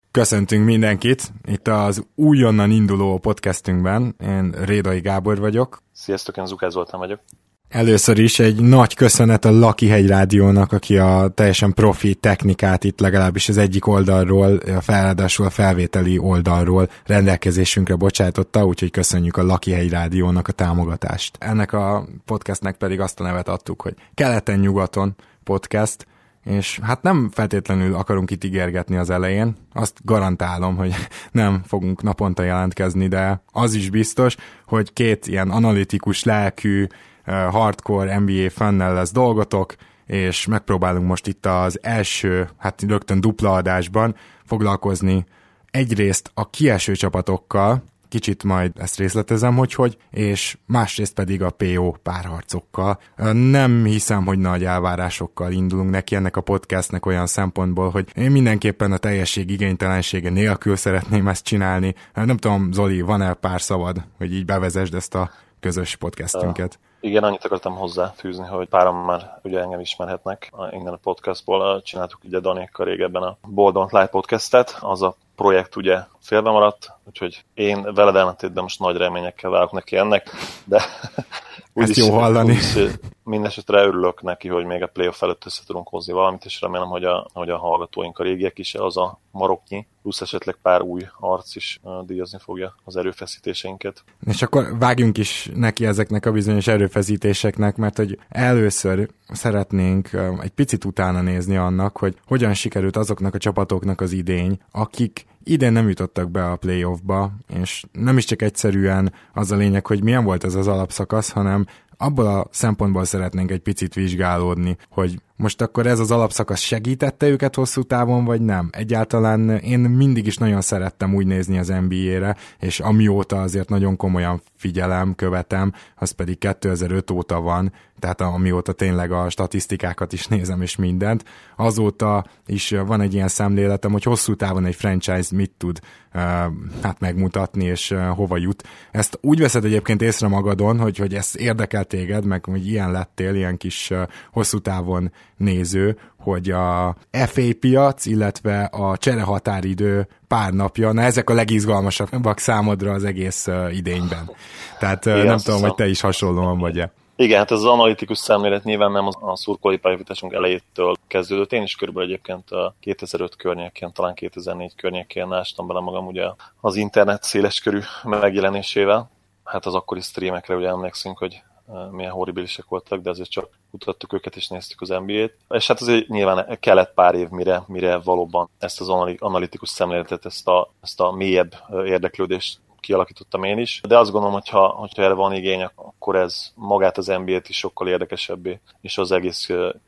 Köszöntünk mindenkit itt az újonnan induló podcastünkben. Én Rédai Gábor vagyok. Sziasztok, én Zukály Zoltán vagyok. Először is egy nagy köszönet a Lakihegy Rádiónak, aki a teljesen profi technikát itt legalábbis az egyik oldalról, ráadásul a felvételi oldalról rendelkezésünkre bocsátotta, úgyhogy köszönjük a Lakihegy Rádiónak a támogatást. Ennek a podcastnek pedig azt a nevet adtuk, hogy keleten-nyugaton podcast, és hát nem feltétlenül akarunk itt ígérgetni az elején, azt garantálom, hogy nem fogunk naponta jelentkezni, de az is biztos, hogy két ilyen analitikus, lelkű, hardcore NBA fannel lesz dolgotok, és megpróbálunk most itt az első, hát rögtön dupla adásban foglalkozni egyrészt a kieső csapatokkal, kicsit majd ezt részletezem, hogy, és másrészt pedig a PO párharcokkal. Nem hiszem, hogy nagy elvárásokkal indulunk neki ennek a podcastnek olyan szempontból, hogy én mindenképpen a teljesség igénytelensége nélkül szeretném ezt csinálni. Nem tudom, Zoli, van-e pár szavad, hogy így bevezesd ezt a közös podcastünket? Igen, annyit akartam hozzáfűzni, hogy páran már ugye engem ismerhetnek innen a podcastból. Csináltuk ugye Danékkal régebben a Bold Don't Lie podcastet, az a projekt ugye félbe maradt, úgyhogy én veled ellentétben most nagy reményekkel várok neki ennek, de úgyis jó hallani. Mindenesetre örülök neki, hogy még a playoff előtt össze tudunk hozni valamit, és remélem, hogy a hallgatóink, a régiek is az a maroknyi, plusz esetleg pár új arc is díjazni fogja az erőfeszítéseinket. És akkor vágjunk is neki ezeknek a bizonyos erőfeszítéseknek, mert hogy először szeretnénk egy picit utána nézni annak, hogy hogyan sikerült azoknak a csapatoknak az idény, akik idén nem jutottak be a playoffba, és nem is csak egyszerűen az a lényeg, hogy milyen volt ez az alapszakasz, hanem abból a szempontból szeretnénk egy picit vizsgálódni, hogy most akkor ez az alapszakasz segítette őket hosszú távon, vagy nem? Egyáltalán én mindig is nagyon szerettem úgy nézni az NBA-re, és amióta azért nagyon komolyan figyelem, követem, az pedig 2005 óta van, tehát amióta tényleg a statisztikákat is nézem és mindent, azóta is van egy ilyen szemléletem, hogy hosszú távon egy franchise mit tud hát megmutatni, és hova jut. Ezt úgy veszed egyébként észre magadon, hogy ez érdekel téged, meg hogy ilyen lettél, ilyen kis hosszú távon néző, hogy a FA piac, illetve a cserehatáridő pár napja, na ezek a legizgalmasabbak számodra az egész idényben. Tehát igen, nem tudom, hogy te is hasonlóan vagy-e. Igen, hát ez az analitikus szemlélet nyilván nem a szurkolói pályafutásunk elejétől kezdődött. Én is körülbelül egyébként a 2005 környékén, talán 2004 környékén ástam bele magam ugye az internet széleskörű megjelenésével. Hát az akkori streamekre ugye emlékszünk, hogy milyen horribilisek voltak, de azért csak kutattuk őket és néztük az NBA-t. És hát azért nyilván kellett pár év, mire valóban ezt az analitikus szemléletet, ezt a mélyebb érdeklődést kialakítottam én is, de azt gondolom, hogyha erre van igény, akkor ez magát az NBA-t is sokkal érdekesebbé, és az egész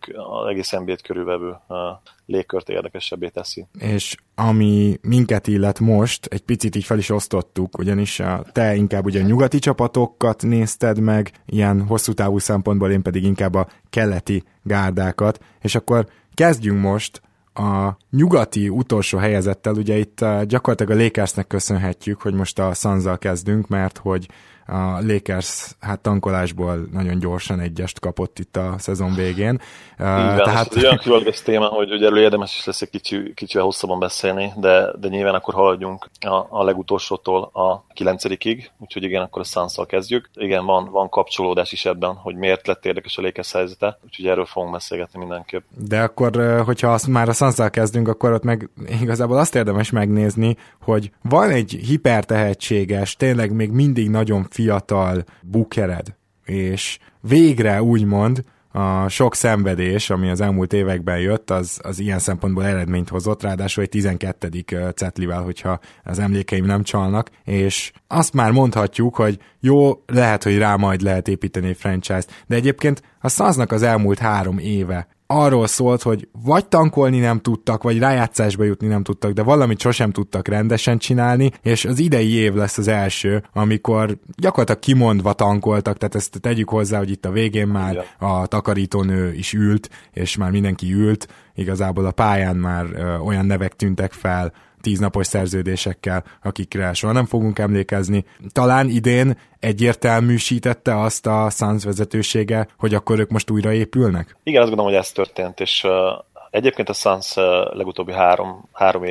NBA-t körülvevő légkört érdekesebbé teszi. És ami minket illet most, egy picit így fel is osztottuk, ugyanis te inkább ugye a nyugati csapatokat nézted meg, ilyen hosszú távú szempontból, én pedig inkább a keleti gárdákat, és akkor kezdjünk most a nyugati utolsó helyezettel, ugye itt gyakorlatilag a Lakersnek köszönhetjük, hogy most a Suns-zal kezdünk, mert hogy a Lakers hát tankolásból nagyon gyorsan egyest kapott itt a szezon végén. Tehát olyan különleges téma, hogy ugye erről érdemes is lesz egy kicsivel hosszabban beszélni, de nyilván akkor haladjunk a legutolsótól a 9-ig, úgyhogy igen, akkor a Suns-szal kezdjük. Igen, van kapcsolódás is ebben, hogy miért lett érdekes a Lakers helyzete, úgyhogy erről fogunk beszélgetni mindenképp. De akkor, hogyha már a Suns-szal kezdünk, akkor ott meg igazából azt érdemes megnézni, hogy van egy hipertehetséges, tényleg még mindig nagyon fiatal bookered, és végre úgymond a sok szenvedés, ami az elmúlt években jött, az ilyen szempontból eredményt hozott, ráadásul egy 12. cetlivel, hogyha az emlékeim nem csalnak, és azt már mondhatjuk, hogy jó, lehet, hogy rá majd lehet építeni egy franchise-t, de egyébként a Sunsnak az elmúlt 3 éve arról szólt, hogy vagy tankolni nem tudtak, vagy rájátszásba jutni nem tudtak, de valamit sosem tudtak rendesen csinálni, és az idei év lesz az első, amikor gyakorlatilag kimondva tankoltak, tehát ezt tegyük hozzá, hogy itt a végén már a takarítónő is ült, és már mindenki ült, igazából a pályán már olyan nevek tűntek fel, 10 napos szerződésekkel, akikre soha nem fogunk emlékezni. Talán idén egyértelműsítette azt a Suns vezetősége, hogy akkor ők most újra épülnek? Igen, azt gondolom, hogy ez történt, és egyébként a Suns legutóbbi három éve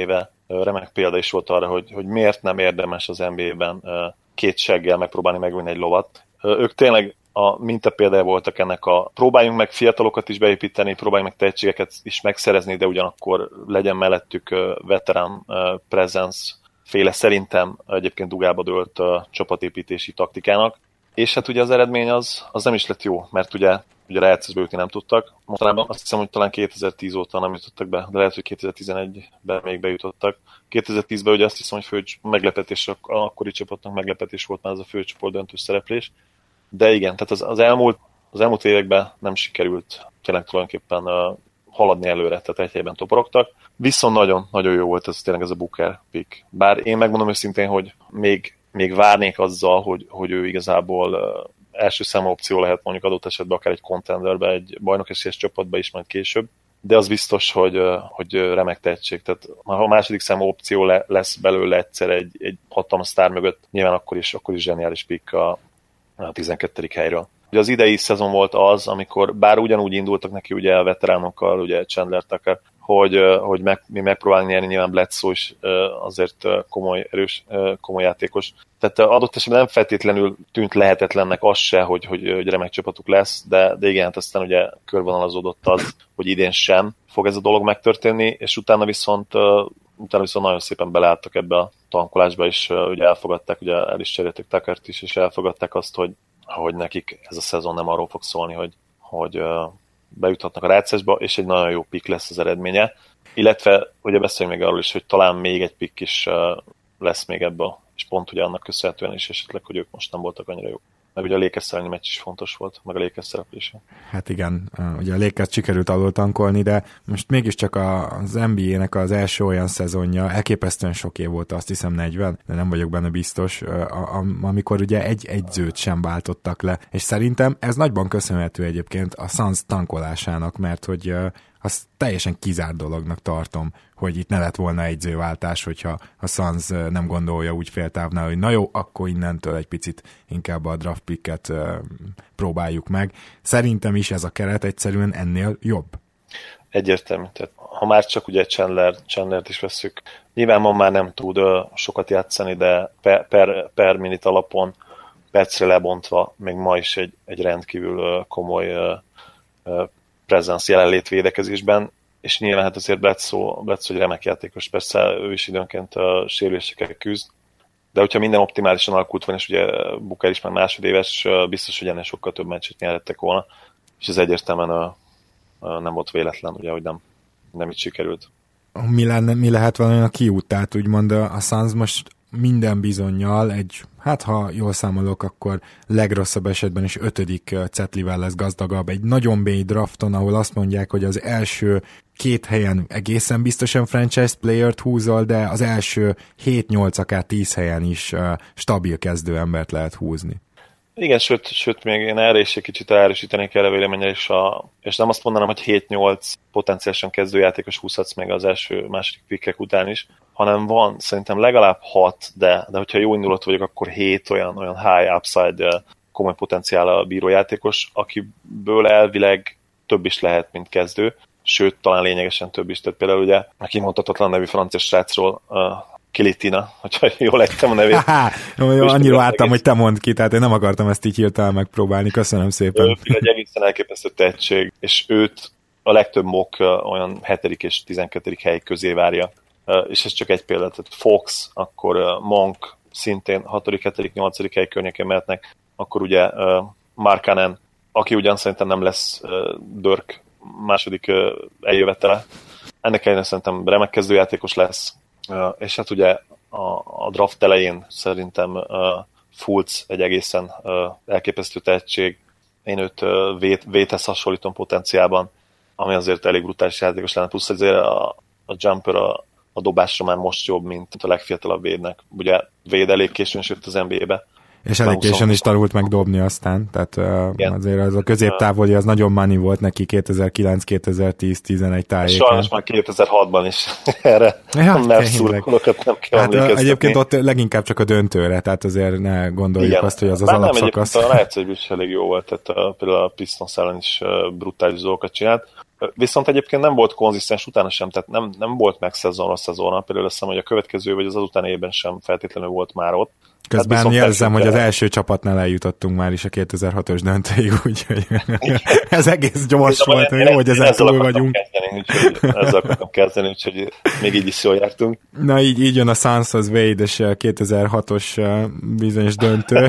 remek példa is volt arra, hogy miért nem érdemes az NBA-ben két seggel megpróbálni megvenni egy lovat. Ők tényleg a mintapéldája voltak ennek próbáljunk meg fiatalokat is beépíteni, próbáljunk meg tehetségeket is megszerezni, de ugyanakkor legyen mellettük veterán presence féle, szerintem egyébként dugába dőlt csapatépítési taktikának. És hát ugye az eredmény az nem is lett jó, mert ugye rájátszásba jutni nem tudtak. Mostanában azt hiszem, hogy talán 2010 óta nem jutottak be, de lehet, hogy 2011-ben még bejutottak. 2010-ben ugye azt hiszem, hogy fő meglepetés, akkori csapatnak meglepetés volt már ez a főcsoport döntős szereplés. De igen, tehát az elmúlt években nem sikerült tényleg tulajdonképpen haladni előre, tehát egy helyben toporogtak. Viszont nagyon jó volt ez tényleg ez a Booker pick. Bár én megmondom őszintén, hogy még várnék azzal, hogy ő igazából első számú opció lehet mondjuk adott esetben akár egy contenderbe, egy bajnokesélyes csapatba is majd később, de az biztos, hogy remek tehetség. Tehát ha a második számú opció lesz belőle egyszer egy hatalmas sztár mögött, nyilván akkor is zseniális pick a 12. helyről. Ugye az idei szezon volt az, amikor bár ugyanúgy indultak neki ugye a veteránokkal, ugye Chandler Tucker, hogy mi megpróbálni nyerni, nyilván Bledsoe is azért erős, komoly játékos. Tehát adott esetben nem feltétlenül tűnt lehetetlennek az se, hogy remek csapatuk lesz, de igen, hát aztán ugye körvonalazódott az, hogy idén sem fog ez a dolog megtörténni, és utána viszont nagyon szépen beleálltak ebbe a tankolásba, és ugye elfogadták, ugye el is cserélték Tuckert is, és elfogadták azt, hogy nekik ez a szezon nem arról fog szólni, hogy bejuthatnak a rájátszásba, és egy nagyon jó pick lesz az eredménye. Illetve ugye beszéljünk még arról is, hogy talán még egy pick is lesz még ebből, és pont ugye annak köszönhetően is esetleg, hogy ők most nem voltak annyira jók. Meg ugye a Lakers elleni meccs is fontos volt, meg a Lakers szereplése. Hát igen, ugye a Lakers sikerült alul tankolni, de most mégiscsak az NBA-nek az első olyan szezonja, elképesztően sok év volt, azt hiszem 40, de nem vagyok benne biztos, amikor ugye egy egyzőt sem váltottak le, és szerintem ez nagyban köszönhető egyébként a Suns tankolásának, mert hogy azt teljesen kizárt dolognak tartom, hogy itt ne lett volna egyzőváltás, hogyha a Suns nem gondolja úgy féltávnál, hogy na jó, akkor innentől egy picit inkább a draft picket próbáljuk meg. Szerintem is ez a keret egyszerűen ennél jobb. Egyértelmű. Tehát, ha már csak ugye Chandlert is vesszük, nyilván ma már nem tud sokat játszani, de per minit alapon percre lebontva még ma is egy rendkívül komoly presence jelenlét védekezésben, és nyilván hát azért Bledsoe egy remek játékos, persze ő is időnként a sérülésekkel küzd, de hogyha minden optimálisan alakult van, és ugye Booker is már másodéves, biztos, hogy ennél sokkal több meccset nyerhettek volna, és ez egyértelműen nem volt véletlen, ugye, hogy nem így sikerült. Mi lehet valami a kiút? Tehát úgymond a Suns most minden bizonnyal hát ha jól számolok, akkor legrosszabb esetben is 5. cetlivel lesz gazdagabb. Egy nagyon mély drafton, ahol azt mondják, hogy az első 2 helyen egészen biztosan franchise playert húzol, de az első 7-8, akár 10 helyen is stabil kezdőembert lehet húzni. Igen, sőt, még én erre is egy kicsit erősítenék erre véleménye, és nem azt mondanám, hogy 7-8 potenciálisan kezdőjátékos húzhatsz még az második pickek után is, hanem van szerintem legalább 6, de hogyha jó indulat vagyok, akkor 7 olyan high upside komoly potenciál bíró játékos, akiből elvileg több is lehet, mint kezdő, sőt, talán lényegesen több is. Tehát például ugye a kimondhatatlan nevű francia srácról, Kilitina, hogyha jól ejtem a nevét. Annyira vártam, hogy te mondd ki, tehát én nem akartam ezt így hirtelen megpróbálni. Köszönöm szépen. Ő egy egészen elképesztő tehetség, és őt a legtöbb mock olyan 7. és 12. hely közé várja. És ez csak egy példa. Tehát Fox, akkor Monk szintén 6., 7., 8. hely környékén mehetnek, akkor ugye Markkanen, aki ugyan szerintem nem lesz Dirk második eljövetele. Ennek ellenére szerintem remek kezdőjátékos lesz. És hát ugye a draft elején szerintem Fultz egy egészen elképesztő tehetség. Én őt Véthez hasonlítom potenciálban, ami azért elég brutális játékos lenne, plusz azért a jumper a dobásra már most jobb, mint a legfiatalabb Védnek. Ugye Véd elég későn jött az NBA-be. És elég későn is tanult megdobni aztán, tehát azért az a középtávoli az nagyon money volt neki 2009, 2010, 11 tájéken. Sajnos már 2006-ban is erre nem szurkolókat nem kell emlékeztetni. Egyébként ott leginkább csak a döntőre, tehát azért ne gondoljuk azt, hogy az alapszakasz. A rájátszásban is elég jó volt, tehát például a Pistons ellen is brutális dolgokat csinált. Viszont egyébként nem volt konzisztens utána sem, tehát nem volt meg szezonra szezonra, például azt hiszem, hogy a következő vagy az azután évben sem feltétlenül volt már ott. Közben hát jelzem, hogy az első csapatnál eljutottunk már is a 2006-os döntőig, úgyhogy ez egész gyors volt, jó, hogy ezen túl vagyunk. Ezzel akartam kezdeni, úgyhogy még így is jól jártunk. Na így jön a Sunshoz Wade-es 2006-os bizonyos döntő,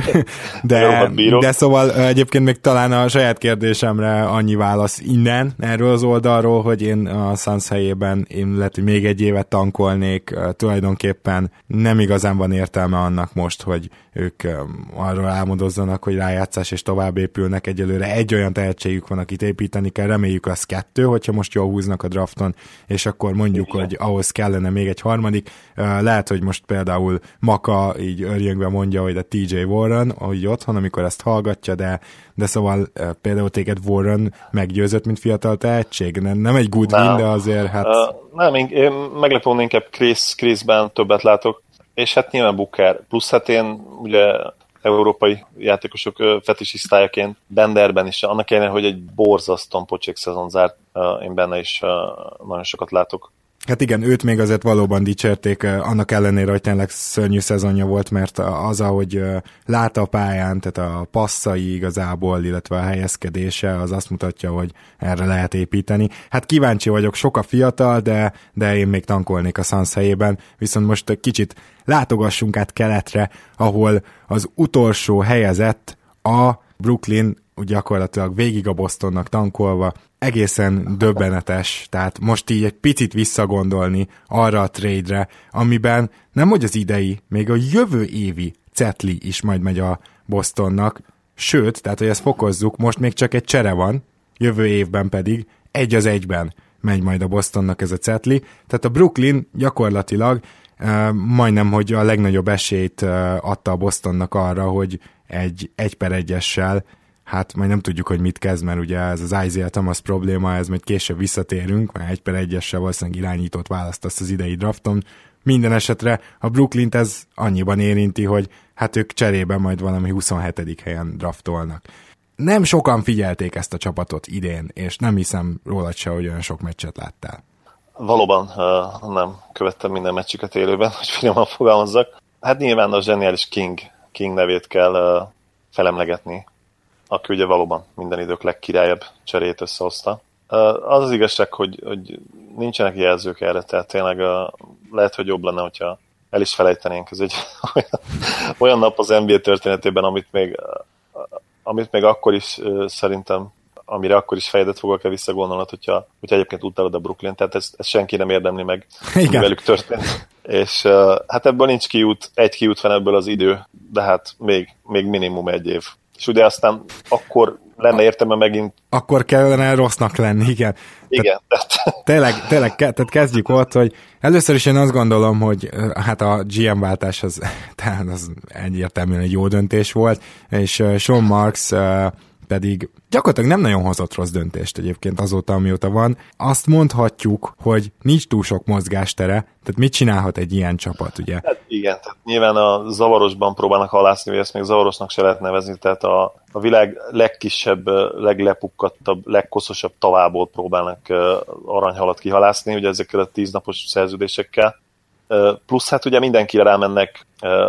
de szóval egyébként még talán a saját kérdésemre annyi válasz innen, erről az oldalról, hogy én a Suns helyében én lehet, hogy még egy évet tankolnék, tulajdonképpen nem igazán van értelme annak most, hogy ők arról álmodozzanak, hogy rájátszás és tovább épülnek. Egyelőre egy olyan tehetségük van, akit építeni kell, reméljük lesz 2, hogyha most jól húznak a drafton, és akkor mondjuk, hogy ahhoz kellene még egy harmadik. Lehet, hogy most például Maka így örjöngve mondja, hogy a TJ Warren, ahogy otthon, amikor ezt hallgatja, de szóval például téged Warren meggyőzött, mint fiatal tehetség. Nem egy good win, de azért hát... Nem, én meglepően inkább Chrisben többet látok, és hát nyilván Booker, plusz hát én ugye európai játékosok fetisisztájaként Benderben is, annak ellenére, hogy egy borzasztóan pocsék szezon zárt, én benne is nagyon sokat látok. Hát igen, őt még azért valóban dicsérték, annak ellenére, hogy tényleg szörnyű szezonja volt, mert az, ahogy lát a pályán, tehát a passzai igazából, illetve a helyezkedése, az azt mutatja, hogy erre lehet építeni. Hát kíváncsi vagyok, sok a fiatal, de én még tankolnék a Suns helyében, viszont most egy kicsit látogassunk át keletre, ahol az utolsó helyezett a Brooklyn, gyakorlatilag végig a Bostonnak tankolva, egészen döbbenetes, tehát most így egy picit visszagondolni arra a trade-re, amiben nem hogy az idei, még a jövő évi cetli is majd megy a Bostonnak, sőt, tehát hogy ezt fokozzuk, most még csak egy csere van, jövő évben pedig 1-1 megy majd a Bostonnak ez a cetli, tehát a Brooklyn gyakorlatilag majdnem, hogy a legnagyobb esélyt adta a Bostonnak arra, hogy egy 1-1-essel, hát majd nem tudjuk, hogy mit kezd, mert ugye ez az Isaiah Thomas probléma, ez majd később visszatérünk, mert 1-1-essel valószínűleg irányítót választasz az idei drafton. Minden esetre a Brooklynt ez annyiban érinti, hogy hát ők cserében majd valami 27. helyen draftolnak. Nem sokan figyelték ezt a csapatot idén, és nem hiszem rólad se, hogy olyan sok meccset láttál. Valóban nem követtem minden meccsüket élőben, hogy finoman fogalmazzak. Hát nyilván a zseniális King nevét kell felemlegetni, aki ugye valóban minden idők legkirályabb cserét összehozta. Az az igazság, hogy nincsenek jelzők erre, tehát tényleg lehet, hogy jobb lenne, hogyha el is felejtenénk. Ez egy olyan nap az NBA történetében, amit még akkor is szerintem, amire akkor is fejedet fogok visszagondolnod, hogyha egyébként utálod a Brooklyn, tehát ezt senki nem érdemli meg, ami velük történt. És hát ebből nincs kiút, egy kiút van ebből az idő, de hát még minimum egy év. És ugye aztán akkor lenne értelme megint... Akkor kellene rossznak lenni, igen. Igen. Tényleg, tehát kezdjük ott, hogy először is én azt gondolom, hogy hát a GM váltás az egyértelműen egy jó döntés volt, és Sean Marks pedig gyakorlatilag nem nagyon hozott rossz döntést egyébként azóta, amióta van. Azt mondhatjuk, hogy nincs túl sok mozgástere, tehát mit csinálhat egy ilyen csapat, ugye? Hát igen, tehát nyilván a zavarosban próbálnak halászni, hogy ezt még zavarosnak se lehet nevezni, tehát a világ legkisebb, leglepukkadtabb, legkoszosabb tavából próbálnak aranyhalat kihalászni, ugye ezekkel a 10 napos szerződésekkel. Plusz hát ugye mindenkire rámennek,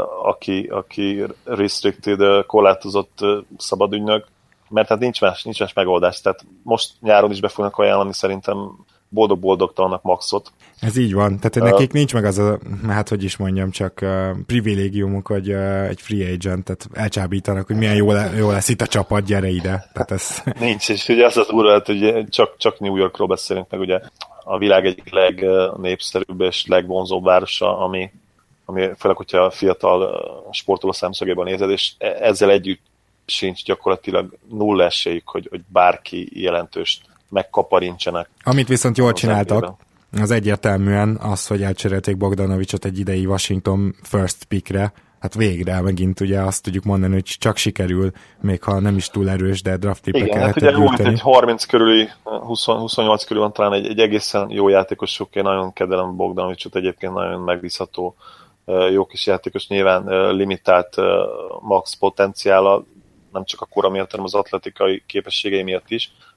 aki restricted, korlátozott szabadügynök, mert hát nincs más megoldás. Tehát most nyáron is be fognak ajánlani szerintem boldog-boldogtalannak maxot. Ez így van. Tehát nekik nincs meg az a, hát hogy is mondjam, csak privilégiumuk, hogy egy free agent, tehát elcsábítanak, hogy milyen jó lesz itt a csapat, gyere ide. Tehát ez... Nincs, és ugye az durva, hogy csak New Yorkról beszélünk, meg ugye a világ egyik legnépszerűbb és legvonzóbb városa, ami főleg, hogyha a fiatal sportoló szemszögében nézed, és ezzel együtt sincs gyakorlatilag nulla esélyük, hogy bárki jelentőst megkaparincsenek. Amit viszont jól csináltak, az egyértelműen az, hogy elcserélték Bogdanovicsot egy idei Washington first pickre, hát végre megint ugye azt tudjuk mondani, hogy csak sikerül, még ha nem is túl erős, de draft pickre kellett gyűjteni. Igen, hát ugye egy 30 körüli, 28 körül van talán egy egészen jó játékos, én nagyon kedvelem Bogdanovicsot, egyébként nagyon megbízható, jó kis játékos, nyilván limitált max potenciála, nem csak a kora miatt, hanem az atletikai képességei miatt is.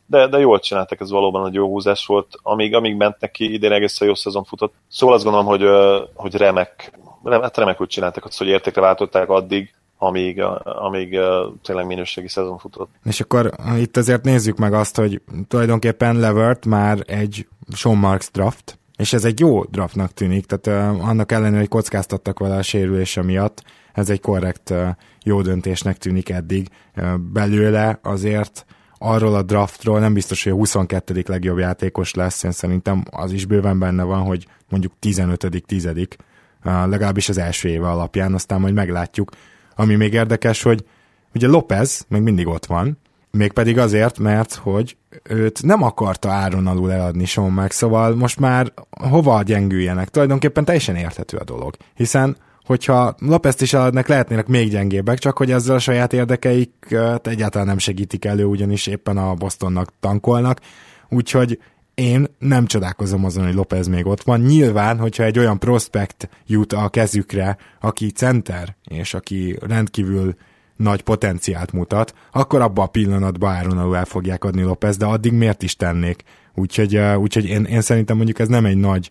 de jól csináltak, ez valóban egy jó húzás volt, amíg ment neki, idén egészen jó szezon futott. Szóval azt gondolom, hogy remekül csináltak azt, hogy értékre váltották addig, amíg tényleg minőségi szezon futott. És akkor itt azért nézzük meg azt, hogy tulajdonképpen Levert már egy Sean Marks draft, és ez egy jó draftnak tűnik, tehát annak ellenére, hogy kockáztattak vele a sérülése miatt, ez egy korrekt, jó döntésnek tűnik eddig. Belőle azért arról a draftról nem biztos, hogy a 22. legjobb játékos lesz, én szerintem az is bőven benne van, hogy mondjuk 15. 10. Legalábbis az első éve alapján, aztán majd meglátjuk. Ami még érdekes, hogy ugye Lopez még mindig ott van, mégpedig azért, mert hogy őt nem akarta áron alul eladni Sean Marks, szóval most már hova gyengüljenek? Tulajdonképpen teljesen érthető a dolog, hiszen hogyha Lopezt is eladnak, lehetnének még gyengébbek, csak hogy ezzel a saját érdekeik egyáltalán nem segítik elő, ugyanis éppen a Bostonnak tankolnak, úgyhogy én nem csodálkozom azon, hogy Lopez még ott van. Nyilván, hogyha egy olyan prospekt jut a kezükre, aki center, és aki rendkívül nagy potenciált mutat, akkor abban a pillanatban áron alul el fogják adni Lopez, de addig miért is tennék? Úgyhogy én szerintem mondjuk ez nem egy nagy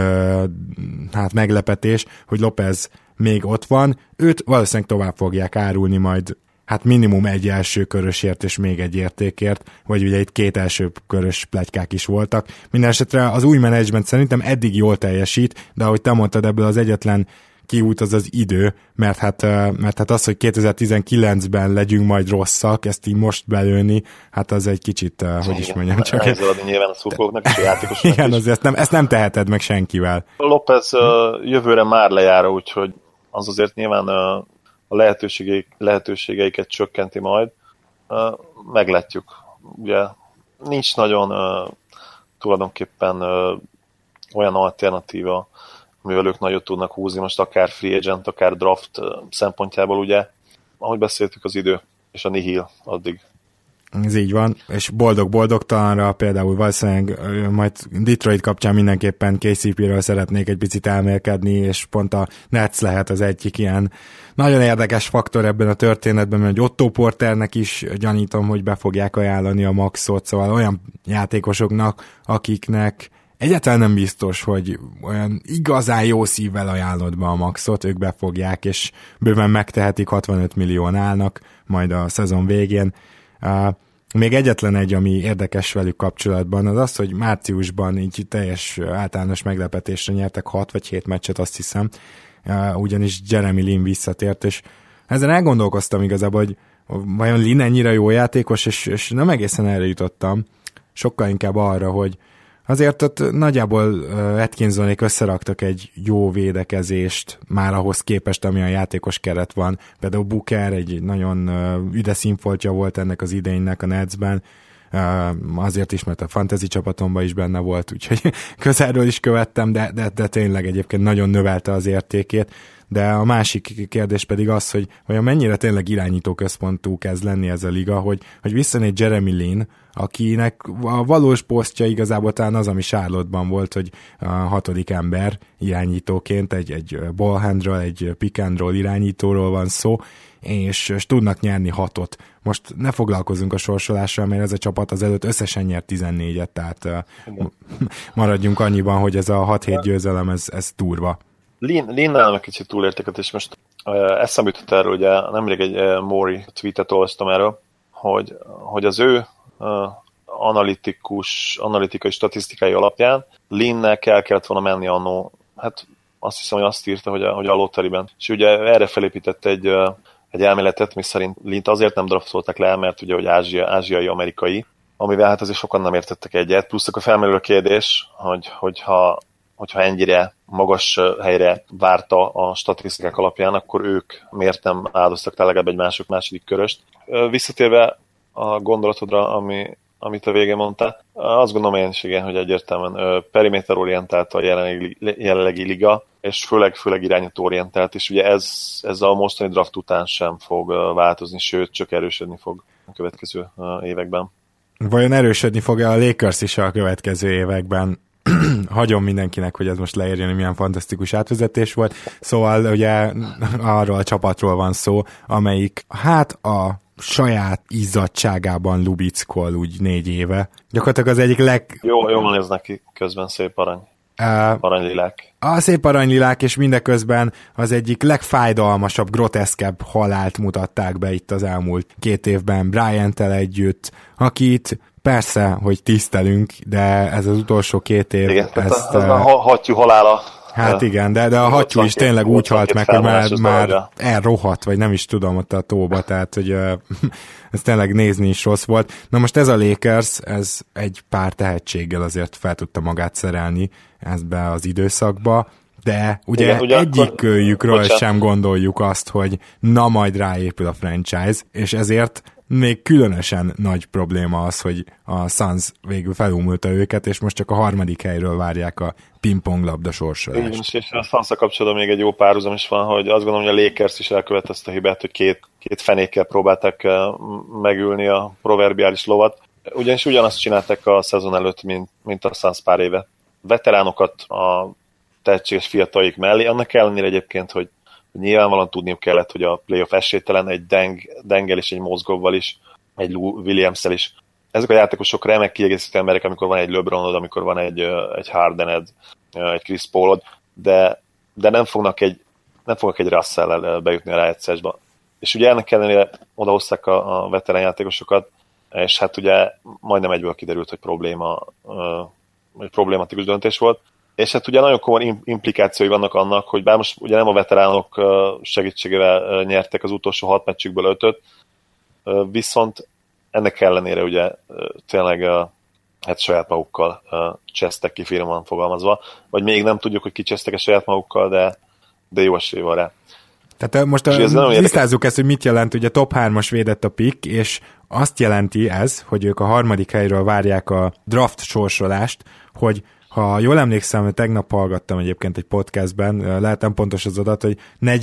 meglepetés, hogy Lopez még ott van, őt valószínűleg tovább fogják árulni majd minimum egy első körösért és még egy értékért, vagy ugye itt 2 első körös pletykák is voltak. Mindenesetre az új menedzsment szerintem eddig jól teljesít, de ahogy te mondtad, ebből az egyetlen kiút az idő, mert hát az, hogy 2019-ben legyünk majd rosszak, ezt így most belőni, hát az egy kicsit, hogy is mondjam, csak... Ezzel adni nyilván a szurkolóknak és a játékosoknak. Igen, azért ezt nem teheted meg senkivel. Lopez jövőre már lejár, úgyhogy az azért nyilván a lehetőségeiket csökkenti majd. Meglátjuk. Ugye nincs nagyon tulajdonképpen olyan alternatíva, amivel ők nagyot tudnak húzni, most akár free agent, akár draft szempontjából, ugye, ahogy beszéltük, az idő és a nihil addig. Ez így van, és boldog-boldogtalanra például valószínűleg majd Detroit kapcsán mindenképpen KCP-ről szeretnék egy picit elmélkedni, és pont a Nets lehet az egyik ilyen nagyon érdekes faktor ebben a történetben, mert Otto Porternek is gyanítom, hogy be fogják ajánlani a maxot, szóval olyan játékosoknak, akiknek egyáltalán nem biztos, hogy olyan igazán jó szívvel ajánlod be a maxot, ők befogják, és bőven megtehetik, 65 millión állnak majd a szezon végén. Még egyetlen egy, ami érdekes velük kapcsolatban, az az, hogy márciusban így teljes általános meglepetésre nyertek 6 vagy 7 meccset, azt hiszem, ugyanis Jeremy Lin visszatért, és ezen elgondolkoztam igazából, hogy vajon Lin ennyire jó játékos, és nem egészen erre jutottam, sokkal inkább arra, hogy azért ott nagyjából Atkinsonék összeraktak egy jó védekezést már ahhoz képest, ami a játékos keret van. Például Booker egy nagyon üde színfoltja volt ennek az idénynek a Netsben, azért is, mert a fantasy csapatomban is benne volt, úgyhogy közelről is követtem, de tényleg egyébként nagyon növelte az értékét. De a másik kérdés pedig az, hogy vajon mennyire tényleg irányító központú kezd lenni ez a liga, hogy visszanégy Jeremy Lin, akinek a valós posztja igazából talán az, ami Charlotte-ban volt, hogy a 6. ember irányítóként, egy ballhandről, egy pick and roll irányítóról van szó, és tudnak nyerni 6-ot. Most ne foglalkozunk a sorsolással, mert ez a csapat az előtt összesen nyert 14-et, tehát maradjunk annyiban, hogy ez a 6-7 győzelem, ez durva. Linnál egy kicsit túlértéket, és most eszembe jutott erről, ugye nemrég egy Maury tweetet olvastam erről, hogy az ő analitikai statisztikai alapján Linnek el kellett volna menni annó, hát azt hiszem, hogy azt írta, hogy a lotteriben. És ugye erre felépített egy elméletet, miszerint Lint azért nem draftolták le, mert ugye, hogy ázsiai amerikai, amivel hát azért sokan nem értettek egyet. Plusz akkor felmerül a kérdés, hogyha ennyire magas helyre várta a statisztikák alapján, akkor ők miért nem áldoztak legalább egy második köröst. Visszatérve a gondolatodra, amit a végén mondtál, azt gondolom én is igen, hogy egyértelműen periméterorientált a jelenlegi liga, és főleg irányítóorientált, és ugye ez a mostani draft után sem fog változni, sőt, csak erősödni fog a következő években. Vajon erősödni fog-e a Lakers is a következő években? Hagyom mindenkinek, hogy ez most leérjön, hogy milyen fantasztikus átvezetés volt. Szóval ugye arról a csapatról van szó, amelyik hát a saját izzadságában lubickol úgy 4 éve. Gyakorlatilag az egyik Jól néz neki közben, szép arany. Aranylilák. A szép aranylilák, és mindeközben az egyik legfájdalmasabb, groteszkebb halált mutatták be itt az elmúlt 2 évben Bryant-tel együtt, akit persze, hogy tisztelünk, de ez az utolsó 2 év... Igen, ez a hattyú halála. Hát igen, de a hattyú is tényleg úgy halt meg, hogy már elrohadt, vagy nem is tudom, ott a tóba, tehát hogy ez tényleg nézni is rossz volt. Na most ez a Lakers, ez egy pár tehetséggel azért fel tudta magát szerelni ebbe az időszakba, de ugye egyikőjükről sem gondoljuk azt, hogy na majd ráépül a franchise, és ezért még különösen nagy probléma az, hogy a Suns végül felúmulta őket, és most csak a 3. helyről várják a pingponglabda sorsolást. És a Suns-a kapcsolatban még egy jó párhuzam is van, hogy azt gondolom, hogy a Lakers is elkövet ezt a hibát, hogy két fenékkel próbálták megülni a proverbiális lovat. Ugyanis ugyanazt csinálták a szezon előtt, mint a Suns pár éve. Veteránokat a tehetséges fiataik mellé, annak ellenére egyébként, hogy nyilvánvalóan tudniuk kellett, hogy a playoff esélytelen egy Dengel és egy Mozgovval is, egy Lou Williams-szel is. Ezek a játékosok remek kiegészítő emberek, amikor van egy LeBronod, amikor van egy Hardened, egy Chris Paulod, de nem fognak egy Russell-el bejutni a rájátszásba. És ugye ennek ellenére odahozták a veterán játékosokat, és hát ugye majdnem egyből kiderült, hogy problématikus döntés volt. És hát ugye nagyon komoly implikációi vannak annak, hogy bár most ugye nem a veteránok segítségével nyertek az utolsó 6 meccsükből 5-öt, viszont ennek ellenére ugye tényleg hát saját magukkal csesztek ki, finoman fogalmazva, vagy még nem tudjuk, hogy ki csesztek saját magukkal, de jó esély van rá. Tehát most tisztázzuk ezt, hogy mit jelent, ugye top 3-as védett a pick, és azt jelenti ez, hogy ők a 3. helyről várják a draft sorsolást, hogy ha jól emlékszem, tegnap hallgattam egyébként egy podcastben, lehetem pontos az adat, hogy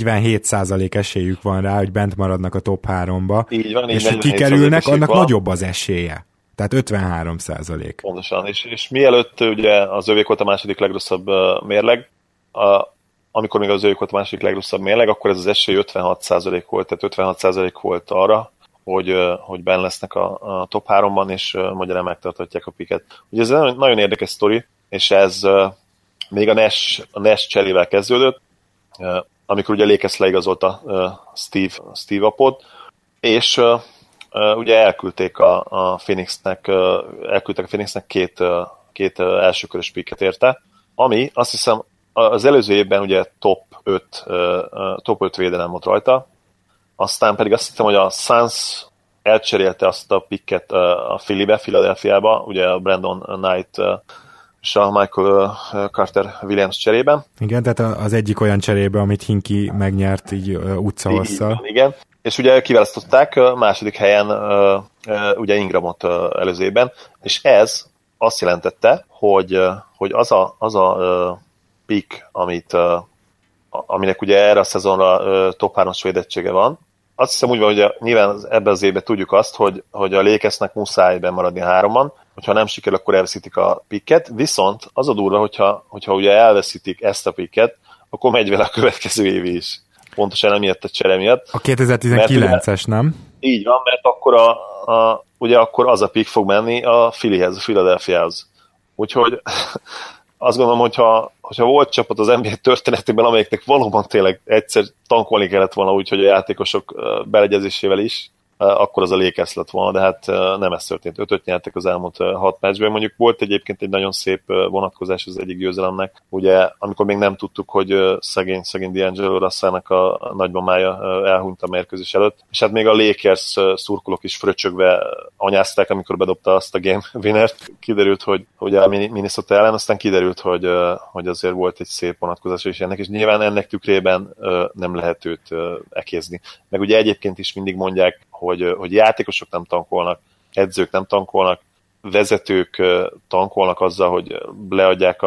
47% esélyük van rá, hogy bent maradnak a top 3-ba, így van, és hogy kikerülnek, annak van. Nagyobb az esélye. Tehát 53%. Pontosan, és mielőtt ugye az övék volt a második legrosszabb mérleg, amikor még az övék volt a második legrosszabb mérleg, akkor ez az esély 56% volt, tehát 56% volt arra, hogy benn lesznek a top 3-ban, és magyarán megtartatják a piket. Ugye ez egy nagyon érdekes sztori, és ez még a Nash cserével kezdődött, amikor ugye Lakers leigazolta Steve Apot, és ugye elküldték a Phoenixnek két elsőkörös picket érte, ami azt hiszem az előző évben ugye top 5 védelem volt rajta, aztán pedig azt hiszem, hogy a Suns elcserélte azt a picket a Philadelphiába, ugye a Brandon Knight és a Michael Carter Williams cserében. Igen, tehát az egyik olyan cserébe, amit Hinkie megnyert így utcahosszal. Igen, és ugye kiválasztották második helyen ugye Ingramot előzőben, és ez azt jelentette, hogy az a pick, aminek ugye erre a szezonra top 3-as védettsége van, azt hiszem úgy van, hogy nyilván ebben az évben tudjuk azt, hogy a Lakersnek muszáj maradni a 3-ban, hogyha nem sikerül, akkor elveszítik a picket, viszont az a durva, hogyha ugye elveszítik ezt a picket, akkor megy vele a következő év is. Pontosan emiatt a csere miatt. A 2019-es, nem? Így van, mert akkor ugye akkor az a pick fog menni a Phillyhez, a Philadelphiahoz. Úgyhogy azt gondolom, hogyha volt csapat az NBA történetében, amelyeknek valóban tényleg egyszer tankolni kellett volna úgy, hogy a játékosok beleegyezésével is, akkor az a Lakers lett volna, de hát nem ez történt. 5-öt nyertek az elmúlt 6 meccsben. Mondjuk volt egyébként egy nagyon szép vonatkozás az egyik győzelemnek. Ugye, amikor még nem tudtuk, hogy szegény D'Angelo Russellnek a nagymamája elhunyt a mérkőzés előtt, és hát még a Lakers szurkolók is fröcsögve anyázták, amikor bedobta azt a game winnert. Kiderült, hogy a Minnesota ellen, aztán kiderült, hogy azért volt egy szép vonatkozás is ennek, és nyilván ennek tükrében nem lehet őt ekézni. Meg ugye egyébként is mindig mondják, hogy játékosok nem tankolnak, edzők nem tankolnak, vezetők tankolnak azzal, hogy leadják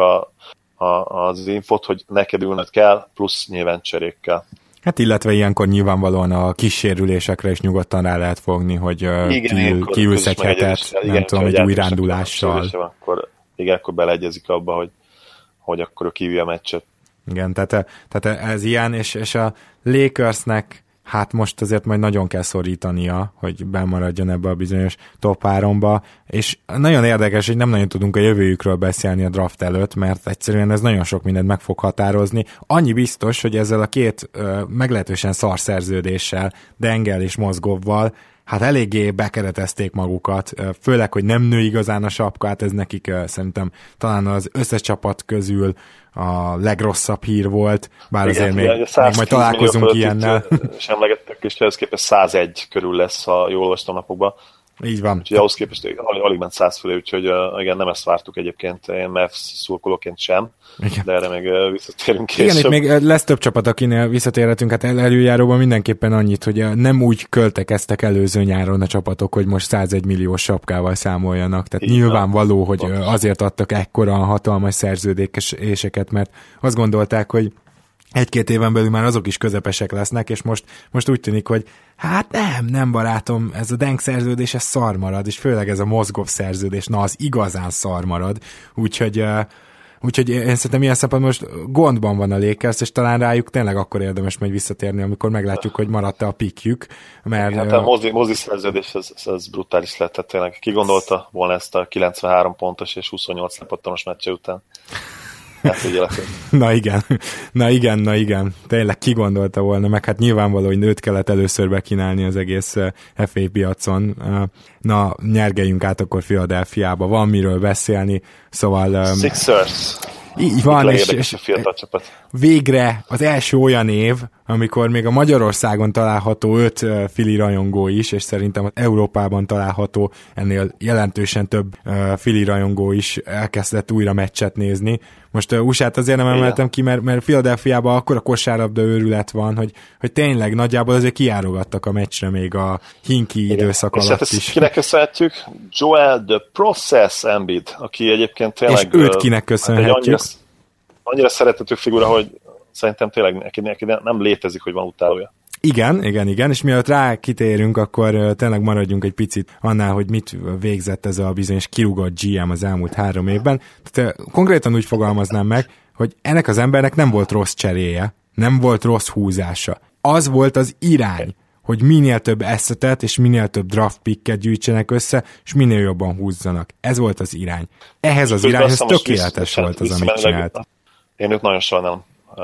az infot, hogy neked ülnöd kell, plusz nyilván cserékkel. Hát illetve ilyenkor nyilvánvalóan a kísérülésekre is nyugodtan rá lehet fogni, hogy kiülsz egy hetet, nem tudom, egy új rándulással. Akkor beleegyezik abba, hogy akkor ő kívül a meccset. Igen, tehát ez ilyen, és a Lakersnek hát most azért majd nagyon kell szorítania, hogy bemaradjon ebbe a bizonyos top 3-ba, és nagyon érdekes, hogy nem nagyon tudunk a jövőjükről beszélni a draft előtt, mert egyszerűen ez nagyon sok mindent meg fog határozni. Annyi biztos, hogy ezzel a két meglehetősen szar szerződéssel, Dengel és Mozgovval, hát eléggé bekeretezték magukat, főleg, hogy nem nő igazán a sapkát, ez nekik szerintem talán az összes csapat közül a legrosszabb hír volt, bár igen, azért még majd találkozunk ilyennel. És emlegettek, és ehhez képest 101 körül lesz, ha jól olvastam napokban. Így van. Úgyhogy ahhoz képest alig ment 100 fölé, úgyhogy igen, nem ezt vártuk egyébként, én Mavs szurkolóként sem, igen. De erre még visszatérünk később. Igen, itt még lesz több csapat, akinél visszatérhetünk, hát előjáróban mindenképpen annyit, hogy nem úgy költekeztek előző nyáron a csapatok, hogy most 101 milliós sapkával számoljanak, tehát így nyilvánvaló, hogy azért adtak ekkora hatalmas szerződéseket, mert azt gondolták, hogy egy-két éven belül már azok is közepesek lesznek, és most úgy tűnik, hogy hát nem barátom, ez a Deng szerződés, ez szar marad, és főleg ez a Mozgov szerződés, na az igazán szar marad, úgyhogy én szerintem ilyen szempontból most gondban van a Lakers, és talán rájuk tényleg akkor érdemes majd visszatérni, amikor meglátjuk, hogy maradt-e a pikjük, mert... Hát a Mozi szerződés, ez brutális lett, tehát tényleg ki gondolta volna ezt a 93 pontos és 28 lepattonos meccse után? Na igen, tényleg ki gondolta volna, meg hát nyilvánvaló, hogy nőt kellett először bekínálni az egész FA piacon. Na, nyergeljünk át akkor Philadelphiába, van miről beszélni, szóval... Sixers. Így van, és végre az első olyan év, amikor még a Magyarországon található 5 Philly rajongó is, és szerintem Európában található ennél jelentősen több Philly rajongó is elkezdett újra meccset nézni. Most USA-t azért nem emeltem ki, mert Philadelphiában akkora kosárlabda őrület van, hogy tényleg nagyjából azért kijárogattak a meccsre még a Hinkie időszak alatt is. És kinek köszönhetjük? Joel the Process Embiid, aki egyébként tényleg... És őt kinek köszönhetjük? Annyira szerethető figura, hogy szerintem tényleg neki nem létezik, hogy van utálója. Igen, és mielőtt rá kitérünk, akkor tényleg maradjunk egy picit annál, hogy mit végzett ez a bizonyos kirúgott GM az elmúlt 3 évben. Tehát konkrétan úgy fogalmaznám meg, hogy ennek az embernek nem volt rossz cseréje, nem volt rossz húzása. Az volt az irány, hogy minél több asszetet és minél több draft picket gyűjtsenek össze, és minél jobban húzzanak. Ez volt az irány. Ehhez az irányhoz tökéletes volt az, amit csinált. Én őt nagyon sajnálom.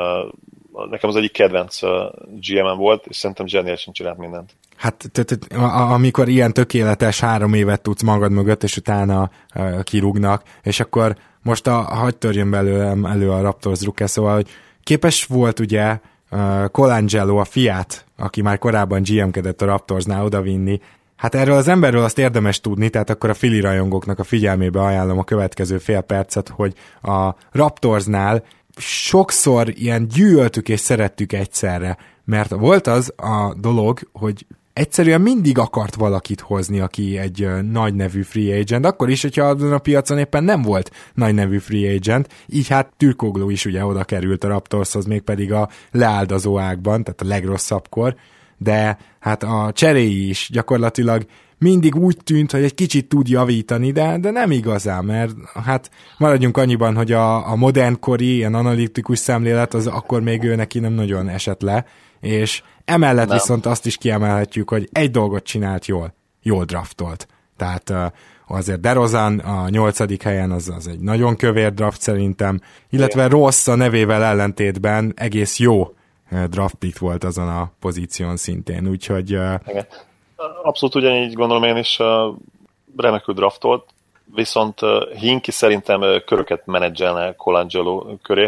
Nekem az egyik kedvenc GM-em volt, és szerintem zseniálisan csinált mindent. Hát amikor ilyen tökéletes 3 évet tudsz magad mögött, és utána kirúgnak, és akkor most hadd törjön belőlem elő a Raptors drukke, szóval, hogy képes volt ugye Colangelo, a fiát, aki már korábban GM-kedett a Raptorsnál, odavinni. Hát erről az emberről azt érdemes tudni, tehát akkor a Philly rajongóknak a figyelmébe ajánlom a következő fél percet, hogy a Raptorsnál sokszor ilyen gyűlöltük és szerettük egyszerre, mert volt az a dolog, hogy egyszerűen mindig akart valakit hozni, aki egy nagy nevű free agent, akkor is, hogyha azon a piacon éppen nem volt nagy nevű free agent, így hát Türkoglu is ugye oda került a Raptorshoz, mégpedig a leáldozó ágban, tehát a legrosszabbkor, de hát a cseréi is gyakorlatilag mindig úgy tűnt, hogy egy kicsit tud javítani, de nem igazán, mert hát maradjunk annyiban, hogy a modernkori, ilyen analitikus szemlélet, az akkor még ő neki nem nagyon esett le, és emellett viszont azt is kiemelhetjük, hogy egy dolgot csinált jól draftolt. Tehát azért DeRozan a 8. helyen az egy nagyon kövér draft szerintem, illetve rossz a nevével ellentétben egész jó draft pick volt azon a pozíción szintén, úgyhogy... Igen. Abszolút ugyanígy gondolom én is, remekül draftolt, viszont Hinkie szerintem köröket menedzselne Colangelo köré.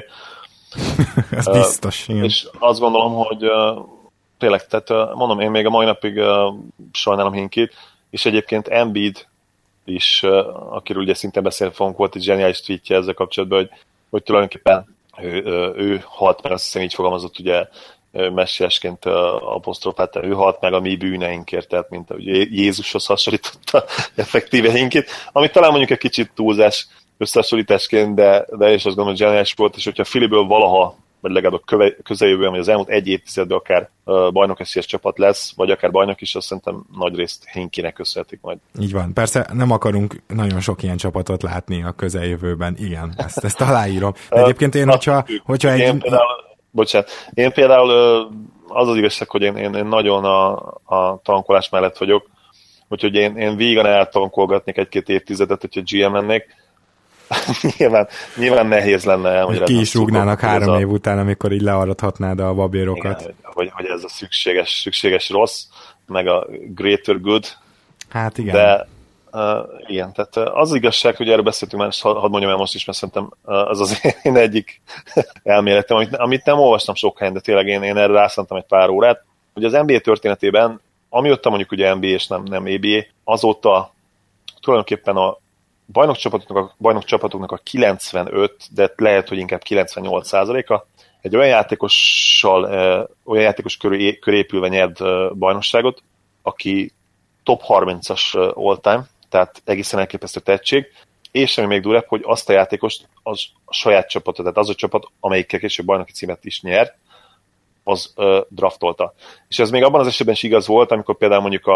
Ez biztos, igen. És azt gondolom, hogy tényleg, tehát mondom, én még a mai napig sajnálom Hinkiet, és egyébként Embiid is, akiről ugye szintén beszélni fogunk, volt egy zseniális tweetje ezzel kapcsolatban, hogy tulajdonképpen ő halt, mert azt hiszem így fogalmazott ugye messiásként apostrofát, ő halt meg a mi bűneinkért, tehát mint ahogy Jézushoz hasonlította effektíve Hinkiet, ami talán mondjuk egy kicsit túlzás összehasonlításként, de és azt gondolom, hogy zseniális volt, és hogyha Philiből valaha, vagy legalább a közeljövőben, vagy az elmúlt egy évtizedben akár bajnokesszélyes csapat lesz, vagy akár bajnok is, azt szerintem nagy részt Hinkienek köszönhetik majd. Így van. Persze nem akarunk nagyon sok ilyen csapatot látni a közeljövőben. Igen, ezt aláírom. De egyébként én, hogyha egy... Én például az igazság, hogy én nagyon a tankolás mellett vagyok, úgyhogy én vígan eltankolgatnék egy-két évtizedet, hogyha GM lennék. nyilván nehéz lenne elmagyarázni. Ki is rúgnának 3 év után, amikor így learadhatnád a babérokat. Igen, hogy ez a szükséges rossz, meg a greater good. Hát igen. De igen, tehát az igazság, hogy erről beszéltünk már, és hadd mondjam el most is, mert szerintem az az én egyik elméletem, amit nem olvastam sok helyen, de tényleg én erre rászántam egy pár órát, hogy az NBA történetében, amióta mondjuk ugye NBA és nem ABA, azóta tulajdonképpen a bajnokcsapatoknak a 95, de lehet, hogy inkább 98%-a egy olyan játékos köré épülve nyert bajnokságot, aki top 30-as all-time, tehát egészen elképesztő tehetség, és ami még durvább, hogy azt a játékost az a saját csapata, tehát az a csapat, amelyikkel később bajnoki címet is nyert, az draftolta. És ez még abban az esetben is igaz volt, amikor például mondjuk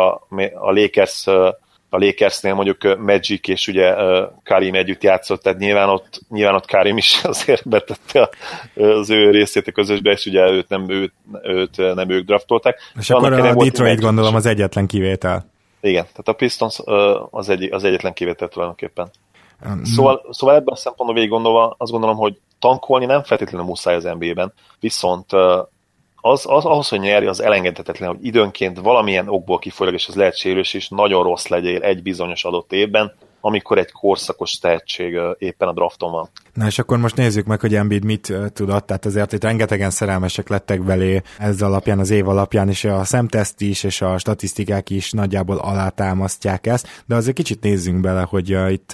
a Lakersnél mondjuk Magic és ugye Karim együtt játszott, tehát nyilván ott Karim is azért betette az ő részét a közösbe, és ugye őt nem ők draftolták. És akkor a Detroit gondolom az egyetlen kivétel. Igen, tehát a Pistons az egyetlen kivétel tulajdonképpen. Szóval ebben a szempontból végig gondolva azt gondolom, hogy tankolni nem feltétlenül muszáj az NBA-ben, viszont ahhoz, hogy nyerj, az elengedhetetlen, hogy időnként valamilyen okból kifolyólag, és az lehet sérülés is, nagyon rossz legyél egy bizonyos adott évben, amikor egy korszakos tehetség éppen a drafton van. Na és akkor most nézzük meg, hogy Embiid mit tudott, tehát azért itt rengetegen szerelmesek lettek belé ez alapján, az év alapján, és a szemteszt is, és a statisztikák is nagyjából alátámasztják ezt, de azért kicsit nézzünk bele, hogy itt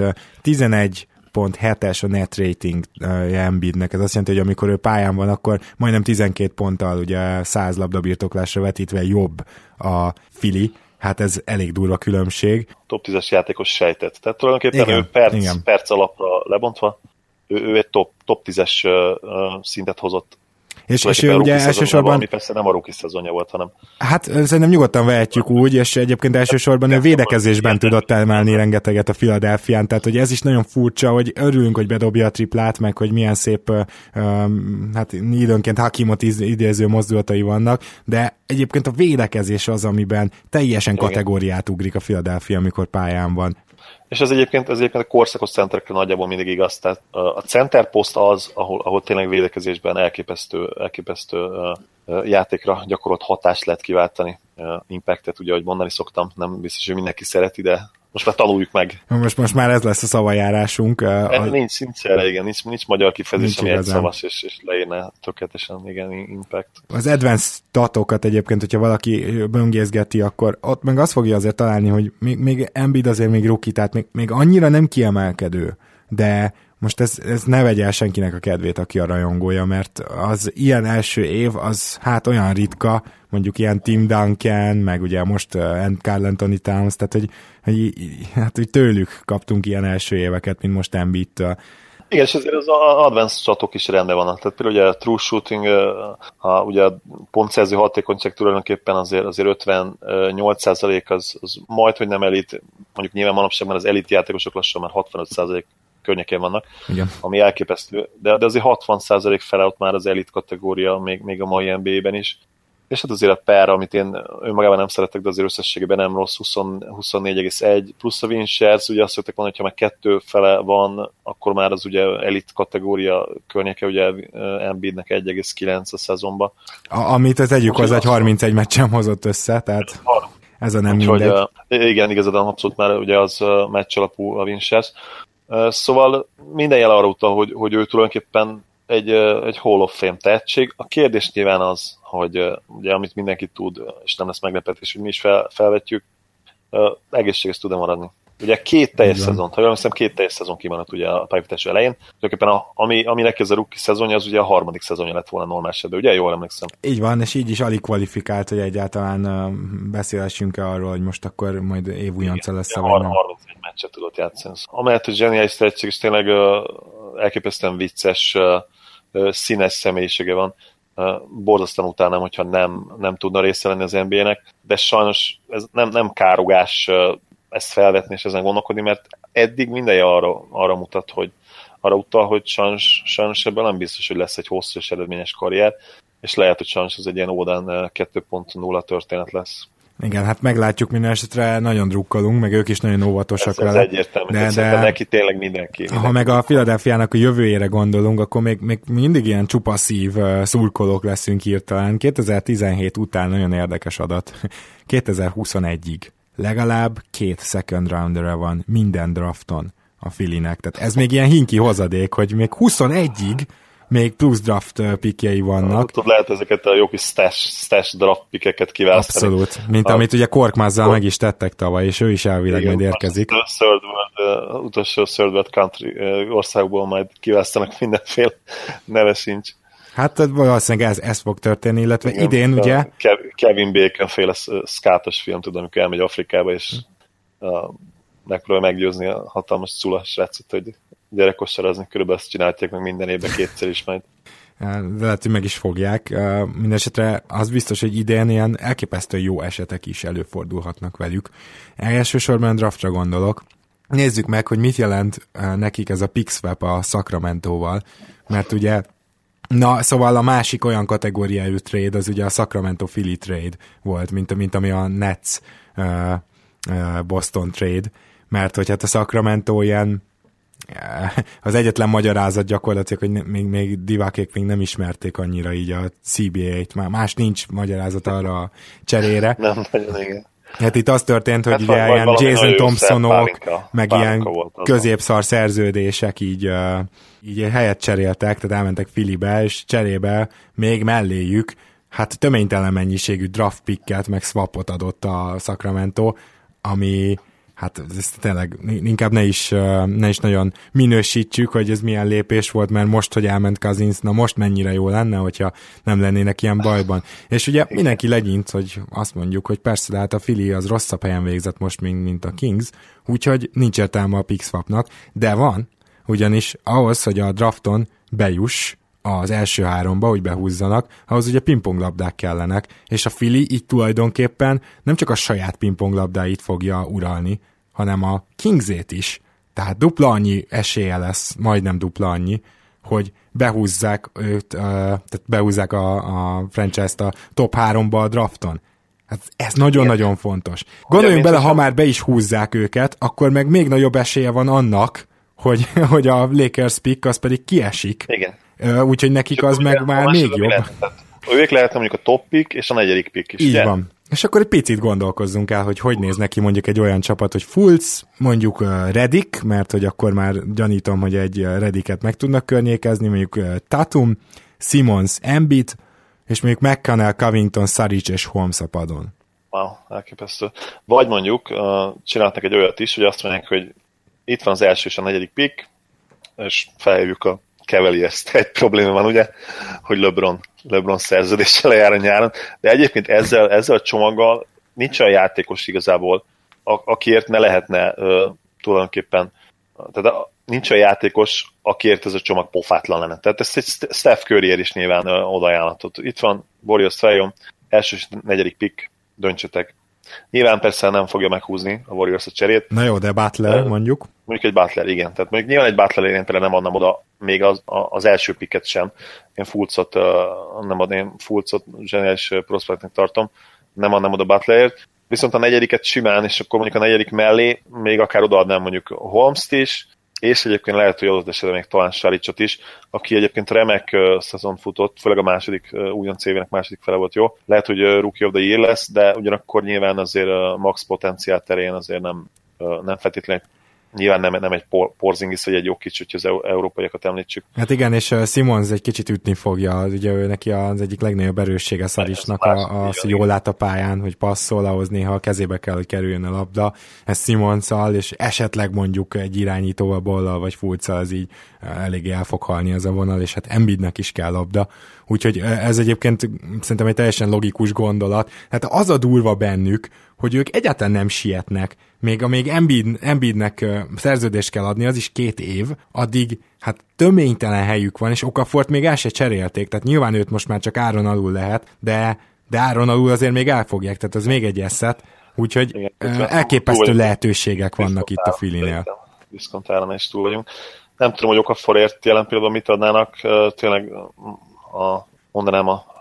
11.7-es a net rating Embiidnek, ez azt jelenti, hogy amikor ő pályán van, akkor majdnem 12 ponttal ugye 100 labdabirtoklásra vetítve jobb a Philly. Hát ez elég durva különbség. Top 10-es játékos sejtett. Tehát tulajdonképpen igen, ő perc alapra lebontva, ő egy top 10-es szintet hozott. És ő ugye elsősorban... Ami persze nem a rookie szezonja volt, hanem... Hát szerintem nyugodtan vehetjük úgy, és egyébként elsősorban ő védekezésben tudott emelni rengeteget a Philadelphián, tehát hogy ez is nagyon furcsa, hogy örülünk, hogy bedobja a triplát, meg hogy milyen szép, hát időnként Hakimot idéző mozdulatai vannak, de egyébként a védekezés az, amiben teljesen kategóriát ugrik a Philadelphia, amikor pályán van. És ez egyébként a korszakos centerekre nagyjából mindig igaz. Tehát a center poszt az, ahol tényleg védekezésben elképesztő játékra gyakorolt hatást lehet kiváltani. Impactet, ugye, ahogy mondani szoktam, nem biztos, hogy mindenki szereti, de most már tanuljuk meg. Most már ez lesz a szavajárásunk. Nincs erre, igen, nincs magyar kifejezés, ami egy szavas, és leírne tökéletesen, igen, impact. Az advanced statokat egyébként, hogyha valaki böngészgeti, akkor ott meg azt fogja azért találni, hogy még Embiid azért még rookie, tehát még annyira nem kiemelkedő, de most ez ne vegye el senkinek a kedvét, aki a rajongója, mert az ilyen első év, az hát olyan ritka, mondjuk ilyen Tim Duncan, meg ugye most Karl Anthony Towns, tehát hogy tőlük kaptunk ilyen első éveket, mint most Embiidtől. Igen, és ezért az advanced statok is rendben vannak. Tehát például ugye a true shooting, ugye a pontszerző hatékonyság tulajdonképpen azért 58% az majd, hogy nem elit, mondjuk nyilván manapság már az elit játékosok lassan már 65% környékén vannak, igen, ami elképesztő, de azért 60% fele ott már az elit kategória, még a mai NBA-ben is. És hát azért a per, amit én önmagában nem szeretek, de azért összességében nem rossz, 24,1 plusz a Winchers, ugye azt szokták mondani, hogy ha már 2 fele van, akkor már az ugye elit kategória környéke, ugye Embiidnek 1,9 a szezonban. Amit az egyik hozzá, egy 31 meccsen hozott össze, tehát ez a nem mindegy. Igen, igazad, abszolút már ugye az meccs alapú a Winchers. Szóval minden jel arra utal, hogy ő tulajdonképpen egy Hall of Fame tehetség. A kérdés nyilván az, hogy ugye amit mindenki tud, és nem lesz meglepetés, hogy mi is felvetjük, egészséges tud-e maradni. Ugye 2 teljes szezon, ha jól hiszem, 2 teljes szezon kimaradt ugye a pályafutás elején. Tulajdonképpen ami neki ez a rookie szezonja, az ugye a 3. szezonja lett volna normál esetben, ugye? Jól emlékszem. Így van, és így is alig kvalifikált, hogy egyáltalán beszélhessünk arról, hogy most akkor majd évújonca lesz a vagy nem. 31 meccset tudott játszani. Amellett, hogy zseniális tehetség, és tényleg elképesztően vicces, színes személyisége van. Borzasztóan utálnám, hogyha nem tudna része lenni az NBA-nek, de sajnos ez nem károgás ezt felvetni és ezen gondolkodni, mert eddig mindenje arra mutat, hogy arra utal, hogy sajnos ebből nem biztos, hogy lesz egy hosszú és eredményes karrier, és lehet, hogy sajnos ez egy ilyen Oden 2.0 történet lesz. Igen, hát meglátjuk, minden esetre nagyon drukkolunk, meg ők is nagyon óvatosak vele. Ez egyértelmű, de neki tényleg mindenki. Ha meg a Philadelphiának a jövőjére gondolunk, akkor még mindig ilyen csupaszív szurkolók leszünk hirtelen. 2017 után nagyon érdekes adat. 2021-ig legalább 2 second roundere van minden drafton a Phillynek. Tehát ez még ilyen hinki hozadék, hogy még 21-ig még plusz draft pickjei vannak. Tudod, lehet ezeket a jó kis stash draft pickeket kiválasztani. Abszolút, mint amit ugye Korkmazzal meg is tettek tavaly, és ő is elvileg majd érkezik. Utolsó third world country országból majd kiválasztanak mindenféle, neve sincs. Hát valószínűleg ez fog történni, illetve igen, idén ugye... Kevin Bacon féle szkátos film, tudom, amikor elmegy Afrikába, és megpróbál meggyőzni a hatalmas cula srácot, hogy gyerekossarazni, körülbelül ezt csinálják meg minden évben 2-szer is majd. Lehet, hogy meg is fogják. Mindenesetre az biztos, hogy idén ilyen elképesztő jó esetek is előfordulhatnak velük. Elsősorban draftra gondolok. Nézzük meg, hogy mit jelent nekik ez a pick swap a Sacramento-val, mert ugye szóval a másik olyan kategóriájú trade az ugye a Sacramento-Philly trade volt, mint ami a Nets Boston trade, mert hogy hát a Sacramento ilyen az egyetlen magyarázat gyakorlatilag, hogy még divákék még nem ismerték annyira így a CBA-t, más nincs magyarázat arra a cserére. Nem nagyon, igen. Hát itt az történt, hogy ugye ilyen Jason Thompsonok, meg ilyen középszar szerződések így helyet cseréltek, tehát elmentek Phillybe, és cserébe még melléjük hát töménytelen mennyiségű draft picket, meg swapot adott a Sacramento, ami hát ez tényleg inkább ne is nagyon minősítsük, hogy ez milyen lépés volt, mert most, hogy elment Cousins, na most mennyire jó lenne, hogyha nem lennének ilyen bajban. És ugye mindenki legyint, hogy azt mondjuk, hogy persze, de hát a Philly az rosszabb helyen végzett most, mint a Kings, úgyhogy nincs értelme a pick swapnak, de van, ugyanis ahhoz, hogy a drafton bejuss az első 3-ba, hogy behúzzanak, ahhoz ugye pingponglabdák kellenek, és a Philly így tulajdonképpen nem csak a saját pingponglabdáit fogja uralni, hanem a Kingsét is. Tehát dupla annyi esélye lesz, majdnem dupla annyi, hogy behúzzák őt, tehát behúzzák a franchise-t a top 3-ba a drafton. Hát ez nagyon-nagyon fontos. Gondoljunk bele, ha már be is húzzák őket, akkor meg még nagyobb esélye van annak, hogy a Lakers pick az pedig kiesik. Igen. Úgyhogy nekik az meg már még jobb. Ők lehetne mondjuk a top pick és a 4. pick is. Így ugye? Van. És akkor egy picit gondolkozzunk el, hogy néz neki mondjuk egy olyan csapat, hogy Fultz, mondjuk Redick, mert hogy akkor már gyanítom, hogy egy Redicket meg tudnak környékezni, mondjuk Tatum, Simmons, Embiid, és mondjuk McConnell, Covington, Saric és Holmes a padon. Wow, elképesztő. Vagy mondjuk csináltak egy olyat is, hogy azt mondják, hogy itt van az első és a 4. pick, és felhívjuk a Cavaliers-t. Egy probléma van, ugye, hogy LeBron szerződéssel lejár a nyáron, de egyébként ezzel a csomaggal nincs olyan játékos igazából, akiért ne lehetne tulajdonképpen, tehát nincs olyan játékos, akiért ez a csomag pofátlan lenne. Tehát ezt egy Steph Curryért is nyilván odaajánlatot. Itt van Warriors Trajon, első és 4. pick, döntsetek. Nyilván persze nem fogja meghúzni a Warriors a cserét. Na jó, de Butler mondjuk. Mondjuk egy Butler, igen. Tehát mondjuk nyilván egy Butler én például nem adnám oda még az első picket sem. Én Fultzot nem adnám, Fultzot zseniális prospektnek tartom, nem adnám oda Butlerért. Viszont a 4. simán, és akkor mondjuk a 4. mellé még akár odaadnám mondjuk Holmes-t is, és egyébként lehet, hogy adott esetben még talán Saricot is, aki egyébként remek szezon futott, főleg a második, újonc évének második fele volt jó. Lehet, hogy Rookie of the Year lesz, de ugyanakkor nyilván azért a max potenciál terén azért nem feltétlenül. Nyilván nem egy Porzingis, vagy egy jó kicsi, hogy az európaiakat említsük. Hát igen, és Simmons egy kicsit ütni fogja, ugye ő neki az egyik legnagyobb erőssége Szaricsnak az, hogy jól lát a pályán, hogy passzol, ahhoz néha a kezébe kell, hogy kerüljön a labda. Ez Simmonszal, és esetleg mondjuk egy irányítóval, Bollal vagy Fulccal, az így eléggé el fog halni ez a vonal, és hát Embiidnek is kell labda. Úgyhogy ez egyébként szerintem egy teljesen logikus gondolat. Hát az a durva bennük, hogy ők egyáltalán nem sietnek. Még Embiidnek szerződést kell adni, az is 2 év, addig hát töménytelen helyük van, és Okafort még el se cserélték, tehát nyilván őt most már csak áron alul lehet, de áron alul azért még elfogják, tehát az még egy eszet, úgyhogy igen, elképesztő lehetőségek vannak itt a Phillynél. Diszkontáron is túl vagyunk. Nem tudom, hogy Okaforért jelen pillanatban mit adnának, tényleg mondanám a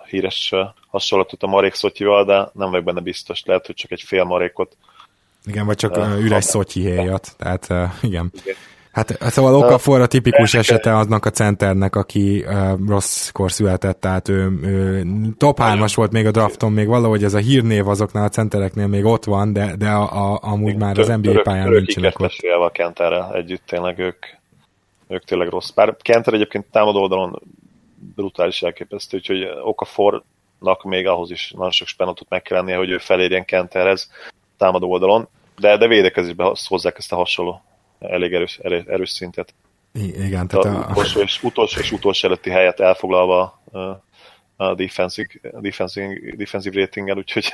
híres hasonlatot a marék szotyival, de nem vagyok benne biztos, lehet, hogy csak egy fél marékot. Igen, vagy csak üres szotyi héjat, tehát igen. Hát szóval Okafor a tipikus esete aznak a centernek, aki rosszkor született, tehát ő top 3-as volt még a drafton, még valahogy ez a hírnév azoknál a centereknél még ott van, de amúgy már az NBA pályán nincsenek ott. A Kenterrel együtt tényleg ők tényleg rossz. Bár Kenter egyébként támadó oldalon brutális elképesztő, úgyhogy Okafornak még ahhoz is nagyon sok spennotot meg kell lennie, hogy ő felérjen Kenterhez támadó oldalon, de védekezésben hozzák ezt a hasonló elég erős szintet. Igen, tehát utolsó előtti helyet elfoglalva a defensive ratinggel, úgyhogy...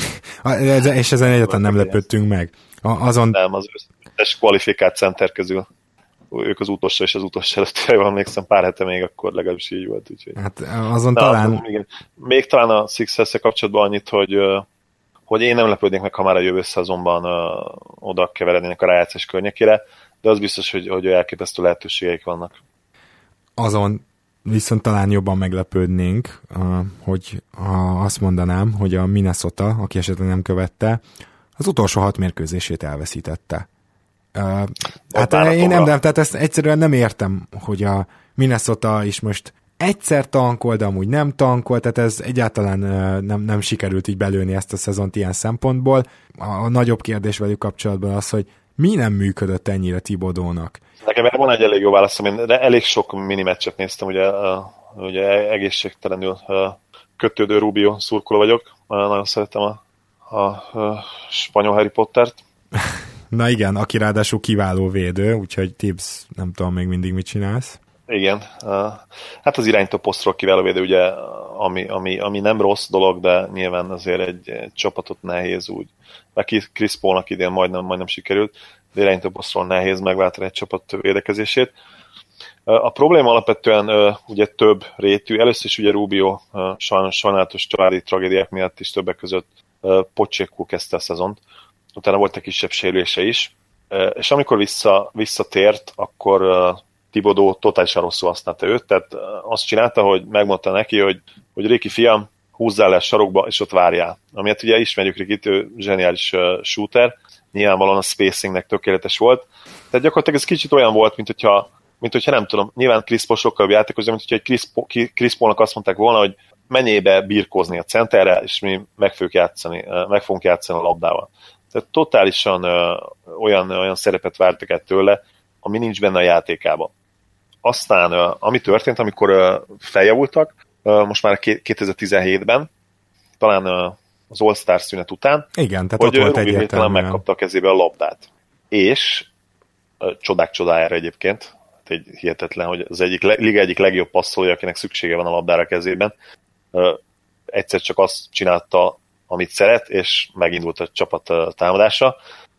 És ezen egyáltalán nem lepődtünk meg. Nem, az összes kvalifikált center közül ők az utolsó és az utolsó előtti hely van, emlékszem, pár hete még akkor legalábbis így volt. Úgyhogy... Hát azon talán... Igen. Még talán a Sixers-szel kapcsolatban annyit, hogy én nem lepődnék meg, ha már a jövő szezonban oda keverednének a rájátszás környékére, de az biztos, hogy elképesztő lehetőségeik vannak. Azon viszont talán jobban meglepődnénk, hogy azt mondanám, hogy a Minnesota, aki esetleg nem követte, az utolsó 6 mérkőzését elveszítette. Hát én nem, tehát ezt egyszerűen nem értem, hogy a Minnesota is most egyszer tankol, de amúgy nem tankol, tehát ez egyáltalán nem sikerült így belőni ezt a szezont ilyen szempontból. A nagyobb kérdés velük kapcsolatban az, hogy mi nem működött ennyire Thibodeaunak. Nekem van egy elég jó válaszom, én elég sok minimeccset néztem, ugye egészségtelenül kötődő Rubio szurkoló vagyok, nagyon szeretem a spanyol Harry Pottert. Na igen, aki ráadásul kiváló védő, úgyhogy Tibbs, nem tudom még mindig mit csinálsz. Igen, hát az irányító posztról kiváló védő, ugye, ami nem rossz dolog, de nyilván azért egy csapatot nehéz úgy, mert Chris Paulnak idén majdnem sikerült, de irányító posztról nehéz megváltani egy csapat védekezését. A probléma alapvetően ugye több rétű, először is ugye Rubio sajnálatos családi tragédiák miatt is többek között pocsékkul kezdte a szezont, utána volt egy kisebb sérülése is, és amikor visszatért, akkor Thibodeau totálisan rosszul használta őt, tehát azt csinálta, hogy megmondta neki, hogy Ricky fiam, húzzál le a sarokba, és ott várjál. Amiért ugye ismerjük Rickit, ő zseniális shooter, nyilvánvalóan a spacingnek tökéletes volt, tehát gyakorlatilag ez kicsit olyan volt, mint hogyha nem tudom, nyilván Chris Paul sokkal jobb játékos, mint hogyha egy Chris Paulnak azt mondták volna, hogy menjébe birkózni a centerre, és mi meg fogunk játszani a labdával. Tehát totálisan olyan szerepet vártak el tőle, ami nincs benne a játékában. Aztán, ami történt, amikor feljavultak, most már 2017-ben, talán az All-Star szünet után, igen, tehát hogy ott volt hirtelen megkapta a kezébe a labdát. És csodák csodájára egyébként, egy hihetetlen, hogy az liga egyik legjobb passzolja, akinek szüksége van a labdára a kezében, egyszer csak azt csinálta, amit szeret, és megindult a csapat támadása.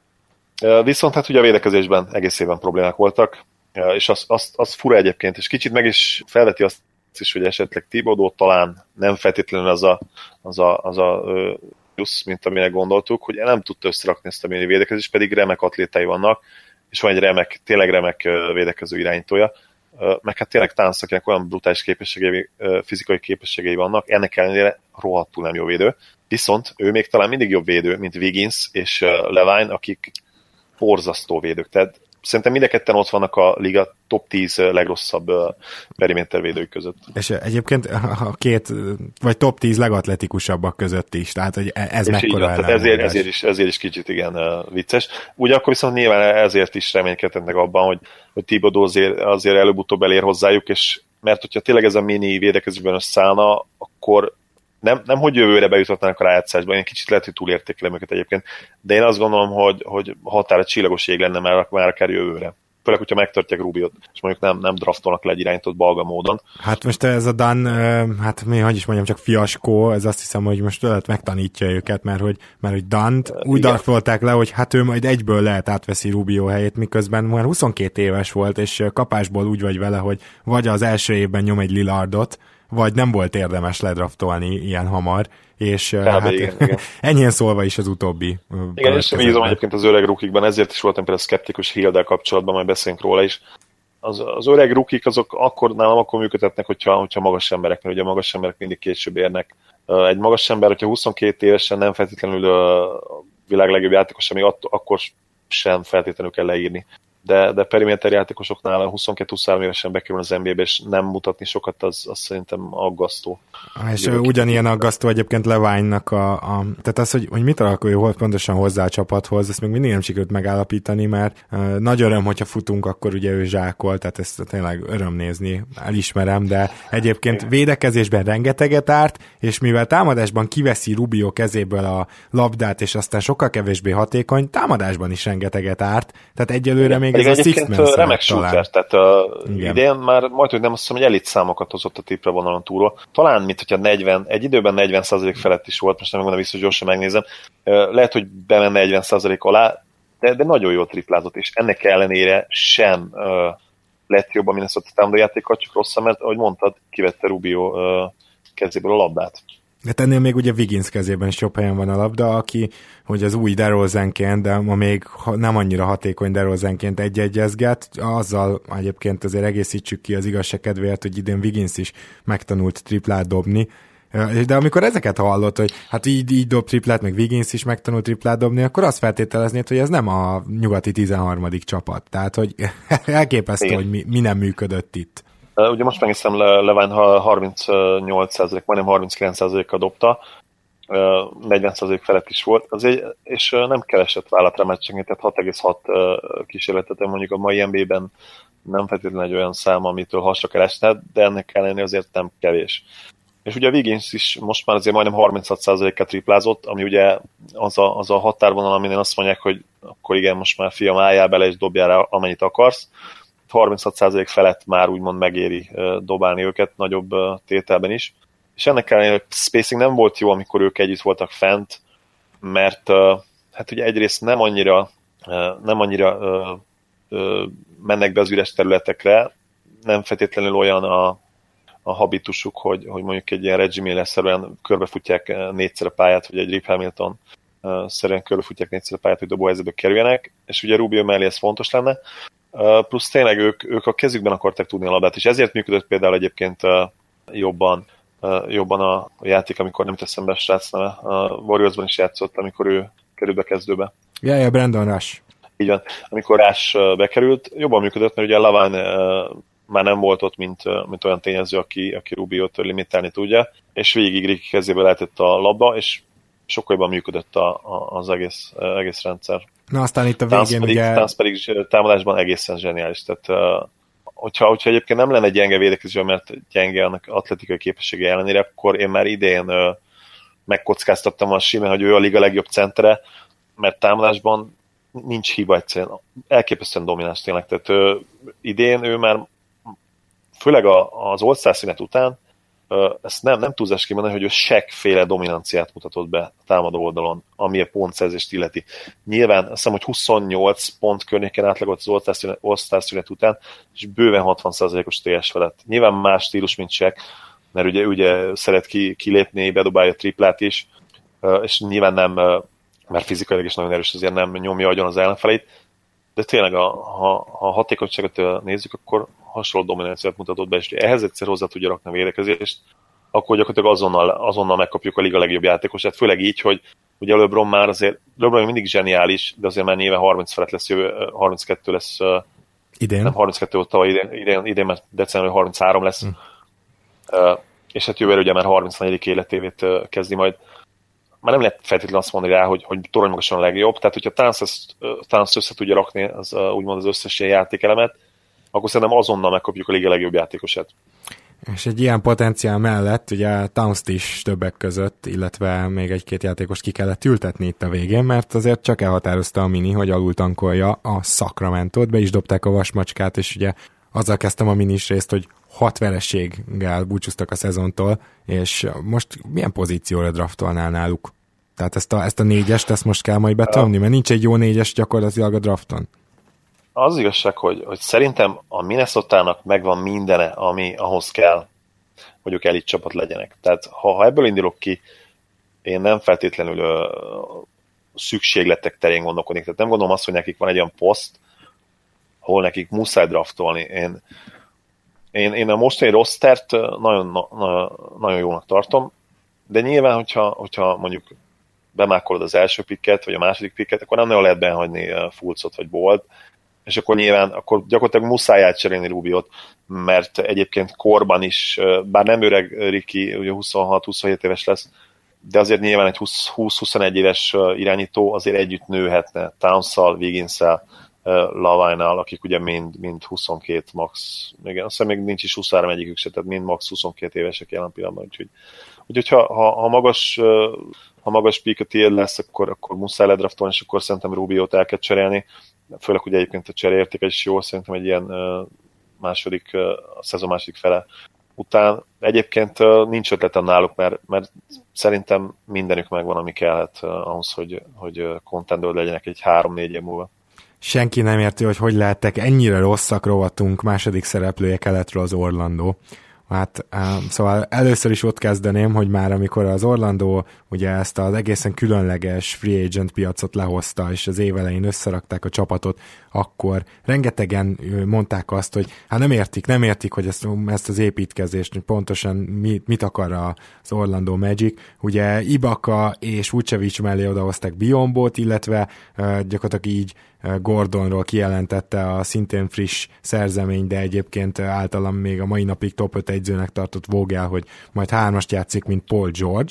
Viszont hát ugye a védekezésben egész évben problémák voltak, és az fura egyébként, és kicsit meg is felveti azt is, hogy esetleg Thibodeau talán nem feltétlenül az a plusz, mint amire gondoltuk, hogy nem tudta összerakni ezt a mini védekezést, pedig remek atlétái vannak, és van egy tényleg remek védekező irányítója, meg hát tényleg Towns, akinek olyan brutális fizikai képességei vannak, ennek ellenére rohadtul nem jó védő, viszont ő még talán mindig jobb védő, mint Wiggins és Levine, akik borzasztó védők, tehát szerintem mind a ketten ott vannak a liga top 10 legrosszabb perimétervédők között. És egyébként a két, vagy top 10 legatletikusabbak között is, tehát hogy ez mekkora ellenmondás. Ezért is kicsit igen vicces. Ugyanakkor viszont nyilván ezért is reménykedhetnek abban, hogy Thibodeau azért előbb-utóbb elér hozzájuk, és mert hogyha tényleg ez a mini védekezésben összeállna, akkor nem hogy jövőre bejuthatnának a rájátszásba, én kicsit lehet, hogy túlértékelem őket egyébként, de én azt gondolom, hogy határa csillagos ég lenne már akár jövőre. Főleg, hogyha megtartják Rubiot, és mondjuk nem draftolnak le egy irányított balga módon. Hát most ez a Dan, hát hogy is mondjam, csak fiaskó, ez azt hiszem, hogy most lehet megtanítja őket, mert hogy Dant úgy draftolták le, hogy hát ő majd egyből lehet átveszi Rubio helyét, miközben már 22 éves volt, és kapásból úgy vagy vele, hogy vagy az első évben nyom egy Lillardot, vagy nem volt érdemes ledraftolni ilyen hamar, és igen. Ennyien szólva is az utóbbi. Igen, és bízom egyébként az öreg rukikban, ezért is voltam például szkeptikus Hill-del kapcsolatban, majd beszélünk róla is. az öreg rukik azok akkor működhetnek, hogyha magas emberek, mert ugye a magas emberek mindig később érnek. Egy magas ember, hogyha 22 évesen nem feltétlenül a világ legjobb játékos, ami akkor sem feltétlenül kell leírni. De periméter játékosoknál 22-23 évesen bekerül az NBA-be, és nem mutatni sokat, az szerintem aggasztó. És ugyanilyen aggasztó egyébként Levine-nak tehát az, hogy mit alakuljon pontosan hozzá a csapathoz, ezt még mindig nem sikerült megállapítani, mert nagy öröm, hogyha futunk, akkor ugye ő zsákol, tehát ezt tényleg öröm nézni, elismerem, de egyébként védekezésben rengeteget árt, és mivel támadásban kiveszi Rubio kezéből a labdát, és aztán sokkal kevésbé hatékony, támadásban is rengeteget árt, tehát egyelőre még ez a Six-Man remek shooter, tehát idén már majdhogy nem azt hiszem, hogy elit számokat hozott a tipre vonalon túlról. Talán, mint hogyha egy időben 40% felett is volt, most nem megmondom vissza, hogy gyorsan megnézem. Lehet, hogy bemenne 40% alá, de nagyon jól triplázott, és ennek ellenére sem lett jobb a Minnesota támadójátékkal, csak rosszabb, mert ahogy mondtad, kivette Rubio kezéből a labdát. De ennél még ugye Wiggins kezében is jobb helyen van a labda, aki hogy az új DeRozanként, de ma még nem annyira hatékony DeRozanként egy-egyezget, azzal egyébként azért egészítsük ki az igazság kedvéért, hogy idén Wiggins is megtanult triplát dobni, de amikor ezeket hallott, hogy hát így dob triplát, meg Wiggins is megtanult triplát dobni, akkor azt feltételeznéd, hogy ez nem a nyugati 13. csapat. Tehát, hogy elképesztő, igen, hogy mi nem működött itt. Ugye most megnéztem, Levine 38%, majdnem 39%-kal dobta, 40% felett is volt, és nem keresett vállalt rá meccsenként, tehát 6,6 kísérletet, mondjuk a mai NBA-ben nem feltétlenül egy olyan szám, amitől hasra keresne, de ennek ellenére azért nem kevés. És ugye a Wiggins is most már azért majdnem 36%-kal triplázott, ami ugye az a határvonal, amin azt mondják, hogy akkor igen, most már fiam, álljál bele és dobjál rá, amennyit akarsz. 36% felett már úgymond megéri dobálni őket nagyobb tételben is. És ennek ellenére a spacing nem volt jó, amikor ők együtt voltak fent, mert hát ugye egyrészt nem annyira mennek be az üres területekre, nem feltétlenül olyan a habitusuk, hogy mondjuk egy ilyen Reggie Miller-szerűen körbefutják négyszer a pályát, vagy egy Rip Hamilton szerűen körbefutják négyszer a pályát, hogy dobóhelyzetbe kerüljenek, és ugye Rubio mellé ez fontos lenne. Plusz tényleg ők a kezükben akarták tudni a labdát, és ezért működött például egyébként jobban a játék, amikor nem teszem be a srác neve. A Warriorsban is játszott, amikor ő került be kezdőbe. Ja, Brandon Rush. Így van. Amikor Rush bekerült, jobban működött, mert ugye Lavine már nem volt ott, mint olyan tényező, aki Rubiót limitálni tudja, és végig Ricky kezébe lehetett a labda, és sokkal jobban működött az egész rendszer. Na aztán itt a végén Tánc pedig támadásban egészen zseniális. Tehát hogyha egyébként nem lenne gyenge védekezésben, mert gyenge annak atletikai képessége ellenére, akkor én már idén megkockáztattam a simán, hogy ő a liga legjobb centere, mert támadásban nincs hiba egyszerűen. Elképesztően domináns tényleg. Tehát idén ő már főleg az All-Star szünet után ezt nem túlzás kimondani, hogy ő seggféle dominanciát mutatott be a támadó oldalon, ami a pontszerzést illeti. Nyilván azt hiszem, hogy 28 pont környéken átlagolt az All-Star szünet után, és bőven 60%-os TS felett. Nyilván más stílus, mint Shaq, mert ugye szeret kilépni, bedobálja a triplát is, és nyilván nem, mert fizikailag is nagyon erős, azért nem nyomja agyon az ellenfelét, de tényleg, ha a hatékonyságot nézzük, akkor hasonló dominanciát mutatott be, és ehhez egyszer hozzá tudja rakni a védekezést, akkor gyakorlatilag azonnal megkapjuk a liga legjobb játékosát, főleg így, hogy ugye LeBron már azért, LeBron mindig zseniális, de azért már nyilván 30 felett lesz, 32 lesz idén. Nem 32 volt tavaly, idén már december 33 lesz, és hát jövőre ugye már 34. életévét kezdi majd. Már nem lehet feltétlenül azt mondani rá, hogy toronymagasan a legjobb, tehát hogyha Tánc össze tudja rakni úgymond az összes ilyen játékelemet, akkor szerintem azonnal megkapjuk a liga legjobb játékosát. És egy ilyen potenciál mellett ugye Towns-t is többek között, illetve még egy-két játékost ki kellett ültetni itt a végén, mert azért csak elhatározta a Mini, hogy alul tankolja a Sacramento-t, be is dobták a vasmacskát, és ugye azzal kezdtem a minis részt, hogy 6 vereséggel búcsúztak a szezontól, és most milyen pozícióra draftolnál náluk? Tehát ezt a 4-est, ezt most kell majd betömni, mert nincs egy jó 4-es gyakorlatilag a drafton. Az igazság, hogy szerintem a Minnesotának megvan mindene, ami ahhoz kell, hogy ők elit csapat legyenek. Tehát ha ebből indulok ki, én nem feltétlenül szükségletek terén gondolkodnék. Tehát nem gondolom azt, hogy nekik van egy olyan poszt, ahol nekik muszáj draftolni. Én a mostani rostert nagyon jónak tartom, de nyilván, hogyha mondjuk bemákolod az első pikket, vagy a második pikket, akkor nem nagyon lehet behagyni Fultzot vagy Bolt, és akkor nyilván akkor gyakorlatilag muszáj átcserélni Rubiot, mert egyébként korban is, bár nem öreg Ricky, ugye 26-27 éves lesz, de azért nyilván egy 20-21 éves irányító azért együtt nőhetne Townszal, Wigginssel, Lavine-nal, akik ugye mind 22 max, igen, azt hiszem még nincs is 23 egyikük se, tehát mind max 22 évesek jelen pillanatban, úgyhogy ha magas peak a tiéd lesz, akkor muszáj ledraftolni, és akkor szerintem Rubiot el kell cserélni, főleg ugye egyébként a cseréértéke is jó, szerintem egy ilyen a szezon második fele után. Egyébként nincs ötletem náluk, mert szerintem mindenük megvan, ami kellett ahhoz, hogy contender legyenek egy 3-4 év múlva. Senki nem érti, hogy lehettek ennyire rosszak rovatunk második szereplője keletről az Orlando. Hát szóval először is ott kezdeném, hogy már amikor az Orlando ugye ezt az egészen különleges free agent piacot lehozta, és az év elején összerakták a csapatot, akkor rengetegen mondták azt, hogy hát nem értik, hogy ezt az építkezést, hogy pontosan mit akar az Orlando Magic. Ugye Ibaka és Vucevic mellé odahozták Biombót, illetve gyakorlatilag így Gordonról kijelentette a szintén friss szerzemény, de egyébként általam még a mai napig top 5 egyzőnek tartott Vogel, hogy majd 3-ast játszik, mint Paul George.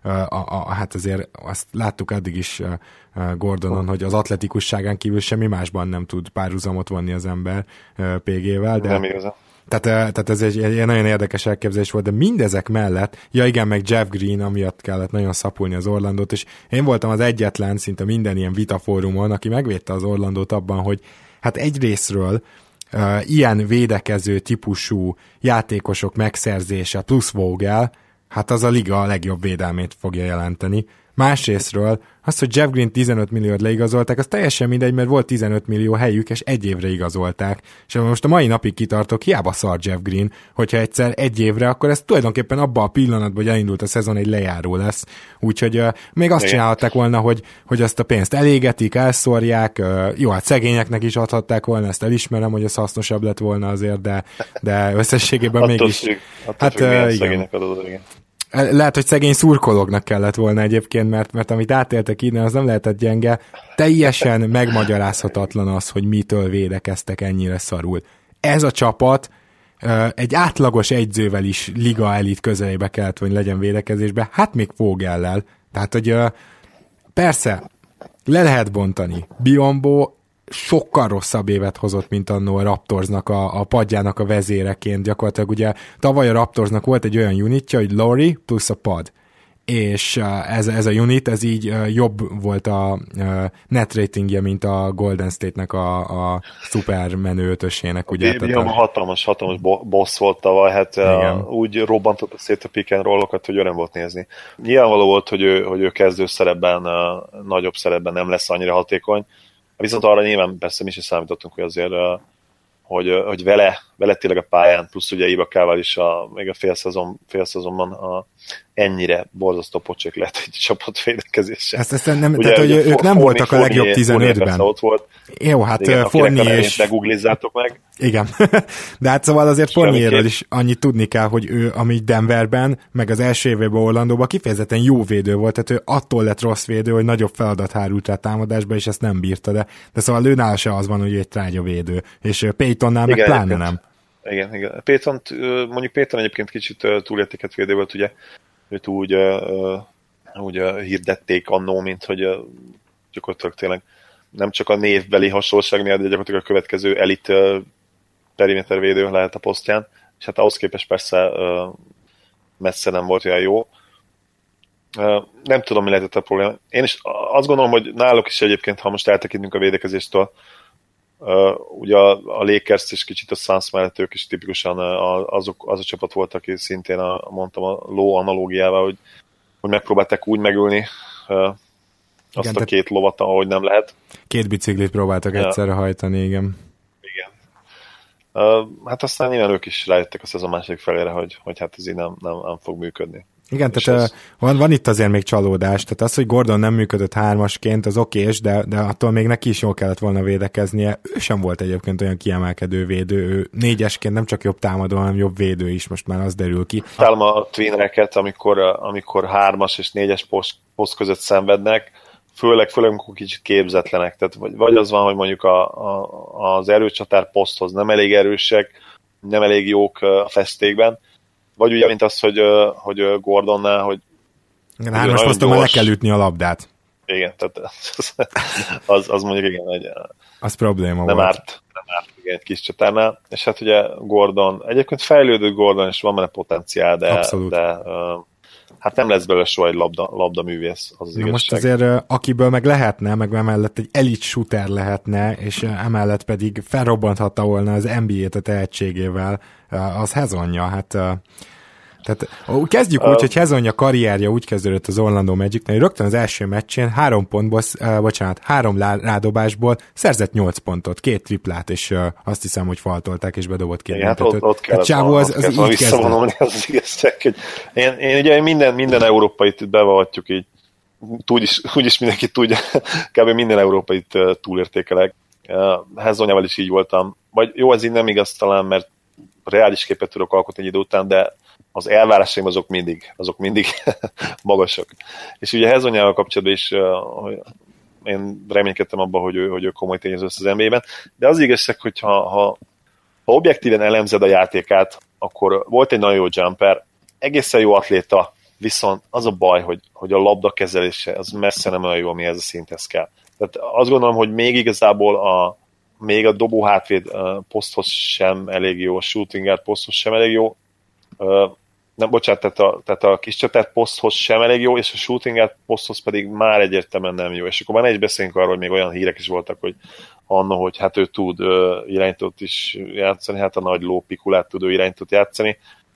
Hát azért azt láttuk addig is Gordonon, hogy az atletikusságán kívül semmi másban nem tud párhuzamot vonni az ember PG-vel. De... Nem igazán. Tehát ez egy nagyon érdekes elképzelés volt, de mindezek mellett, ja igen, meg Jeff Green, amiatt kellett nagyon szapulni az Orlandót, és én voltam az egyetlen, szinte minden ilyen vitafórumon, aki megvédte az Orlandót abban, hogy hát egyrészről ilyen védekező típusú játékosok megszerzése plusz Vogel, hát az a liga legjobb védelmét fogja jelenteni. Másrésztről az, hogy Jeff Green 15 milliót leigazolták, az teljesen mindegy, mert volt 15 millió helyük, és egy évre igazolták. És most a mai napig kitartok, hiába szar Jeff Green, hogyha egyszer egy évre, akkor ez tulajdonképpen abban a pillanatban, hogy elindult a szezon, egy lejáró lesz. Úgyhogy még azt csinálhatták volna, hogy azt a pénzt elégetik, elszórják, jó, hát szegényeknek is adhatták volna, ezt elismerem, hogy ez hasznosabb lett volna azért, de összességében mégis... Hát igen. Lehet, hogy szegény szurkolóknak kellett volna egyébként, mert amit átéltek innen, az nem lehetett gyenge. Teljesen megmagyarázhatatlan az, hogy mitől védekeztek ennyire szarul. Ez a csapat egy átlagos egyzővel is liga elit közelébe kellett, hogy legyen védekezésbe, hát még Vogellel. Tehát, hogy persze, le lehet bontani. Biombó sokkal rosszabb évet hozott, mint annó a Raptorsnak a padjának a vezéreként. Gyakorlatilag ugye tavaly a Raptorsnak volt egy olyan unitja, hogy Laurie plusz a pad. És ez a unit, ez így jobb volt a net ratingje, mint a Golden State-nek a szuper menő ötösének. Ugye? Hatalmas boss volt tavaly, hát úgy robbantott szét a pick and roll-okat, hogy öröm volt nézni. Nyilvánvaló volt, hogy ő kezdő szerepben, nagyobb szerepben nem lesz annyira hatékony, viszont arra nyilván persze mi is számítottunk, hogy azért, hogy vele tényleg a pályán, plusz ugye Ibakával is még a félszezonban ennyire borzasztó pocsék lett egy csapat védekezéssel. Ezt nem, ugye, tehát, hogy ők nem voltak a legjobb 15-ben. Ott volt. Jó, hát Fournier és... Ne googlizzátok meg. Igen, de hát szóval azért Fournierről is annyit tudni kell, hogy ő, ami Denverben, meg az első évében Orlandóban kifejezetten jó védő volt, tehát ő attól lett rossz védő, hogy nagyobb feladat hárult rá támadásba, és ezt nem bírta, de szóval ő nála se az van, hogy egy trágya védő, és Paytonnál meg pláne nem. Igen. Mondjuk Payton egyébként kicsit túlértéket védő volt, ugye, őt úgy hirdették annó, mint hogy gyakorlatilag tényleg nem csak a névbeli hasonlóság miatt, de gyakorlatilag a következő elit perimétervédő lehet a posztján, és hát ahhoz képest persze messze nem volt olyan jó. Nem tudom, mi lehetett a probléma. Én is azt gondolom, hogy náluk is egyébként, ha most eltekintünk a védekezéstől, ugye a Lakers és kicsit a Suns mellett ők is tipikusan az a csapat volt, aki szintén mondtam a ló analógiával, hogy megpróbálták úgy megülni azt a két lovat, ahogy nem lehet. Két biciklit próbáltak egyszerre hajtani, igen. Hát aztán nyilván ők is rájöttek a szezon második felére, hogy hát ez így nem fog működni. Igen, tehát van itt azért még csalódás, tehát az, hogy Gordon nem működött 3-asként, az okés, de attól még neki is jól kellett volna védekeznie. Ő sem volt egyébként olyan kiemelkedő védő, ő 4-esként nem csak jobb támadó, hanem jobb védő is, most már az derül ki. Talán a twinreket, amikor 3-as és 4-es poszt között szenvednek, főleg amikor kicsit képzetlenek, tehát vagy az van, hogy mondjuk az erőcsatár poszthoz nem elég erősek, nem elég jók a festékben, vagy ugye, mint az, hogy Gordonnál, hogy... Igen, 3-as poszton már le kell ütni a labdát. Igen, tehát az mondjuk igen, az probléma nem volt. Nem árt igen, egy kis csatárnál, és hát ugye Gordon, egyébként fejlődő Gordon, és van benne potenciál, de hát nem lesz belőle soha egy labda művész, az igazság. Most azért akiből meg lehetne, meg emellett egy elite shooter lehetne, és emellett pedig felrobbanthatta volna az NBA-t a tehetségével, az Hezonja, hát... Tehát kezdjük úgy, hogy Hezonja karrierje úgy kezdődött az Orlando Magicnél, hogy rögtön az első meccsén 3 rádobásból szerzett 8 pontot, 2 triplát, és azt hiszem, hogy faltolták, és bedobott 2 büntetőt. Hát ott kellett Csávó az így visszavonulni, az igazság, hogy én ugye minden európait bevalhatjuk így, úgyis mindenki tudja, kb. Minden európait túlértékelek. Hezonyával is így voltam. Vagy jó, ez így nem igaz talán, mert reális képet tudok alkotni egy idő után, de az elvárásaim azok mindig magasak. És ugye Hezonyával kapcsolatban is én reménykedtem abban, hogy ő komoly tényező lesz az NBA-ben, de az igazság, hogy ha objektíven elemzed a játékát, akkor volt egy nagyon jó jumper, egészen jó atléta, viszont az a baj, hogy a labda kezelése az messze nem olyan jó, ami ez a szinthez kell. Tehát azt gondolom, hogy még igazából még a dobó hátvéd poszthoz sem elég jó, a shooting guard poszthoz sem elég jó, nem, bocsánat, tehát a kis csatár poszthoz sem elég jó, és a shooting guard poszthoz pedig már egyértelműen nem jó. És akkor már ne is beszéljünk arról, hogy még olyan hírek is voltak, hogy anna, hogy hát ő tud irányítót is játszani, hát a nagy lópikulát tud ő irányítót játszani.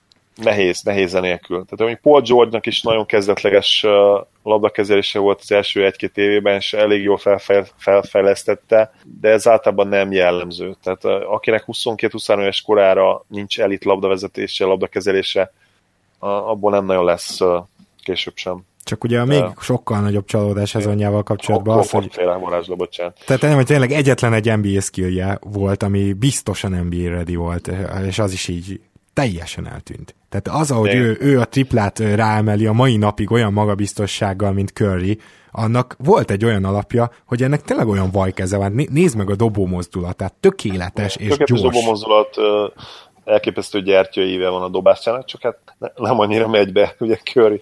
Nehéz nélkül. Tehát mondjuk Paul George-nak is nagyon kezdetleges labdakezelése volt az első 1-2 évében, és elég jól felfejlesztette, de ez általában nem jellemző. Tehát akinek 22-23 éves korára nincs elit labdavezetése, labdakezelése, abból nem nagyon lesz később sem. Csak ugye még sokkal nagyobb csalódás Hezonyával kapcsolatban az, hogy... Tehát nem, hogy tényleg egyetlen egy NBA skillje volt, ami biztosan NBA ready volt, és az is így teljesen eltűnt. Tehát az, ahogy ő a triplát ráemeli a mai napig olyan magabiztossággal, mint Curry, annak volt egy olyan alapja, hogy ennek tényleg olyan vajkeze van. Nézd meg a dobó mozdulatát, tökéletes és gyors. Dobó mozdulat, elképesztő gyertyaíve van a dobásának, csak hát nem annyira megy be, ugye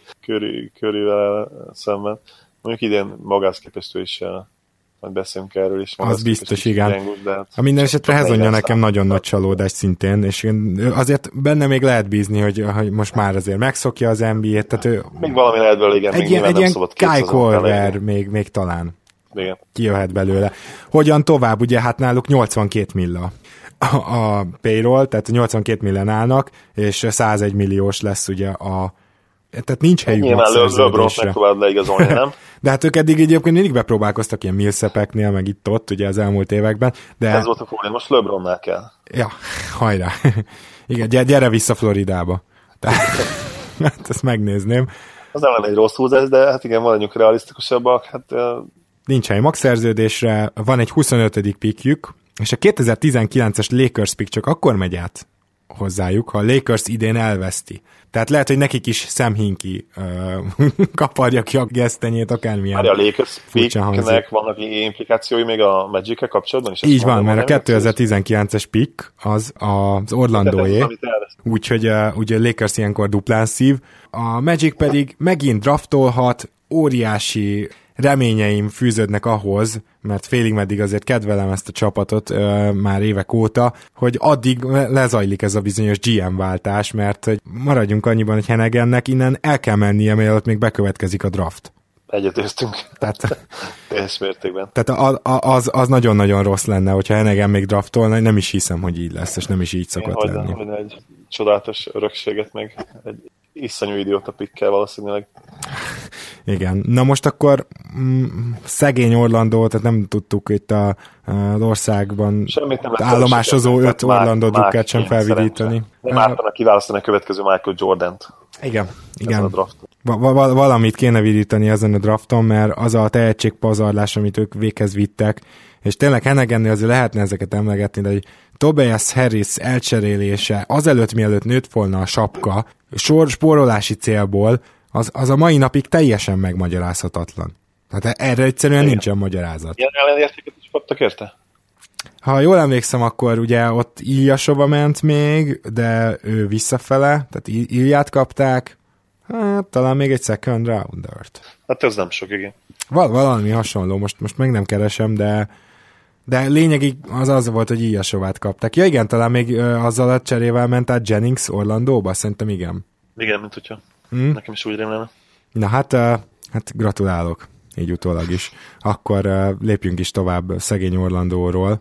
Curryvel szemben. Mondjuk idén magához képest ő is majd beszélünk erről is. Az biztos, igen. Gyengus, hát a minden esetre Hezonja nekem nagyon nagy csalódás szintén, és azért benne még lehet bízni, hogy most már azért megszokja az NBA-t. Tehát ő még valami lehet belőle, igen. Egy ilyen Kyle Korver még talán igen. Kijöhet belőle. Hogyan tovább? Ugye hát náluk 82 milla a payroll, tehát 82 millen állnak, és 101 milliós lesz ugye tehát nincs helyük megszerződésre. Nyilván megpróbáld leigazolni, nem? De hát ők eddig egyébként mindig bepróbálkoztak ilyen Millsapeknél, meg itt-ott, ugye az elmúlt években. De... Ez volt a probléma, most LeBronnál kell. Ja, hajrá. Igen, gyere vissza Floridába. Hát ezt megnézném. Az nem lenne egy rossz húzás, de hát igen, maradjunk realisztikusabbak. Hát, nincs hely magszerződésre, van egy 25. pickjük, és a 2019-es Lakers pick csak akkor megy át hozzájuk, ha a Lakers idén elveszti. Tehát lehet, hogy nekik is Sam Hinkie kaparja ki a gesztenyét, akármilyen. A Lakers picknek vannak implikációi még a Magic-e kapcsolatban is? Így van, mert a 2019-es pick az Orlandóé, úgyhogy ugye a Lakers ilyenkor duplán szív. A Magic pedig megint draftolhat, óriási reményeim fűződnek ahhoz, mert félig meddig azért kedvelem ezt a csapatot már évek óta, hogy addig lezajlik ez a bizonyos GM-váltás, mert hogy maradjunk annyiban, hogy Hennigannek innen el kell mennie, mielőtt még bekövetkezik a draft. Egyetértünk. Teljes mértékben. Tehát az nagyon-nagyon rossz lenne, hogyha Hennigan még draftolna, nem is hiszem, hogy így lesz, és nem is így szokott lenni. Hogy egy csodálatos örökséget meg egy iszonyú idióta pikkel valószínűleg. Igen. Na most akkor szegény Orlandó, tehát nem tudtuk itt az országban állomásozó 5 Orlandó Druckert sem felvidítani. Nem ártana kiválasztani a következő Michael Jordant. Igen. Valamit kéne vidítani ezen a drafton, mert az a tehetségpazarlás, amit ők véghez vittek, és tényleg Hennegennél azért lehetne ezeket emlegetni, de egy Tobias Harris elcserélése azelőtt, mielőtt nőtt volna a sapka, spórolási célból, az a mai napig teljesen megmagyarázhatatlan. Tehát erre egyszerűen nincsen magyarázat. Ilyen ellenértéket is kaptak érte? Ha jól emlékszem, akkor ugye ott Ilyasova ment még, de ő visszafele, tehát Ilyát kapták, hát talán még egy second roundert. Hát ez nem sok, igen. Valami hasonló, most meg nem keresem, de lényegig az volt, hogy Ilyasovát kapták. Ja igen, talán még azzal a cserével ment át Jennings Orlandóba, szerintem igen. Igen, mint hogyha nekem is úgy rémlene. Na hát gratulálok, így utólag is. Akkor lépjünk is tovább szegény Orlandóról,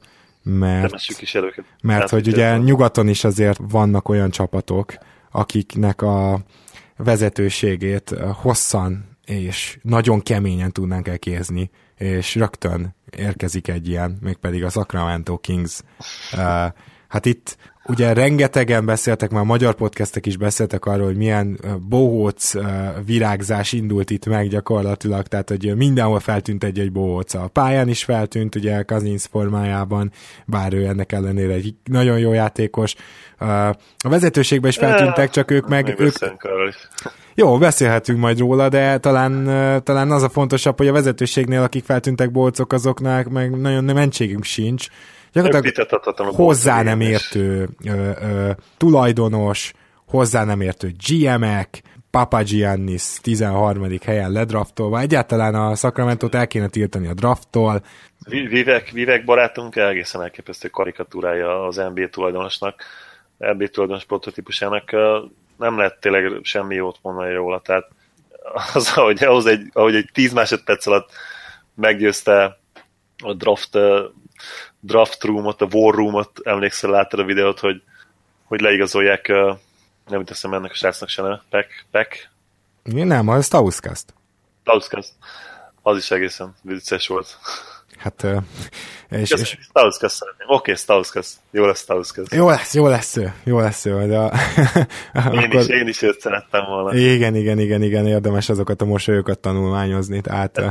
mert hogy ugye nyugaton is azért vannak olyan csapatok, akiknek a vezetőségét hosszan és nagyon keményen tudnánk elkézni, és rögtön érkezik egy ilyen, mégpedig a Sacramento Kings. Hát itt ugye rengetegen beszéltek, már magyar podcastek is beszéltek arról, hogy milyen bohóc virágzás indult itt meg gyakorlatilag, tehát hogy mindenhol feltűnt egy bohóc. A pályán is feltűnt, ugye Cousins formájában, bár ő ennek ellenére egy nagyon jó játékos. A vezetőségben is feltűntek, csak ők meg... Jó, beszélhetünk majd róla, de talán az a fontosabb, hogy a vezetőségnél, akik feltűntek bohócok, azoknak meg nagyon mentségünk sincs. Gyakorlatilag hozzá nem értő tulajdonos, hozzá nem értő GM-ek, Papagiannis 13. helyen ledraftolva. Egyáltalán a Sacramento-t el kéne tiltani a drafttól. Vivek barátunk egészen elképesztő karikatúrája az NBA tulajdonosnak, NBA tulajdonos prototípusának. Nem lehet tényleg semmi jót mondani róla. Tehát az, ahogy egy 10 másodperc alatt meggyőzte a draft roomot, a war roomot, emlékszel, láttad a videót, hogy leigazolják, nem teszem ennek a srácnak se neve, Peck? Nem, az Stauskas. Az is egészen vicces volt. Hát, Stauskas szeretném. Oké, Stauskas. Jó lesz Stauskas. Jó lesz ő. De én is őt szerettem volna. Igen, érdemes azokat a mosolyokat tanulmányozni, tehát...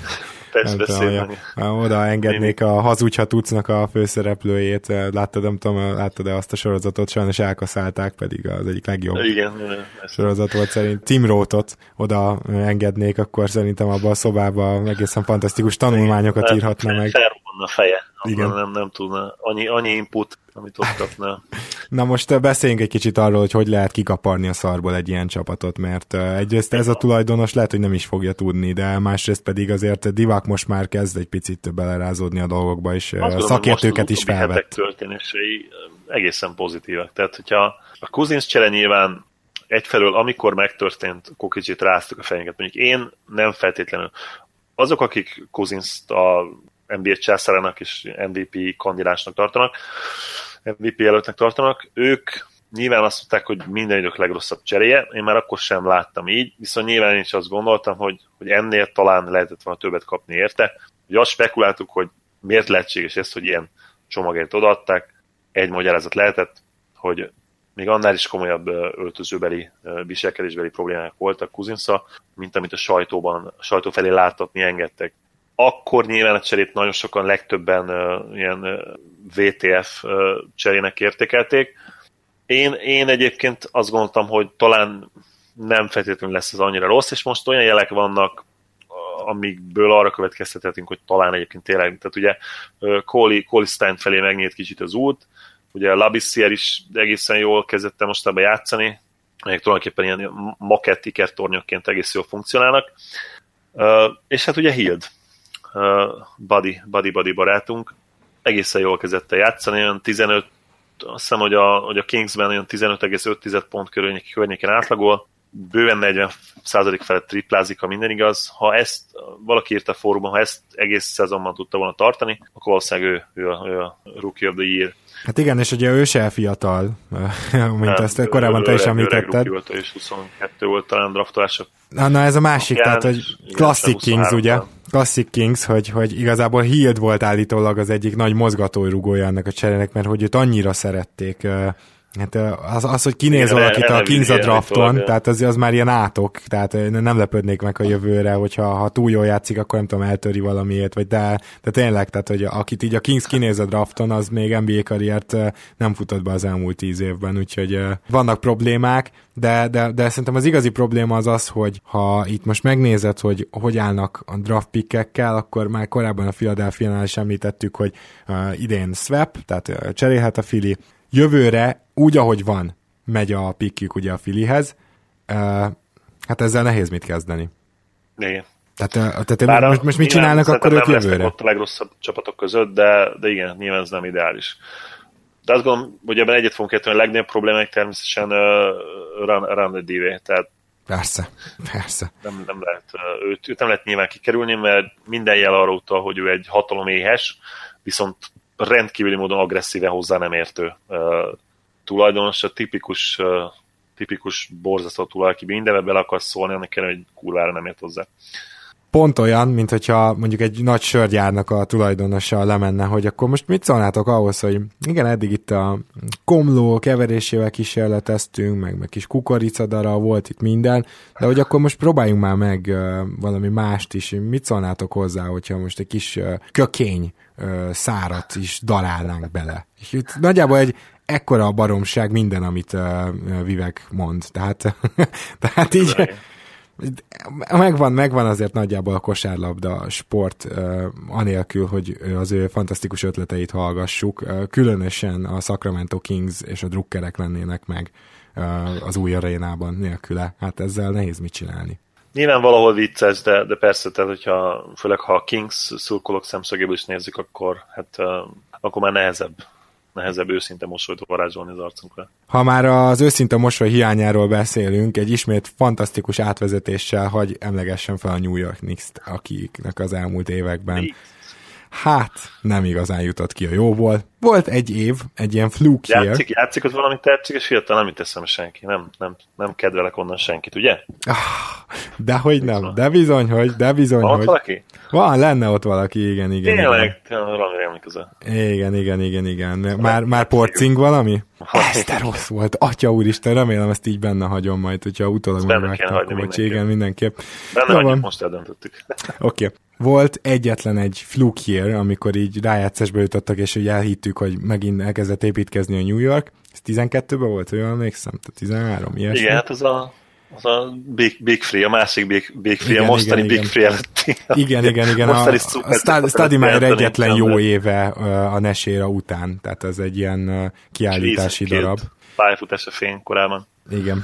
Oda engednék a Hazudj, ha tudsznak a főszereplőjét. Láttad-e azt a sorozatot? Sajnos elkaszálták, pedig az egyik legjobb sorozat volt szerint. Tim Roth-ot oda engednék, akkor szerintem abban a szobában egészen fantasztikus tanulmányokat írhatna meg. Felrobbanna a feje. Igen. Nem tudna. Annyi input, amit ott kapna. Na most beszéljünk egy kicsit arról, hogy lehet kikaparni a szarból egy ilyen csapatot, mert egyrészt ez a tulajdonos lehet, hogy nem is fogja tudni, de másrészt pedig azért Divac most már kezd egy picit belerázódni a dolgokba, és szakértőket is felvett. Történései egészen pozitívak. Tehát, hogyha a Cousins csere nyilván egyfelől, amikor megtörtént, akkor kicsit ráztuk a fejünket. Mondjuk én nem feltétlenül. Azok, akik Cousinst a NBA császárának és MVP kandidánsnak tartanak, MVP jelöltnek tartanak, ők nyilván azt mondták, hogy minden idők legrosszabb cseréje, én már akkor sem láttam így, viszont nyilván én is azt gondoltam, hogy ennél talán lehetett volna többet kapni érte. Ugye azt spekuláltuk, hogy miért lehetséges ez, hogy ilyen csomagért odaadták. Egy magyarázat lehetett, hogy még annál is komolyabb öltözőbeli, viselkedésbeli problémák voltak Cousinsszal, mint amit a sajtó felé láttatni engedtek. Akkor nyilván a cserét nagyon sokan, legtöbben ilyen VTF cserének értékelték. Én egyébként azt gondoltam, hogy talán nem feltétlenül lesz ez annyira rossz, és most olyan jelek vannak, amikből arra következtethetünk, hogy talán egyébként tényleg, tehát ugye Coley Stein felé megnyílt kicsit az út, ugye Labissière is egészen jól kezdett mostában játszani, amelyek tulajdonképpen ilyen makett ikertornyokként egész jól funkcionálnak, és hát ugye Hield, Buddy barátunk, egészen jól kezdett játszani, olyan 15, azt hiszem, hogy a Kingsben olyan 15,5 pont környéken átlagol, bőven 40% felett triplázik, ha minden igaz. Ha ezt valaki írta a fórumon, ha ezt egész szezonban tudta volna tartani, akkor valószínűleg ő a Rookie of the Year. Hát igen, és ugye ő se fiatal, mint ezt korábban te is említetted. Öreg volt, és 22 volt talán draftolások. Na ez a másik, tehát hogy Classic Kings, ugye? Classic Kings, hogy igazából Hield volt állítólag az egyik nagy mozgatórugója ennek a cserének, mert hogy őt annyira szerették. Hát az, hogy kinéz valakit a Kings a drafton, tehát az már ilyen átok, tehát nem lepődnék meg a jövőre, hogyha túl jól játszik, akkor nem tudom, eltöri valamiért, vagy de tényleg, tehát hogy akit így a Kings kinéz a drafton, az még NBA karriert nem futott be az elmúlt 10 évben, úgyhogy vannak problémák, de szerintem az igazi probléma az, hogy ha itt most megnézed, hogy állnak a draft pickekkel, akkor már korábban a Philadelphia-nál is említettük, hogy idén swap, tehát cserélhet a Philly, jövőre úgy, ahogy van, megy a pickjük ugye a Phillyhez, hát ezzel nehéz mit kezdeni. Igen. Tehát most mit csinálnak akkor ők jövőre? Ott a legrosszabb csapatok között, de igen, nyilván ez nem ideális. De azt gondolom, hogy ebben egyet fogunk érteni, a legnagyobb problémák természetesen run the DV, tehát Persze. Nem lehet, őt nem lehet nyilván kikerülni, mert minden jel arra utal, hogy ő egy hataloméhes, viszont rendkívüli módon agresszíven hozzá nem értő tulajdonos, a tipikus borzasztó tulaj, aki mindenbe bele akar szólni, annak kellene, hogy kurvára nem ért hozzá. Pont olyan, mint hogyha mondjuk egy nagy sörgyárnak a tulajdonosa lemenne, hogy akkor most mit szólnátok ahhoz, hogy igen, eddig itt a komló keverésével kísérleteztünk, meg kis kukoricadara, volt itt minden, de hogy akkor most próbáljunk már meg valami mást is. Mit szólnátok hozzá, hogyha most egy kis kökény szárat is darálnánk bele? És itt nagyjából egy ekkora baromság minden, amit Vivek mond. Tehát így megvan azért nagyjából a kosárlabda sport anélkül, hogy az ő fantasztikus ötleteit hallgassuk. Különösen a Sacramento Kings és a drukkerek lennének meg az új arénában nélküle. Hát ezzel nehéz mit csinálni. Nyilván valahol vicces, de persze, tehát főleg ha a Kings szurkolók szemszögéből is nézzük, akkor már nehezebb őszinte mosolyt varázsolni az arcunkra. Ha már az őszinte mosoly hiányáról beszélünk, egy ismét fantasztikus átvezetéssel hagy emlegessen fel a New York Knicks-t, akiknek az elmúlt években hát nem igazán jutott ki a jóból. Volt egy év, egy ilyen fluke year. Játszik ott valami tehetséges fiatal, nem itt eszem senki. Nem kedvelek onnan senkit, ugye? Dehogy nem, de bizony, hogy. Van ott valaki? Lenne ott valaki, igen. Tényleg, valami rémlik az. Igen. Már porcing valami? Ez de rossz volt. Atya úristen, remélem ezt így benne hagyom majd, hogyha utólag megvágtam. Igen, mindenképp. Benne hagyjuk, most eldöntöttük. Oké. Volt egyetlen egy fluke year, amikor így rájátszásba jutottak, és úgy elhittük, hogy megint elkezdett építkezni a New York. Ez 12-ben volt, jól emlékszem? 13, ilyesmi. Igen, hát az a Big Free, a másik Big Free, a mostani Big Free előtti. Igen. A Stoudemire egyetlen jó éve a Neséra után, tehát ez egy ilyen kiállítási darab. Pályafutás a fény korában. Igen.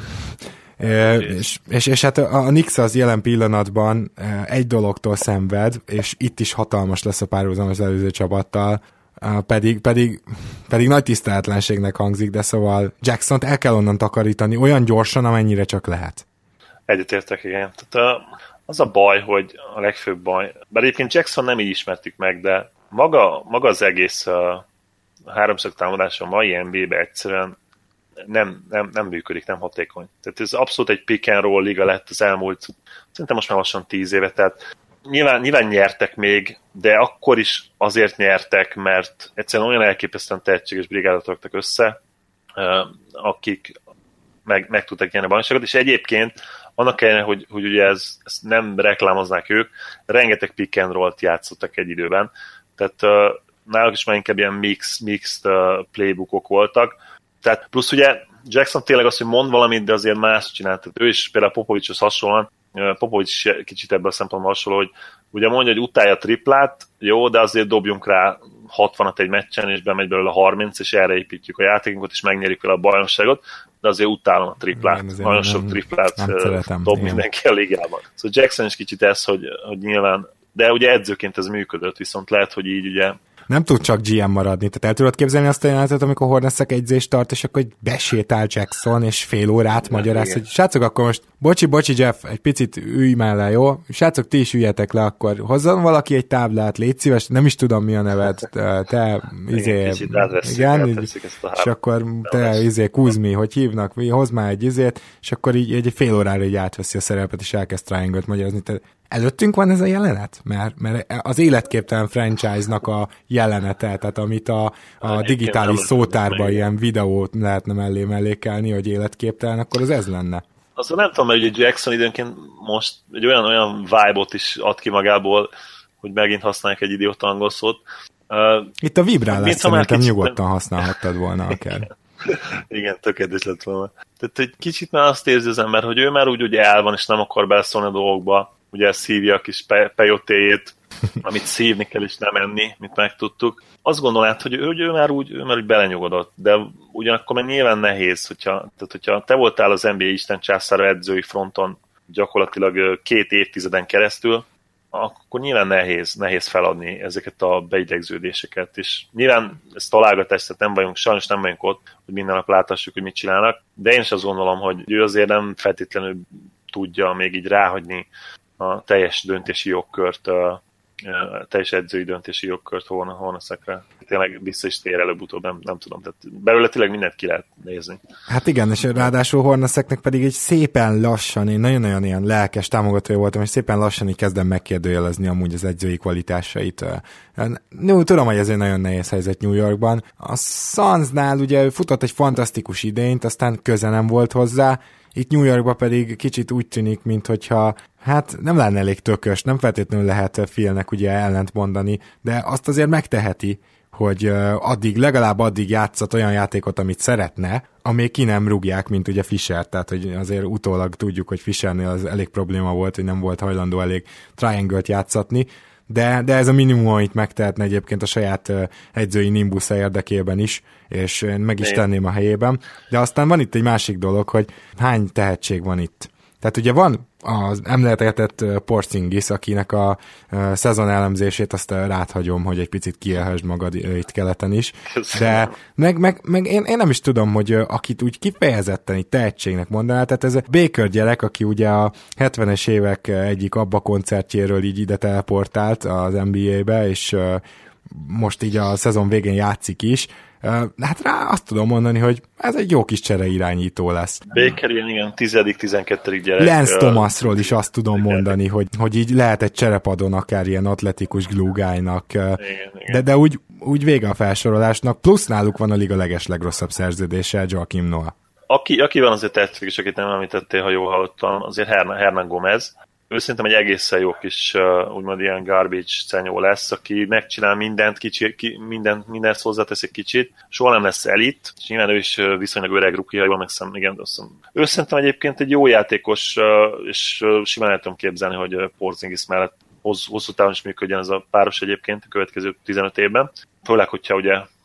És hát a Knicks az jelen pillanatban egy dologtól szenved, és itt is hatalmas lesz a párhuzam az előző csapattal, pedig nagy tiszteletlenségnek hangzik, de szóval Jacksont el kell onnan takarítani olyan gyorsan, amennyire csak lehet. Egyetértek, igen. Tehát az a baj, hogy a legfőbb baj, bár egyébként Jackson nem így ismertük meg, de maga az egész háromszög támadás a mai NBA-be egyszerűen nem működik, nem hatékony. Tehát ez abszolút egy pick and roll liga lett az elmúlt, szerintem most már lassan 10 éve, tehát nyilván nyertek még, de akkor is azért nyertek, mert egyszerűen olyan elképesztően tehetséges brigádot raktak össze, akik meg tudtak nyerni a bajnokságot, és egyébként annak kellene, hogy ugye ezt nem reklámoznák ők, rengeteg pick and roll-t játszottak egy időben, tehát náluk is már inkább ilyen mixed playbookok voltak. Tehát plusz ugye Jackson tényleg azt, hogy mond valamit, de azért más csinált. Tehát ő is például Popovicshoz hasonlóan, Popovics kicsit ebből a szempontból hasonló, hogy ugye mondja, hogy utálja a triplát, jó, de azért dobjunk rá 60-at egy meccsen, és bemegy belőle 30, és erre építjük a játékunkat, és megnyerjük vele a bajnokságot, de azért utálom a triplát. Igen, nagyon sok triplát dob mindenki a ligában. Szóval Jackson is kicsit ez, hogy nyilván, de ugye edzőként ez működött, viszont lehet, hogy így ugye nem tud csak GM maradni. Tehát el tudod képzelni azt a jelenetet, amikor Hornacek egyzést tart, és akkor besétál Jackson, és fél órát magyaráz, hogy srácok, akkor most bocsi Jeff, egy picit ülj mellé, jó? Srácok, ti is üljetek le, akkor hozzon valaki egy táblát, légy szíves, nem is tudom mi a neved, te igen, és akkor te Kuzmi, hogy hívnak, hozd már egy és akkor így egy fél órára így átveszi a szerepet, és elkezd Triangle-t magyarázni. Tehát előttünk van ez a jelenet? Mert az életképtelen franchise-nak a jelenete, tehát amit a digitális szótárban ilyen videót lehetne mellé mellékelni, hogy életképtelen, akkor az ez lenne. Azon nem tudom, mert ugye Jackson időnként most egy olyan vibe-ot is ad ki magából, hogy megint használják egy idióta angol szót. Itt a vibrálást szerintem nyugodtan használhattad volna akár. Igen, tökéletes lett volna. Tehát egy kicsit már azt érzi az ember, hogy ő már úgy el van, és nem akar beleszólni a dolgokba. Ugye szívja a kis peyotéjét, amit szívni kell és nem enni, mint megtudtuk. Azt gondolnád, hogy ő már úgy belenyugodott, de ugyanakkor meg nyilván nehéz, hogyha te voltál az NBA Isten császára edzői fronton gyakorlatilag 2 évtizeden keresztül, akkor nyilván nehéz feladni ezeket a beidegződéseket, és nyilván ez találgatás, tehát sajnos nem vagyunk ott, hogy minden nap láthassuk, hogy mit csinálnak, de én is azt gondolom, hogy ő azért nem feltétlenül tudja még így ráhagyni a teljes döntési jogkört, teljes edzői döntési jogkört Hornacekre. Tényleg vissza is tér előbb-utóbb, nem tudom. Tehát belőle tényleg mindent ki lehet nézni. Hát igen, és ráadásul Hornaceknek pedig egy szépen lassan, én nagyon-nagyon ilyen lelkes támogatója voltam, és szépen lassan így kezdem megkérdőjelezni amúgy az edzői kvalitásait. Tudom, hogy ez egy nagyon nehéz helyzet New Yorkban. A Sunsnál ugye futott egy fantasztikus idényt, aztán köze nem volt hozzá, itt New Yorkban pedig kicsit úgy tűnik, minthogyha hát nem lenne elég tökös, nem feltétlenül lehet Philnek ugye ellent mondani, de azt azért megteheti, hogy legalább addig játszat olyan játékot, amit szeretne, amíg ki nem rúgják, mint ugye Fisher, tehát hogy azért utólag tudjuk, hogy Fishernél az elég probléma volt, hogy nem volt hajlandó elég triangle-t játszatni, de ez a minimum, amit megtehetne egyébként a saját edzői nimbusza érdekében is, és én meg is tenném a helyében. De aztán van itt egy másik dolog, hogy hány tehetség van itt. Tehát ugye van az emlegetett Porzingis, akinek a szezon elemzését azt ráthagyom, hogy egy picit kielhessd magad itt keleten is, de meg én nem is tudom, hogy akit úgy kifejezetten így tehetségnek mondaná, tehát ez a Baker gyerek, aki ugye a 70-es évek egyik abba koncertjéről így ide teleportált az NBA-be, és most így a szezon végén játszik is. Hát rá azt tudom mondani, hogy ez egy jó kis csereirányító lesz. Baker igen, 10.-12. gyerek. Lance Thomasról is azt tudom mondani, hogy így lehet egy cserepadon akár ilyen atletikus glúgájnak, de úgy vége a felsorolásnak, plusz náluk van a liga legrosszabb szerződése, Joakim Noah. Aki van azért tetszük, és akit nem említettél, ha jól hallottam, azért Hernan Gomez. Ő szerintem egy egészen jó kis, úgymond ilyen garbage cenyó lesz, aki megcsinál mindent, mindent hozzátesz egy kicsit, soha nem lesz elit, és nyilván ő is viszonylag öreg rookie, ha jól megszem, igen, ő szerintem egyébként egy jó játékos, és simán el tudom képzelni, hogy Porzingis mellett hosszú távon is működjön ez a páros egyébként a következő 15 évben. Főleg, hogyha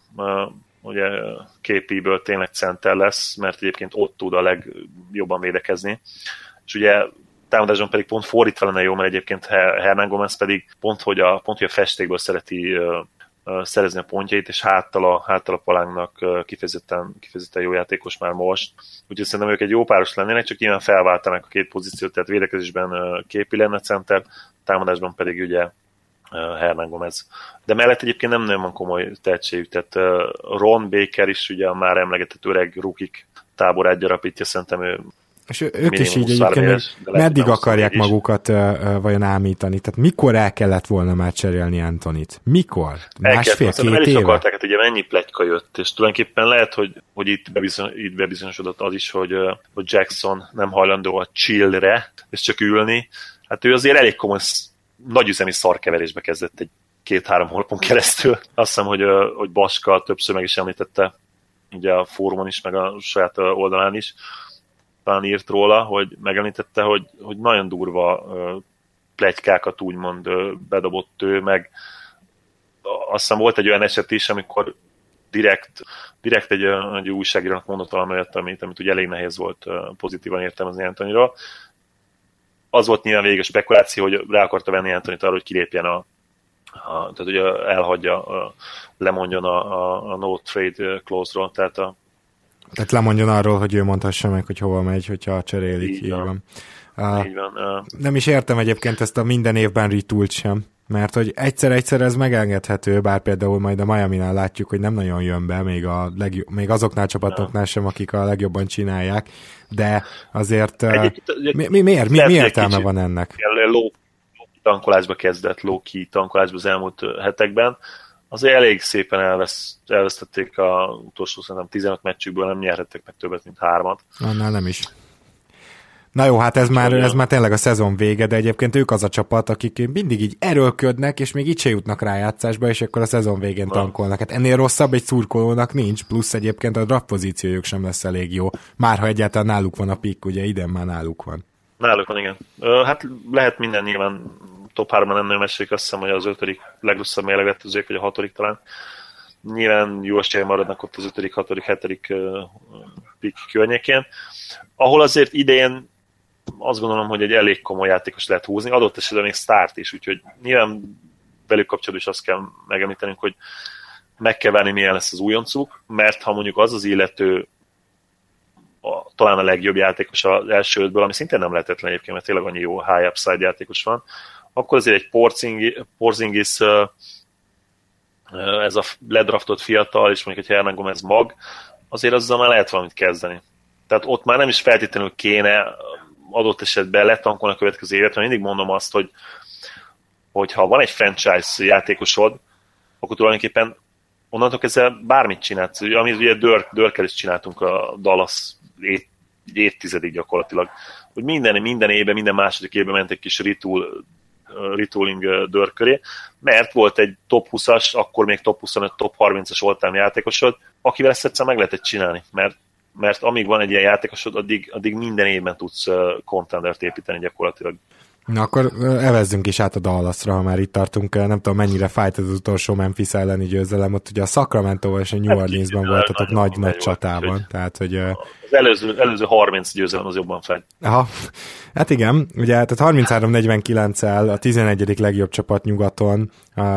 ugye KP-ből tényleg center lesz, mert egyébként ott tud a legjobban védekezni. És ugye támadásban pedig pont fordítva lenne jó, mert egyébként Hernan Gomez pedig pont, hogy a festékből szereti szerezni a pontjait, és háttal a palánknak kifejezetten jó játékos már most. Úgyhogy szerintem ők egy jó páros lennének, csak nyilván felváltanak a két pozíciót, tehát védekezésben Képi lenne center, támadásban pedig ugye Hernan Gomez. De mellett egyébként nem nagyon van komoly tehetségük, tehát Ron Baker is ugye a már emlegetett öreg rukik táborát gyarapítja, szerintem ő és ők is így egyébként meddig akarják magukat vajon ámítani? Tehát mikor el kellett volna már cserélni Anthonyt? Mikor? Másfél-két éve? El is akarták, hát ugye mennyi pletyka jött, és tulajdonképpen lehet, hogy itt bebizonyosodott az is, hogy Jackson nem hajlandó a chillre, és csak ülni. Hát ő azért elég komoly nagyüzemi szarkeverésbe kezdett egy 2-3 hónapon keresztül. Azt hiszem, hogy Baska többször meg is említette, ugye a fórumon is, meg a saját oldalán is, talán írt róla, hogy megemlítette, hogy nagyon durva pletykákat úgymond bedobott ő, meg azt hiszem volt egy olyan eset is, amikor direkt egy újságírónak mondott valamelyet, amit ugye elég nehéz volt pozitívan értelmezni Anthonyról. Az volt nyilván végig a spekuláció, hogy rá akarta venni Anthonyt arra, hogy kilépjen tehát ugye elhagyja, lemondjon a no trade clause-ról, tehát lemondjon arról, hogy ő mondhassa meg, hogy hova megy, hogyha cserélik. Így van. Így van. Nem is értem egyébként ezt a minden évben retoolt sem, mert hogy egyszer-egyszer ez megengedhető, bár például majd a Miami-nál látjuk, hogy nem nagyon jön be, még azoknál csapatoknál sem, akik a legjobban csinálják, de azért mi értelme van ennek? Low-key tankolásba az elmúlt hetekben, azért elég szépen elvesztették a utolsó szerintem 15 meccsükből, nem nyerhettek meg többet, mint 3-at. Annál nem is. Na jó, hát ez már tényleg a szezon vége, de egyébként ők az a csapat, akik mindig így erőlködnek, és még így se jutnak rájátszásba, és akkor a szezon végén tankolnak. Hát ennél rosszabb egy szurkolónak nincs, plusz egyébként a draft pozíciójuk sem lesz elég jó. Már ha egyáltalán náluk van a pick, ugye idén már náluk van. Náluk van, igen. Hát lehet minden nyilván top 3-ban ennél mesélik, azt hiszem, hogy az 5. legrosszabb mérlegvetőzők, vagy a 6. talán. Nyilván jó esélye maradnak ott az 5., 6., 7. pick környékén, ahol azért idén azt gondolom, hogy egy elég komoly játékos lehet húzni, adott esetben még start is, úgyhogy nyilván velük kapcsolatban is azt kell megemlítenünk, hogy meg kell várni, milyen lesz az újoncuk, mert ha mondjuk az illető talán a legjobb játékos az első 5-ből, ami szintén nem lehetetlen egyébként, mert tényleg annyi jó high upside játékos van, akkor azért egy Porzingis, ez a ledraftott fiatal, és mondjuk egy Hernan Gomez mag, azért azzal már lehet valamit kezdeni. Tehát ott már nem is feltétlenül kéne adott esetben letankolni a következő évet, mert mindig mondom azt, hogy ha van egy franchise játékosod, akkor tulajdonképpen onnantól kezdve bármit csinálsz. Amit ugye Dörkkel is csináltunk a Dallas évtizedig gyakorlatilag, hogy minden évben, minden második évben ment egy kis retooling Dörk köré, mert volt egy top 20-as, akkor még top 25, top 30-as all-time játékosod, akivel ezt egyszer meg lehetett csinálni, mert amíg van egy ilyen játékosod, addig minden évben tudsz contendert építeni gyakorlatilag. Na akkor evezzünk is át a Dallasra, ha már itt tartunk. Nem tudom, mennyire fájt az utolsó Memphis elleni győzelem, ott ugye a Sacramento-val és a New Orleansban voltatok nagy csatában. Tehát, hogy az előző 30 győzelem az jobban fájt. Aha, hát igen, ugye tehát 33-49-el a 11. legjobb csapat nyugaton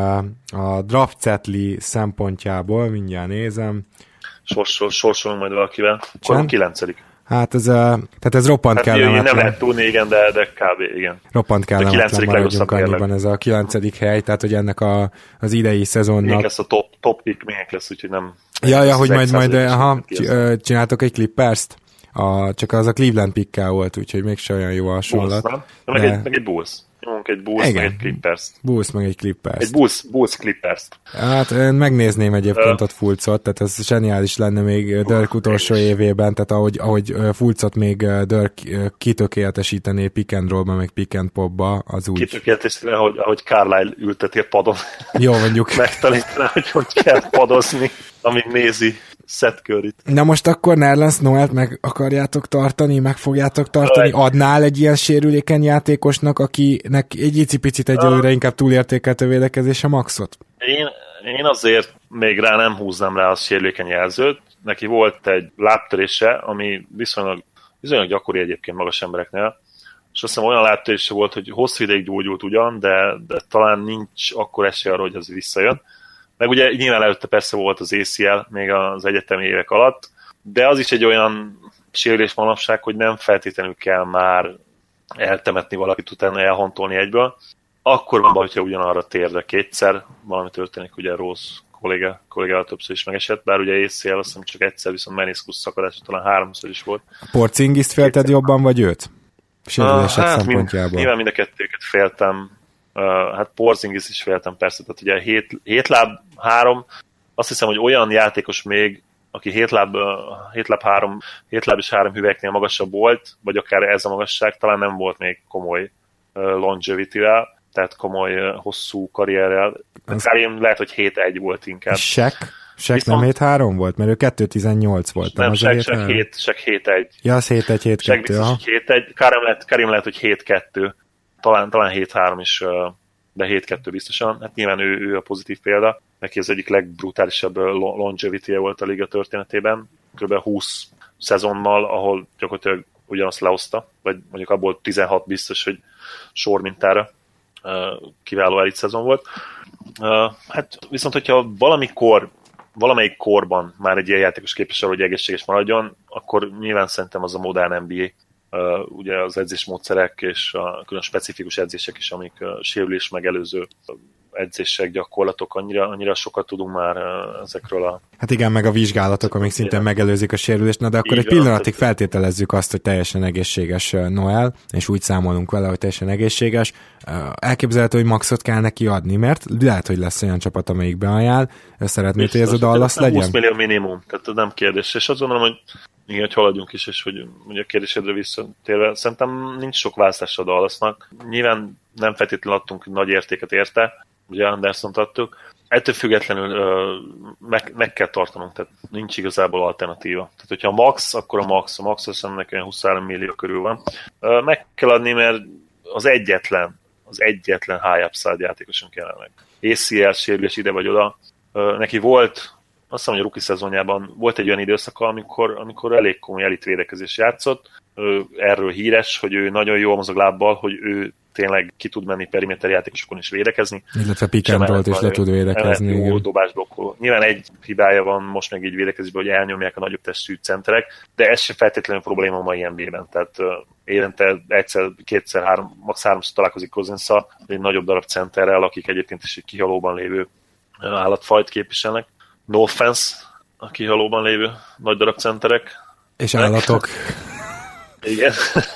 a draft setli szempontjából, mindjárt nézem. Sorsolunk majd valakivel. Akkor 9. Hát ez roppant hát kellemetlen. Nem lehet tudni, igen, de kb. Igen. Roppant kellemetlen maradjunk annyiban ez a 9. hely, tehát hogy ennek az idei szezonnak... Milyen lesz a top pick, milyen lesz, úgyhogy nem... Ja, hogy majd csináltok egy Clippers-t? Csak az a Cleveland pickkel volt, úgyhogy mégsem olyan jó a hasonlat. Bulls, nem? Meg egy Bulls. Nyomunk egy Bulls, meg egy Clippers. Bulls, meg egy Clippers. Egy Bulls Clippers. Hát én megnézném egyébként ott Fulcot, tehát ez zseniális lenne még Dirk utolsó évében, tehát ahogy Fulcot még Dirk kitökéletesítené pick and roll-ba, meg pick and pop-ba, az úgy. Kitökéletesítené, ahogy Carlisle ülteti a padon. Jó, mondjuk. Megtanítaná, hogy kell padozni, amíg nézi Seth Curryt. Na most akkor Nerlens Noelt meg akarjátok tartani, meg fogjátok tartani? Adnál egy ilyen sérülékeny játékosnak, akinek egy icipicit egyelőre inkább túlértékelte védekezés a maxot? Én azért még nem húznám rá a sérülékeny jelzőt. Neki volt egy lábtörése, ami viszonylag gyakori egyébként magas embereknél, és azt hiszem olyan lábtörése volt, hogy hosszú ideig gyógyult ugyan, de talán nincs akkor esély arra, hogy az visszajön. Meg ugye nyilván előtte persze volt az ACL még az egyetemi évek alatt, de az is egy olyan sérülés manapság, hogy nem feltétlenül kell már eltemetni valakit, utána elhantolni egyből. Akkor van, hogyha ugyanarra tér, de kétszer valami történik, ugye Rose kollégával többször is megesett, bár ugye ACL azt hiszem csak egyszer, viszont meniszkusz szakadás talán 3-szor is volt. Porzingiszt félted jobban, vagy őt? Sérülések szempontjából. Nyilván mind a kettőket féltem. Hát Porzingis is féltem persze, tehát ugye 7 láb 3, azt hiszem, hogy olyan játékos még, aki 7 láb és 3 hüvelyeknél magasabb volt, vagy akár ez a magasság, talán nem volt még komoly longevity-vel, tehát komoly hosszú karrierrel. Karim lehet, hogy 7-1 volt inkább. Shaq nem 7-3 volt, mert ő 2-18 volt. Nem, Shaq 7-1. Ja, az 7-1. Karim lehet, hogy 7-2. Talán 7-3 is, de 7-2 biztosan. Hát nyilván ő a pozitív példa. Neki az egyik legbrutálisabb longevity-je volt a liga történetében. Kb. 20 szezonnal, ahol gyakorlatilag ugyanazt lehozta, vagy mondjuk abból 16 biztos, hogy sor mintára kiváló elit szezon volt. Hát viszont, hogyha valamelyik korban már egy ilyen játékos képes arra, hogy egészséges maradjon, akkor nyilván szerintem az a modern NBA, ugye az edzésmódszerek és a külön specifikus edzések is, amik sérülés megelőző edzések, gyakorlatok, annyira sokat tudunk már ezekről a... Hát igen, meg a vizsgálatok, amik szintén megelőzik a sérülést, na de akkor egy pillanatig feltételezzük azt, hogy teljesen egészséges Noel, és úgy számolunk vele, hogy teljesen egészséges. Elképzelhető, hogy maxot kell neki adni, mert lehet, hogy lesz olyan csapat, amelyik beajánl. Szeretnéd, hogy ez a Dallas legyen? 20 millió minimum, tehát nem kérdés. És azt gondolom, hogy igen, hogy haladjunk is, és hogy ugye a kérdésedre visszatérve, szerintem nincs sok választás a Dallasnak. Nyilván nem feltétlenül adtunk nagy értéket érte, ugye Andersont adtuk. Ettől függetlenül meg kell tartanunk, tehát nincs igazából alternatíva. Tehát hogyha a max, akkor a max. A max azt ennek olyan 23 millió körül van. Meg kell adni, mert az egyetlen high upside játékosunk jelenleg. ACL sérülés ide vagy oda. Neki volt, azt hiszem, hogy a rookie szezonjában volt egy olyan időszaka, amikor elég komoly elitvédekezés játszott. Erről híres, hogy ő nagyon jól mozog lábbal, hogy ő tényleg ki tud menni periméter játékosokon is védekezni. Illetve pick and roll-t is le tud védekezni. Jó dobásblokkoló. Nyilván egy hibája van most meg így védekezésben, hogy elnyomják a nagyobb testű centerek, de ez sem feltétlenül probléma a mai NBA-ben. Tehát évente egyszer, kétszer, max. 3-szor találkozik Cousinsszal, egy nagyobb darab centerrel, akik egyébként is egy kihalóban lévő állatfajt képviselnek. No offense a kihalóban lévő nagy darab centerek. És állatok. Igen.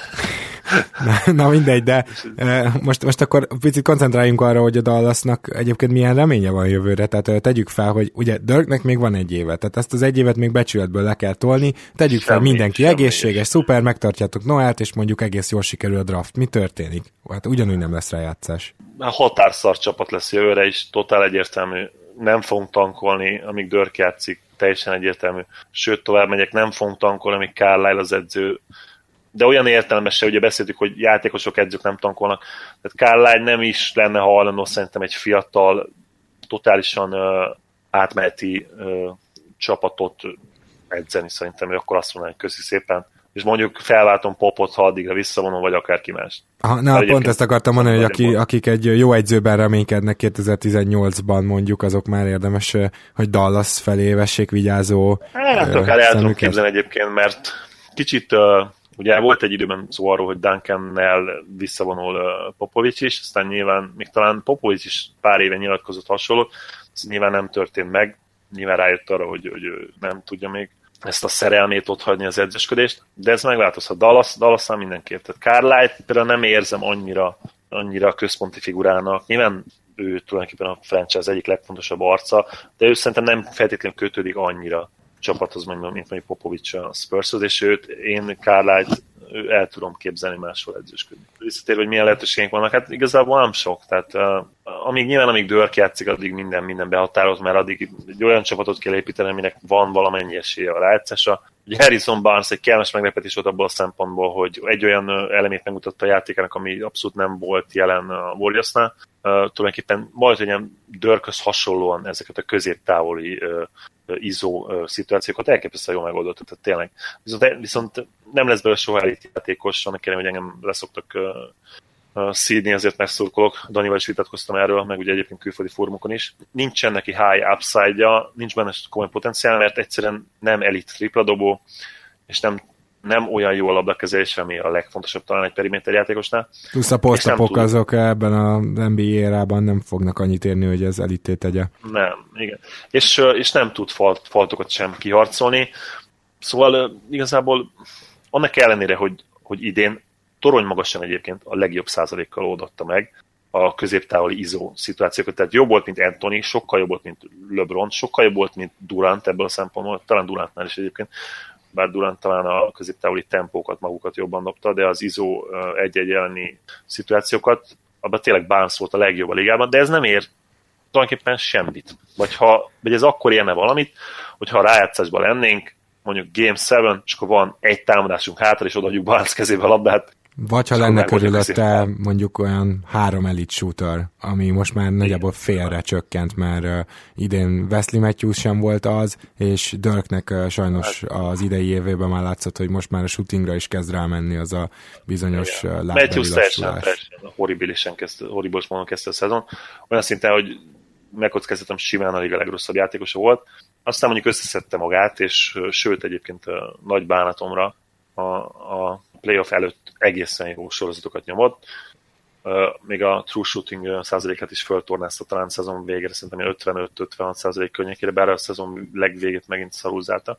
Na mindegy, de most akkor picit koncentráljunk arra, hogy a Dallasnak egyébként milyen reménye van jövőre, tehát tegyük fel, hogy ugye Dirknek még van egy éve, tehát ezt az egy évet még becsületből le kell tolni, tegyük fel, mindenki egészséges, szuper, megtartjátok Noelt, és mondjuk egész jól sikerül a draft. Mi történik? Hát ugyanúgy nem lesz rájátszás. Határszar csapat lesz jövőre is, totál egyértelmű, nem fogunk tankolni, amíg Dirk játszik, teljesen egyértelmű. Sőt, tovább megyek, nem fogunk tankolni, amíg Carlisle az edző, de olyan értelemben se, ugye beszéltük, hogy játékosok, edzők nem tankolnak. Tehát Carlisle nem is lenne hajlandó szerintem egy fiatal, totálisan átmeneti csapatot edzeni, szerintem ő akkor azt mondaná, hogy köszi szépen. És mondjuk felváltom Popot, ha addigra visszavonom, vagy akárki más. Pont ezt akartam mondani, hogy akik egy jó edzőben reménykednek 2018-ban mondjuk, azok már érdemes, hogy Dallas felé vessék vigyázó akár el tudom képzelni egyébként, mert kicsit ugye volt egy időben szó arról, hogy Duncannel visszavonul Popovics is, aztán nyilván még talán Popovics is pár éve nyilatkozott hasonlót, ez nyilván nem történt meg, nyilván rájött arra, hogy ő nem tudja még ezt a szerelmét otthagyni az edzősködést, de ez megváltozhat. Dallas-nál mindenképp. Tehát Carlisle például nem érzem annyira központi figurának. Nyilván ő tulajdonképpen a franchise egyik legfontosabb arca, de ő szerintem nem feltétlenül kötődik annyira csapathoz, mint mondjuk Popovics a Spurshoz, és én Carlisle-t el tudom képzelni máshol edzősködni. Visszatérve, hogy milyen lehetőségek vannak, hát igazából nem sok, tehát amíg Dirk játszik, addig minden behatárolt, mert addig egy olyan csapatot kell építeni, aminek van valamennyi esélye a rájátszása. Ugye Harrison Barnes egy kellemes meglepetés volt abból a szempontból, hogy egy olyan elemét megmutatta a játékának, ami abszolút nem volt jelen a Warriorsnál. Tulajdonképpen majdnem Dirkhöz hasonlóan ezeket a középtávoli izó szituációkat elképesztően jól megoldott, tehát tényleg. Viszont nem lesz belőle soha elit játékos, annak ellenére, hogy engem leszoktak szídni, azért megszurkolok. Danival is vitatkoztam erről, meg ugye egyébként külföldi fórumokon is. Nincsen neki high upside-ja, nincs benne komoly potenciál, mert egyszerűen nem elit tripladobó, és nem olyan jó a labdakezelés, ami a legfontosabb talán egy periméter játékosnál. Plusz a posztapok azok ebben a NBA érában nem fognak annyit érni, hogy ez elitté tegye. Nem, igen. És nem tud faltokat sem kiharcolni. Szóval igazából annak ellenére, hogy idén torony magasan egyébként a legjobb százalékkal oldotta meg a középtávoli izó szituációkat. Tehát jobb volt, mint Anthony, sokkal jobb volt, mint LeBron, sokkal jobb volt, mint Durant ebből a szempontból, talán Durantnál is egyébként, bár Durant talán a középtávoli tempókat magukat jobban dobta, de az izó egy-egy elleni szituációkat, abban tényleg Barnes volt a legjobb a ligában, de ez nem ér tulajdonképpen semmit. Vagy ez akkor érne valamit, hogyha a rájátszásban lennénk, mondjuk Game 7, és akkor van egy támadásunk hátra, és odaadjuk Barnes kezébe a labdát. Vagy ha lenne körülötte mondjuk olyan 3 elite shooter, ami most már nagyjából félre csökkent, mert idén Wesley Matthews sem volt az, és Dirknek sajnos az idei évében már látszott, hogy most már a shootingra is kezd rámenni az a bizonyos lábbeli lassulás. Matthews teljesen horribilis módon kezdte a szezon. Olyan szinten, hogy megkockáztatom, simán a liga legrosszabb játékosa volt. Aztán mondjuk összeszedte magát, és sőt egyébként a nagy bánatomra a playoff előtt egészen jó sorozatokat nyomott. Még a true shooting százalékát is föltornázta talán szezon végére, szerintem 55-56% környékére, bár a szezon legvégét megint szarúzálta.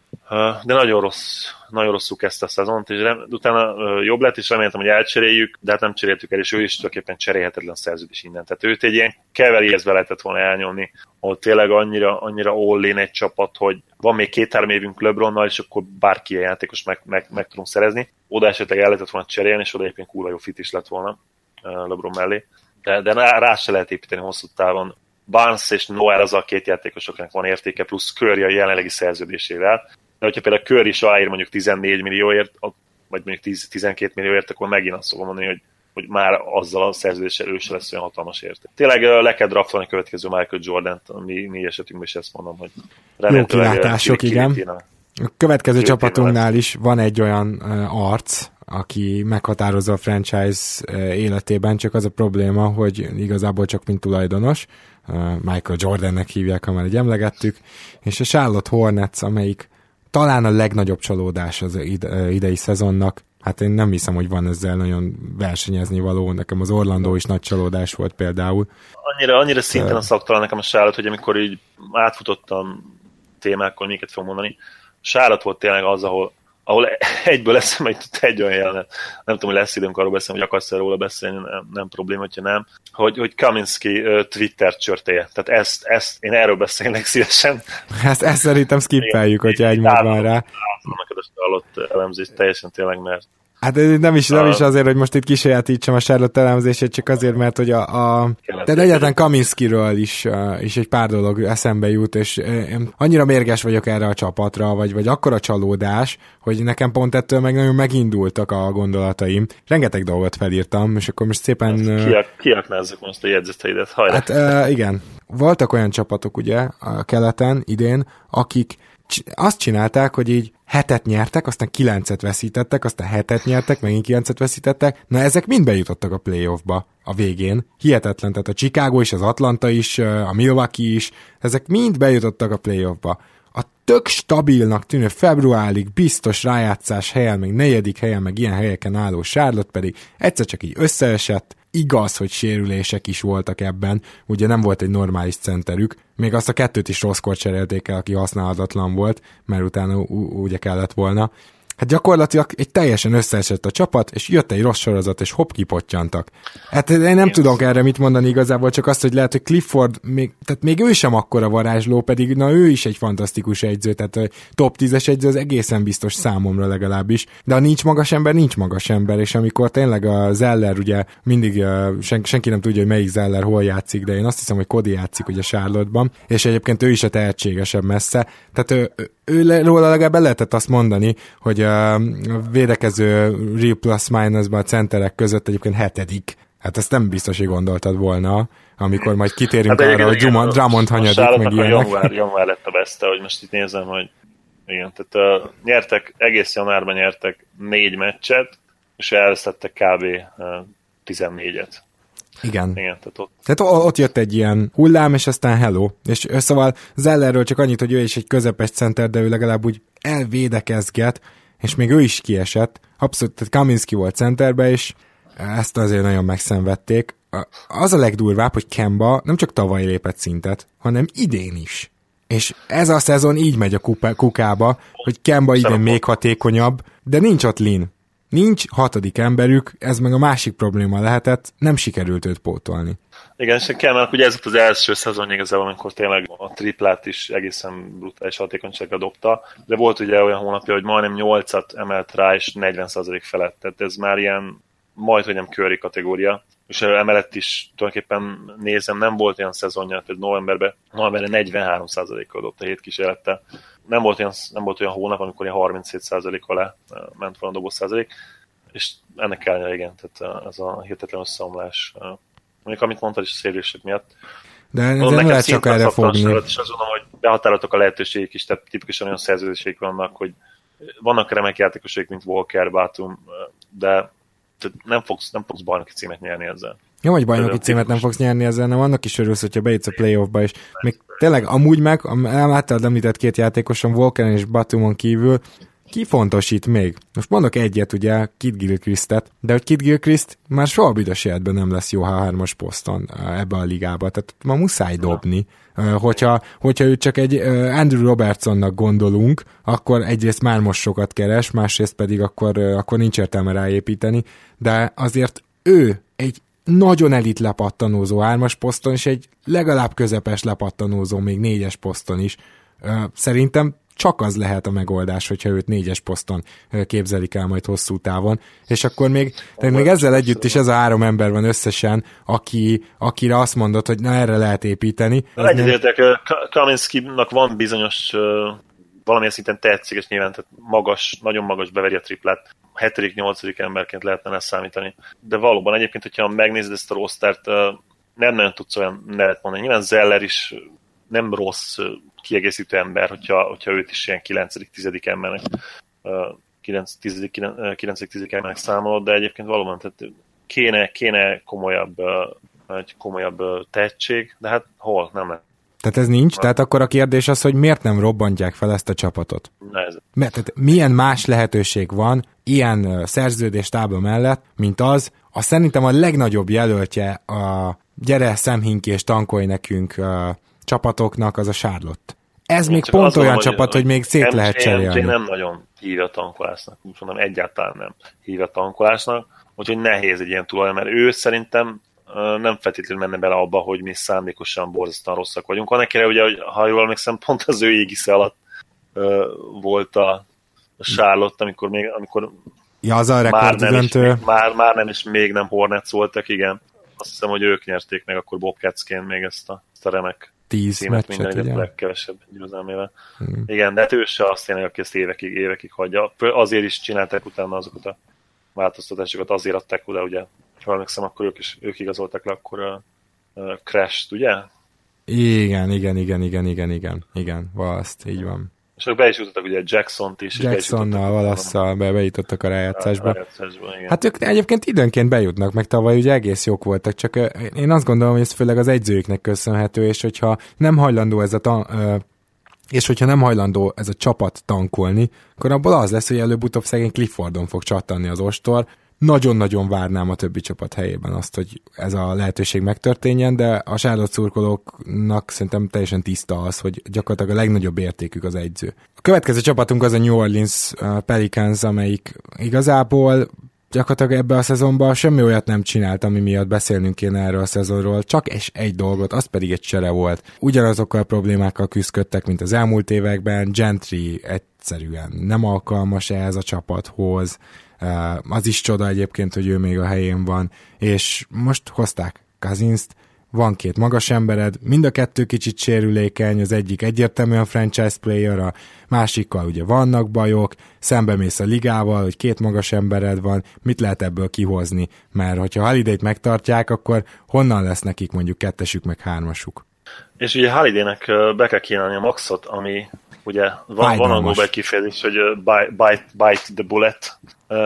De nagyon rosszul kezdte a szezont, és utána jobb lett, és reméltem, hogy elcseréljük, de hát nem cseréltük el, és ő is tulajdonképpen cserélhetetlen szerződés innen. Tehát őt egy ilyen Cavaliers-be lehetett volna elnyomni, ahol tényleg annyira all-in egy csapat, hogy van még 2-3 évünk LeBronnal, és akkor bárki ilyen játékos meg tudunk szerezni. Oda esetleg el lehetett volna cserélni, és oda egyébként kurva jó fit is lett volna LeBron mellé. De rá se lehet építeni hosszú távon. Barnes és Noel az a két játékosoknak van értéke, plusz Curry a jelenlegi szerződésével. De hogyha például Curry is aláír mondjuk 14 millióért, vagy mondjuk 12 millióért, akkor megint azt fogom mondani, hogy már azzal a szerződéssel ő se lesz olyan hatalmas érték. Tényleg le kell draftolni a következő Michael Jordan-t, mi esetünkben is ezt mondom, hogy jó kilátások, igen. A következő csapatunknál is van egy olyan arc, aki meghatározza a franchise életében, csak az a probléma, hogy igazából csak mint tulajdonos, Michael Jordannek hívják, ha már így emlegettük, és a Charlotte Hornets, amelyik talán a legnagyobb csalódás az idei szezonnak. Hát én nem hiszem, hogy van ezzel nagyon versenyezni való. Nekem az Orlando is nagy csalódás volt például. Annyira szinten a szaktalan nekem a Charlotte, hogy amikor így átfutottam témákkal, miket fogom mondani, Charlotte volt tényleg az, ahol egyből eszembe jutott egy olyan jelenet. Nem tudom, hogy lesz időnk arról beszélni, hogy akarsz róla beszélni, nem probléma, hogyha nem. Hogy Kaminsky Twitter csörtéje. Tehát ezt én erről beszélnek szívesen. Ezt szerintem skippeljük, hogyha egy mód van rá. Neked a Charlotte elemzést teljesen tényleg, mert hát nem is azért, hogy most itt kisajátítsam a Charlotte elemzését, csak azért, mert hogy tehát egyáltalán Kaminskyről is egy pár dolog eszembe jut, és annyira mérges vagyok erre a csapatra, vagy akkora csalódás, hogy nekem pont ettől meg nagyon megindultak a gondolataim. Rengeteg dolgot felírtam, és akkor most szépen... Kiaknázzuk most a jegyzeteidet, hajrá! Hát igen, voltak olyan csapatok ugye a keleten idén, akik azt csinálták, hogy így 7-et nyertek, aztán 9-et veszítettek, aztán 7-et nyertek, megint 9-et veszítettek. Na ezek mind bejutottak a playoffba a végén. Hihetetlen, tehát a Chicago is, az Atlanta is, a Milwaukee is, ezek mind bejutottak a playoffba. A tök stabilnak tűnő februárig biztos rájátszás helyen, meg 4. helyen, meg ilyen helyeken álló Charlotte pedig egyszer csak így összeesett. Igaz, hogy sérülések is voltak ebben, ugye nem volt egy normális centerük, még azt a 2-t is rosszkor cserélték el, aki használhatatlan volt, mert utána ugye kellett volna. Hát gyakorlatilag egy teljesen összeesett a csapat, és jött egy rossz sorozat, és hopp, kipottyantak. Hát én nem tudok erre mit mondani igazából, csak azt, hogy lehet, hogy Clifford, tehát még ő sem akkora varázsló, pedig na ő is egy fantasztikus egyző, tehát top 10-es egyző az egészen biztos számomra legalábbis, de ha nincs magas ember, nincs magas ember, és amikor tényleg a Zeller, ugye mindig senki nem tudja, hogy melyik Zeller hol játszik, de én azt hiszem, hogy Cody játszik ugye Charlotte-ban, és egyébként ő is a tehetségesebb messze, tehát róla legalább lehetett azt mondani, hogy a védekező real plus minusban a centerek között egyébként 7. Hát ezt nem biztos, hogy gondoltad volna, amikor majd kitérünk hát arra, hogy Drummond hanyadik, meg ilyenek. Január lett a beste, hogy most itt nézem, hogy igen, tehát nyertek, egész januárban nyertek 4 meccset, és elvesztettek kb. 14-et. Igen. Tehát ott jött egy ilyen hullám, és aztán hello. És szóval Zellerről csak annyit, hogy ő is egy közepes center, de ő legalább úgy elvédekezget, és még ő is kiesett. Abszolút, tehát Kaminsky volt centerbe, és ezt azért nagyon megszenvedték. Az a legdurvább, hogy Kemba nem csak tavaly lépett szintet, hanem idén is. És ez a szezon így megy a kukába, hogy Kemba idén még hatékonyabb, de nincs ott Lin. Nincs 6. emberük, ez meg a másik probléma lehetett, nem sikerült őt pótolni. Igen, és Kemmelnek ugye ez volt az első szezon igazából, amikor tényleg a triplát is egészen brutális hatékonyságra dobta, de volt ugye olyan hónapja, hogy majdnem 8-at emelt rá, és 40% felett, tehát ez már ilyen majdhogy nem Curry kategória, és emellett is tulajdonképpen nézem, nem volt olyan szezonja, tehát novemberben 43%-kal dobta 7 kísérlettel. Nem volt olyan hónap, amikor ilyen 37% alá ment volna a dobó százalék, és ennek ellenére igen, tehát ez a hihetetlen összeomlás. Mondjuk, amit mondtad is a szélések miatt. De nem lehet csak erre fogni. És azt mondom, hogy behatároltak a lehetőségek is, tehát tipikusan olyan szerződéseik vannak, hogy vannak remek játékosok, mint Walker, Batum, de nem fogsz bajnoki címet nyerni ezzel. Ja, vagy bajnoki címet nem fogsz nyerni ezzel, nem annak is örülsz, hogyha bejutsz a playoffba, és még tényleg amúgy meg, általad említett két játékoson, Walkeren és Batumon kívül, ki fontosít még? Most mondok egyet, ugye, Kit Gilchrist-et, de hogy Kit Gilchrist már soha büdös életben nem lesz jó H3-as poszton ebbe a ligába, tehát ma muszáj dobni. Hogyha ő csak egy Andrew Robertsonnak gondolunk, akkor egyrészt már most sokat keres, másrészt pedig akkor nincs értelme ráépíteni, de azért ő egy nagyon elit lepattanózó 3-as poszton, és egy legalább közepes lepattanózó még 4-es poszton is. Szerintem csak az lehet a megoldás, hogyha őt 4-es poszton képzelik el majd hosszú távon, és akkor még ezzel együtt is ez a 3 ember van összesen, akire azt mondod, hogy na erre lehet építeni. Egyetértek, Kaminskinak van bizonyos valamilyen szinten tehetséges nyilván, tehát magas, nagyon magas beveri a triplát, 7.-8. emberként lehetne leszámítani. De valóban egyébként, hogyha megnézed ezt a rostert, nem nagyon tudsz olyan nevet mondani. Nyilván Zeller is nem rossz kiegészítő ember, hogyha őt is ilyen 9.-10. embernek 9.-10. embernek számolod, de egyébként valóban tehát kéne komolyabb tehetség, de hát hol? Nem lehet. Tehát ez nincs? Tehát akkor a kérdés az, hogy miért nem robbantják fel ezt a csapatot? Tehát milyen más lehetőség van ilyen szerződéstábla mellett, mint az szerintem a legnagyobb jelöltje a gyere szemhinki és tankolj nekünk csapatoknak az a Charlotte. Ez még pont olyan csapat, hogy még szét lehet cserélni. Én nem nagyon hívja a tankolásnak, úgy mondom, egyáltalán nem hívja a tankolásnak, úgyhogy nehéz egy ilyen tulaj, mert ő szerintem nem feltétlenül menne bele abba, hogy mi szándékosan borzasztóan rosszak vagyunk. Annak ugye, hogy ha jól emlékszem, pont az ő égisze alatt volt a Charlotte, amikor ja, az a rekorddöntő. Már nem, és még nem Hornets voltak, igen. Azt hiszem, hogy ők nyerték meg akkor Bobcatsként még ezt a remek 10 meccset, ugye? Legkevesebb győzelmével. Igen, de hát ő se azt jelenti, aki ezt évekig hagyja. Azért is csinálták utána azokat a változtatásokat, azért adták oda, ugye, ha emlékszem, akkor ők igazoltak le akkor a Crash-t, ugye? Igen, valast, így van. És akkor be is jutottak ugye Jackson-t is. Jacksonnal, Valasszal bejutottak a rájátszásba. Hát ők egyébként időnként bejutnak, meg tavaly ugye egész jók voltak, csak én azt gondolom, hogy ez főleg az egyzőiknek köszönhető, és hogyha nem hajlandó ez a csapat tankolni, akkor abból az lesz, hogy előbb-utóbb szegény Cliffordon fog csattanni az ostor. Nagyon-nagyon várnám a többi csapat helyében azt, hogy ez a lehetőség megtörténjen, de a Charlotte szurkolóknak szerintem teljesen tiszta az, hogy gyakorlatilag a legnagyobb értékük az egyző. A következő csapatunk az a New Orleans Pelicans, amelyik igazából gyakorlatilag ebbe a szezonban semmi olyat nem csinált, ami miatt beszélnünk kéne erről a szezonról, csak egy dolgot, az pedig egy csere volt. Ugyanazokkal a problémákkal küzdöttek, mint az elmúlt években, Gentry egyszerűen nem alkalmas ehhez a csapathoz, az is csoda egyébként, hogy ő még a helyén van, és most hozták Cousinst, van 2 magas embered, mind a 2 kicsit sérülékeny, az egyik egyértelműen franchise player, a másikkal ugye vannak bajok, szembemész a ligával, hogy 2 magas embered van, mit lehet ebből kihozni, mert hogyha Holiday-t megtartják, akkor honnan lesz nekik mondjuk 2-esük meg 3-asuk? És ugye Holiday-nek be kell kínálni a maxot, ami ugye van angolban egy kifejezés, hogy bite the bullet,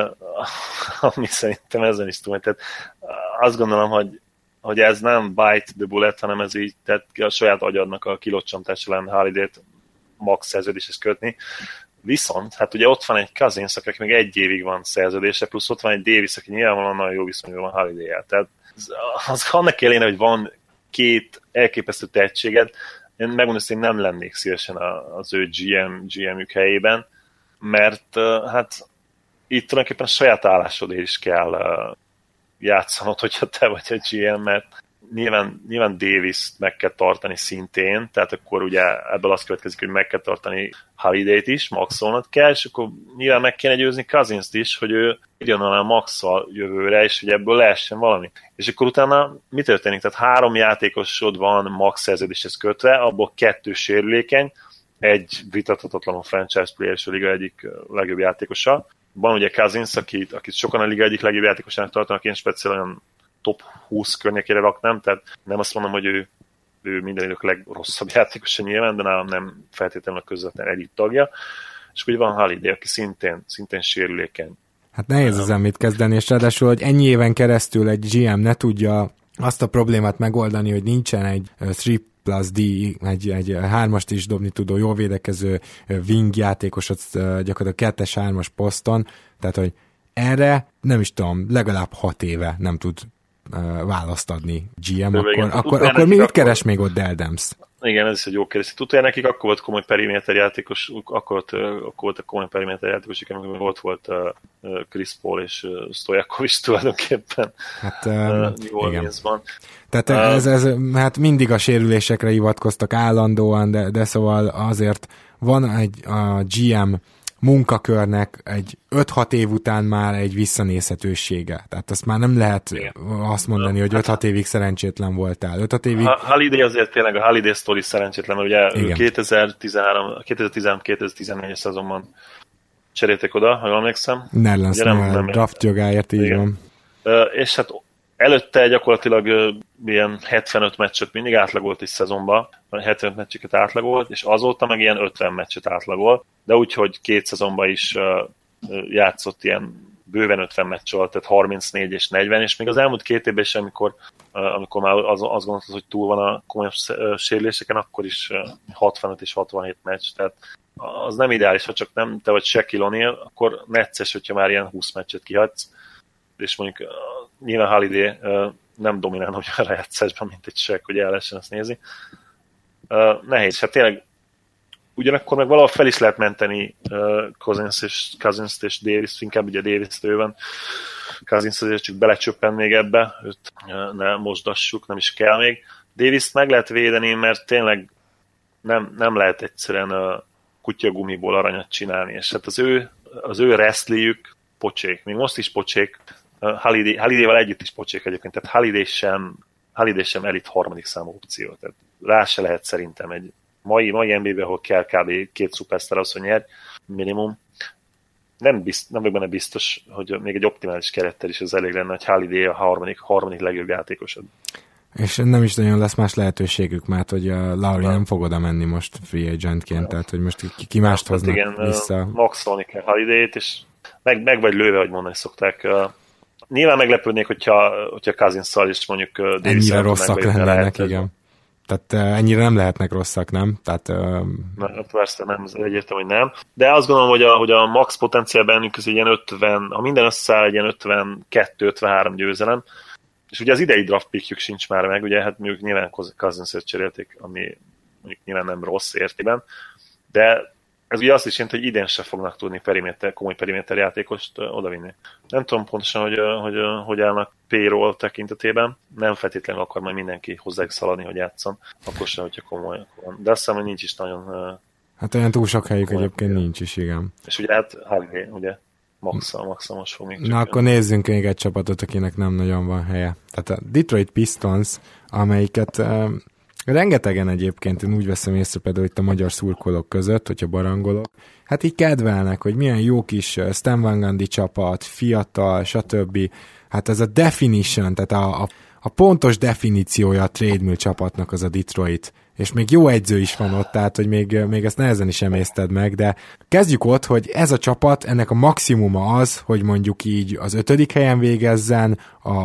ami szerintem ezen is tudom, tehát azt gondolom, hogy ez nem bite the bullet, hanem ez így, tehát a saját agyadnak a kilocsantása lenne Holiday-t max szerződéshez kötni. Viszont, hát ugye ott van egy Cousins, akinek még 1 évig van szerződése, plusz ott van egy Davis, aki nyilvánvalóan nagyon jó viszonyban van Holiday-jel. Tehát az annak ellenére, hogy van 2 elképesztő tehetséget, én megmondom, hogy nem lennék szívesen az ő GM-ük helyében, mert hát itt tulajdonképpen a saját állásodért is kell játszanod, hogyha te vagy a GM, mert nyilván Davis-t meg kell tartani szintén, tehát akkor ugye ebből az következik, hogy meg kell tartani Holiday-t is, maxolnod kell, és akkor nyilván meg kéne győzni Cousinst is, hogy ő írjon alá maxol jövőre, és hogy ebből lehessen valami. És akkor utána mi történik? Tehát 3 játékosod van max szerződéshez kötve, abból 2 sérülékeny, egy vitathatatlanul franchise player és a liga egyik legjobb játékosa. Van ugye Cousins, akit sokan a liga egyik legjobb játékosának tartanak, én speciál olyan top 20 környékére raknám, tehát nem azt mondom, hogy ő minden idők legrosszabb játékosa nyilván, de nálam nem feltétlenül a közvetlen elit tagja. És ugye van Holiday, aki szintén sérülékeny. Hát nehéz ezen mit kezdeni, és ráadásul, hogy ennyi éven keresztül egy GM ne tudja azt a problémát megoldani, hogy nincsen egy 3+D, egy hármast is dobni tudó, jól védekező wing játékosot gyakorlatilag 2-3-as poszton, tehát hogy erre nem is tudom, legalább 6 éve nem tud választ adni GM, akkor mit keres még ott Adams? Igen, ez is egy jó kérdés. Tudja, nekik akkor volt komoly periméter játékos, akkor volt a komoly periméter játékos, amikor ott volt Chris Paul és Stojakovic tulajdonképpen New Orleansban. Tehát hát mindig a sérülésekre hivatkoztak állandóan, de szóval azért van a GM munkakörnek egy 5-6 év után már egy visszanézhetősége. Tehát azt már nem lehet azt mondani, hogy 5-6 évig szerencsétlen voltál. 5-6 évig... Holiday azért tényleg a Holiday Story szerencsétlen, mert ugye 2013-2014-es szezonban cserélték oda, ha jól emlékszem. Nerlens draft jogáért, így van. És hát előtte gyakorlatilag ilyen 75 meccset mindig átlagolt is szezonban, 75 meccseket átlagolt, és azóta meg ilyen 50 meccset átlagol, de úgy, hogy 2 szezonban is játszott ilyen bőven 50 meccs alatt, tehát 34 és 40, és még az elmúlt 2 évben is, amikor már azt gondoltad, hogy túl van a komolyabb sérüléseken, akkor is 65 és 67 meccs, tehát az nem ideális, ha csak nem te vagy Shaquille O'Neal, akkor necces, hogyha már ilyen 20 meccset kihagysz, és mondjuk nyilván Holiday nem dominál olyan rájátszásban, mint egy Shaq, hogy el lehessen ezt nézni. Nehéz, hát tényleg ugyanakkor meg valahol fel is lehet menteni Cousins-t és Davis-t, inkább ugye Davis-t őven. Cousins azért csak belecsöppen még ebbe, őt ne mosdassuk, nem is kell még. Davis-t meg lehet védeni, mert tényleg nem lehet egyszerűen kutyagumiból aranyat csinálni, és hát az ő wrestlijük pocsék, még most is pocsék, Holiday-val együtt is pocsék egyébként, tehát Holiday sem elit harmadik számú opció, tehát rá se lehet szerintem egy mai NBA-ben, ahol kell kb. 2 szupersztár az, hogy nyer, minimum. Nem vagyok benne biztos, hogy még egy optimális kerettel is az elég lenne, hogy Holiday a harmadik legjobb játékosod. És nem is nagyon lesz más lehetőségük, mert hogy a Lowry nem fog oda menni most free agentként, tehát hogy most ki mást hoznak vissza. Maxolni kell Holiday-t, és meg vagy lőve, hogy mondani szokták. Nyilván meglepődnék, hogyha Cousinsszal is mondjuk Davis ennyire rosszak lennének, igen. Tehát ennyire nem lehetnek rosszak, nem? Tehát, persze nem, egyértelmű, hogy nem. De azt gondolom, hogy a max potenciál bennünk az egy ilyen 50, ha minden összeáll, egy ilyen 52-53 győzelem, és ugye az idei draft pickjük sincs már meg, ugye hát mondjuk nyilván Cousins-ért cserélték, ami mondjuk nyilván nem rossz értében, de ez ugye azt is jelenti, hogy idén se fognak tudni komoly periméter játékost odavinni. Nem tudom pontosan, hogy állnak payroll tekintetében, nem feltétlenül akar majd mindenki hozzájuk szaladni, hogy játszon, akkor sem, hogyha komoly. De azt hiszem, hogy nincs is nagyon... Hát olyan túl sok helyük egyébként nincs is, igen. És ugye hát Holiday, ugye maximum fog még. Na akkor nézzünk még egy csapatot, akinek nem nagyon van helye. Tehát a Detroit Pistons, amelyiket rengetegen egyébként, én úgy veszem észre például itt a magyar szurkolók között, hogyha barangolok, hát így kedvelnek, hogy milyen jó kis Stan Van Gundy csapat, fiatal, stb. Hát ez a definition, tehát a pontos definíciója a trade mill csapatnak az a Detroit, és még jó edző is van ott, tehát hogy még ezt nehezen is emészted meg, de kezdjük ott, hogy ez a csapat, ennek a maximuma az, hogy mondjuk így az 5. helyen végezzen,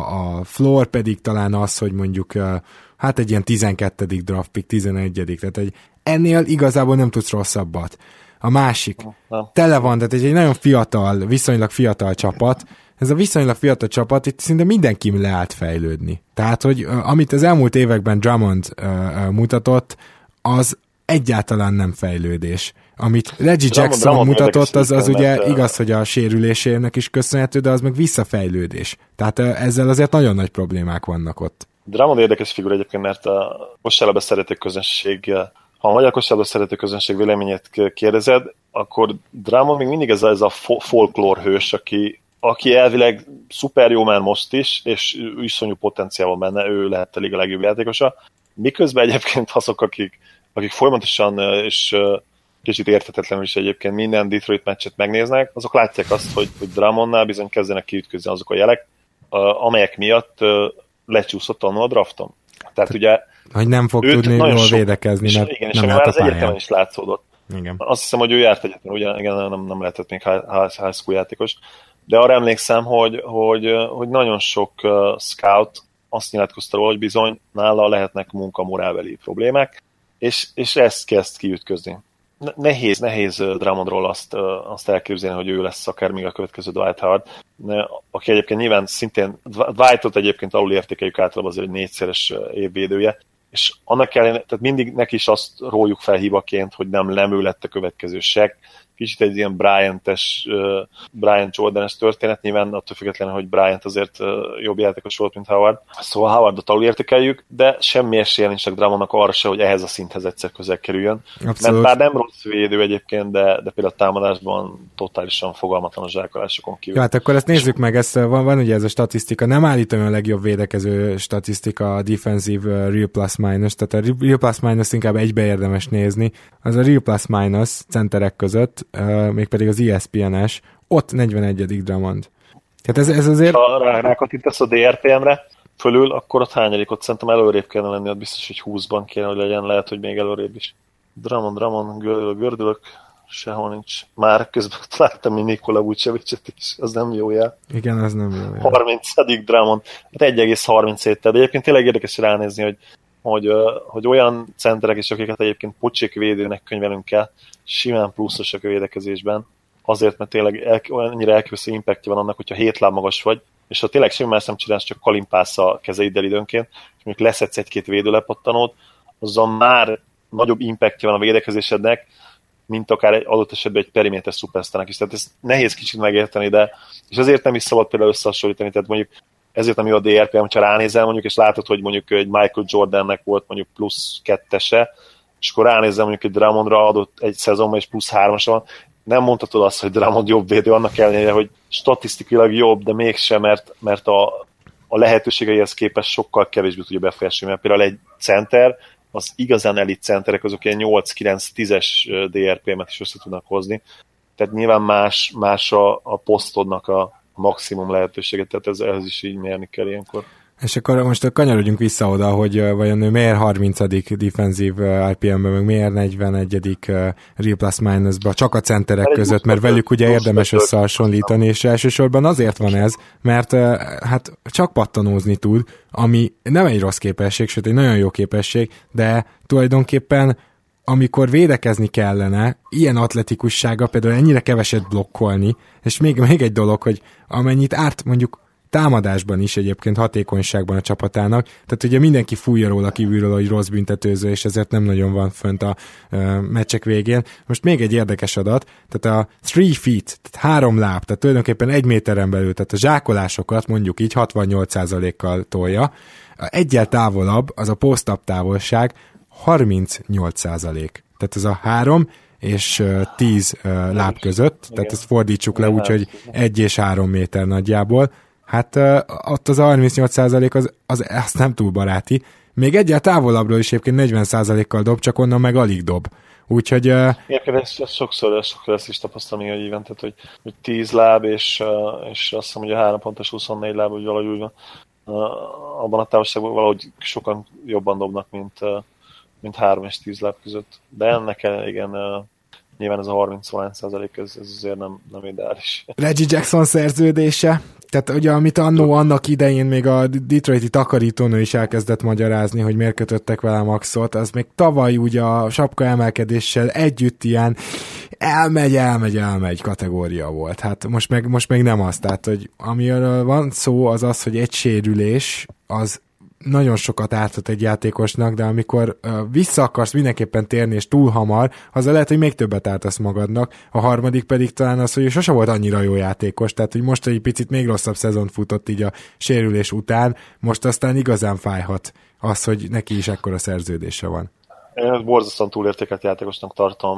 a floor pedig talán az, hogy mondjuk hát egy ilyen 12. draft pick, 11. Tehát ennél igazából nem tudsz rosszabbat. A másik, tele van, tehát egy nagyon fiatal, viszonylag fiatal csapat, ez a viszonylag fiatal csapat, itt szinte mindenki leállt fejlődni. Tehát, hogy amit az elmúlt években Drummond mutatott, az egyáltalán nem fejlődés. Amit Reggie Jackson mutatott, az ugye igaz, hogy a sérülésének is köszönhető, de az meg visszafejlődés. Tehát ezzel azért nagyon nagy problémák vannak ott. Drummond érdekes figura egyébként, mert a kosárlabda szerető közönség, ha a magyar kosárlabda szerető közönség véleményét kérdezed, akkor Drummond még mindig ez a folklór hős, aki elvileg szuper jó már most is, és iszonyú potenciál van benne, ő lehet a liga legjobb játékosa. Miközben egyébként azok, akik folyamatosan és kicsit érthetetlenül is egyébként minden Detroit meccset megnéznek, azok látják azt, hogy Drummondnál bizony kezdenek kiütközni azok a jelek, amelyek miatt lecsúszott annól a drafton. Tehát ugye... Hogy nem fog tudni jól védekezni, mert igen, nem lehet a pályán. Egyetemen is látszódott. Igen. Azt hiszem, hogy ő járt egyetemen, ugye igen, nem lehetett még high school játékos, de arra emlékszem, hogy nagyon sok scout azt nyilatkozta róla, hogy bizony nála lehetnek munkamorálbeli problémák, és ezt kezd kiütközni. Nehéz Drummondról azt elképzelni, hogy ő lesz akár még a következő Dwight Howard, aki egyébként nyilván szintén, Dwightot egyébként alul értékeljük általában azért egy 4-szeres évvédője, és annak ellenére, tehát mindig neki is azt róljuk fel hibaként, hogy nem ő lett a következő Shaq. Kicsit egy ilyen Bryant Jordan-es történet, nyilván attól függetlenül, hogy Bryant azért jobb játékos volt, mint Howard. Szóval Howardot alul értékeljük, de semmi esélye nincs Drummondnak arra se, hogy ehhez a szinthez egyszer közel kerüljön. Abszolút. Mert bár nem rossz védő egyébként, de például a támadásban totálisan fogalmatlan a zsákolásokon kívül. Ja, hát akkor ezt nézzük meg, van ugye ez a statisztika, nem állítom a legjobb védekező statisztika a defensive real plus minus, tehát a real plus minus inkább egybe érdemes nézni. Az a real plus minus centerek között, mégpedig az ESPN-es, ott 41. Drummond. Tehát ez azért... Ha rákattintasz a DRPM-re fölül, akkor ott hányadik? Ott szerintem előrébb kellene lenni, ott biztos, hogy 20-ban kéne, hogy legyen, lehet, hogy még előrébb is. Drummond, gördülök, sehol nincs. Már közben láttam, hogy Nikola Vucevicet is, az nem jó jel. Igen, az nem jó jel. 30. Drummond, hát 1,37, de egyébként tényleg érdekes ránézni, hogy olyan centerek is, akiket egyébként pocsék védőnek könyvelünk el, simán pluszosak a védekezésben, azért, mert tényleg annyira elképesztő impactja van annak, hogyha 7 láb magas vagy, és ha tényleg semmi más nem csinálsz, csak kalimpálsz a kezeiddel időnként, és mondjuk leszedsz egy-két védőlepattanót, azzal már nagyobb impactja van a védekezésednek, mint akár egy adott esetben egy periméter szupersztárnak is. Tehát ez nehéz kicsit megérteni, de és azért nem is szabad például összehasonlítani, tehát mondjuk ezért nem jó a DRPM, hogyha ránézel mondjuk, és látod, hogy mondjuk egy Michael Jordannek volt mondjuk plusz 2-ese, és akkor ránézel mondjuk egy Drummondra adott egy szezonban, és plusz 3-as van, nem mondhatod azt, hogy Drummond jobb védő, annak ellenére, hogy statisztikailag jobb, de mégsem, mert a lehetőségeihez képest sokkal kevésbé tudja befolyásolni, mert például egy center, az igazán elit centerek, azok ilyen 8-9-10-es DRPM-et is össze tudnak hozni, tehát nyilván más a posztodnak a maximum lehetőséget, tehát ez is így mérni kell ilyenkor. És akkor most kanyarodjunk vissza oda, hogy vajon ő miért 30. defensív RPM-ben, meg miért 41. real plus minus-ba, csak a centerek között, mert velük ugye érdemes összehasonlítani, és elsősorban azért van ez, mert hát csak pattanózni tud, ami nem egy rossz képesség, sőt egy nagyon jó képesség, de tulajdonképpen amikor védekezni kellene, ilyen atletikussága például ennyire keveset blokkolni, és még egy dolog, hogy amennyit árt mondjuk támadásban is egyébként hatékonyságban a csapatának, tehát ugye mindenki fújja róla kívülről, hogy rossz büntetőző, és ezért nem nagyon van fönt a meccsek végén. Most még egy érdekes adat, tehát a 3 feet, tehát 3 láb, tehát tulajdonképpen 1 méteren belül, tehát a zsákolásokat mondjuk így 68%-kal tolja, egyel távolabb az a post-up távolság 38%. Tehát ez a 3 és 10 láb között, tehát ezt fordítsuk le úgy, hogy 1 és 3 méter nagyjából. Hát ott az a 38% az nem túl baráti. Még egyel távolabbról is egyébként 40%-kal dob, csak onnan meg alig dob. Úgyhogy... Egyébként ezt sokszor ezt is tapasztalom, hogy így van, tehát hogy 10 láb, és azt hiszem, hogy a 3 pontos 24 láb, hogy valahogy úgy van. Abban a távolságban valahogy sokan jobban dobnak, mint 3 és 10 láb között. De ennek igen, nyilván ez a 30-40%, ez azért nem ideális. Reggie Jackson szerződése, tehát ugye amit annak idején még a Detroiti takarítónő is elkezdett magyarázni, hogy miért kötöttek vele maxot, az még tavaly ugye a sapka emelkedéssel együtt ilyen elmegy kategória volt. Hát most meg nem az, tehát hogy amiről van szó az, hogy egy sérülés az nagyon sokat ártott egy játékosnak, de amikor vissza akarsz mindenképpen térni, és túl hamar, az lehet, hogy még többet ártasz magadnak. A harmadik pedig talán az, hogy sose volt annyira jó játékos, tehát hogy most egy picit még rosszabb szezont futott így a sérülés után, most aztán igazán fájhat az, hogy neki is ekkora szerződése van. Én borzasztóan túlértékelt játékosnak tartom,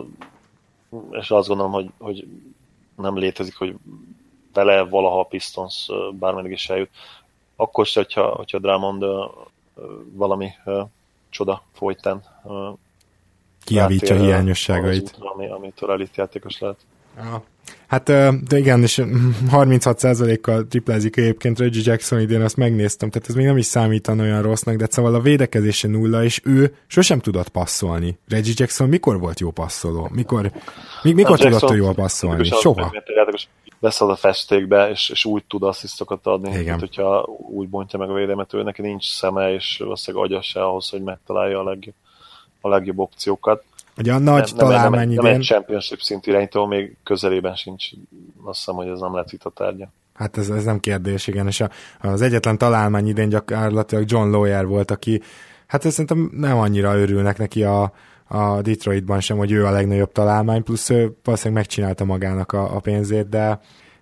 és azt gondolom, hogy nem létezik, hogy vele valaha a Pistons bármeddig is eljut. Akkor se, hogyha Drummond valami csoda folytán kijavítja hiányosságait. Amitől elit játékos lehet. Ja. Hát, de igen, és 36%-kal triplázik egyébként Reggie Jackson idén, azt megnéztem, tehát ez még nem is számítan olyan rossznak, de szóval a védekezése nulla, és ő sosem tudott passzolni. Reggie Jackson mikor volt jó passzoló? Mikor tudott ő jól passzolni? Soha. beszad a festékbe, és úgy tud asszisztokat adni, Igen. mint hogyha úgy bontja meg a védelmet, ő neki nincs szeme, és valószínűleg agya se ahhoz, hogy megtalálja a legjobb opciókat. Ugye a nagy találmány idén... Nem egy championship szintű irányító, még közelében sincs. Azt hiszem, hogy ez nem lett vita tárgya. Hát ez nem kérdés, igen, és az egyetlen találmány idén gyakorlatilag John Lawyer volt, aki, hát szerintem nem annyira örülnek neki a Detroitban sem, hogy ő a legnagyobb találmány, plusz ő valószínűleg megcsinálta magának a pénzét, de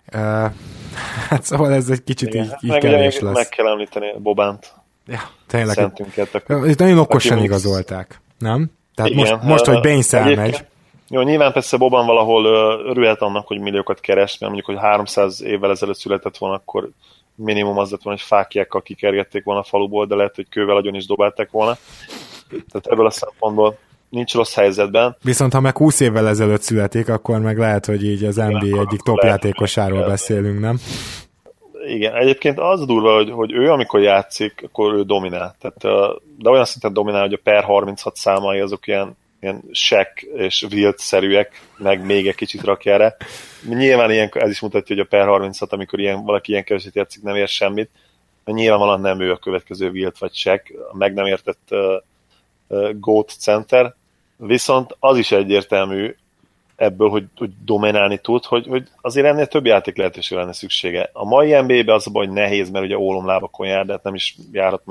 hát szóval ez egy kicsit így kevés lesz. Meg kell említeni Bobánt. Ja, tényleg. Szentünket. Itt nagyon okosan igazolták, nem? Tehát igen, most hogy Baines elmegy. Jó, nyilván persze Boban valahol örülhet annak, hogy milliókat keres, mert mondjuk, hogy 300 évvel ezelőtt született volna, akkor minimum az lett volna, hogy fáklyákkal kikergették volna a faluból, de lehet, hogy kővel agyon is dobálták volna. Tehát ebből a szempontból nincs rossz helyzetben. Viszont ha meg 20 évvel ezelőtt születik, akkor meg lehet, hogy így az NBA egyik topjátékosáról beszélünk, nem? Igen, egyébként az durva, hogy ő amikor játszik, akkor ő dominál. Tehát, de olyan szinten dominál, hogy a per 36 számai azok ilyen Shaq és Wilt-szerűek, meg még egy kicsit rakja erre. Nyilván ez is mutatja, hogy a per 36, amikor valaki ilyen keveset játszik, nem ér semmit. Nyilvánvalóan nem ő a következő Wilt vagy Shaq, a meg nem értett GOAT center. Viszont az is egyértelmű ebből, hogy dominálni tud, hogy azért ennél több játék lehetőség lenne szüksége. A mai NBA-ben az a baj, hogy nehéz, mert ugye ólomlábakon jár, de hát nem is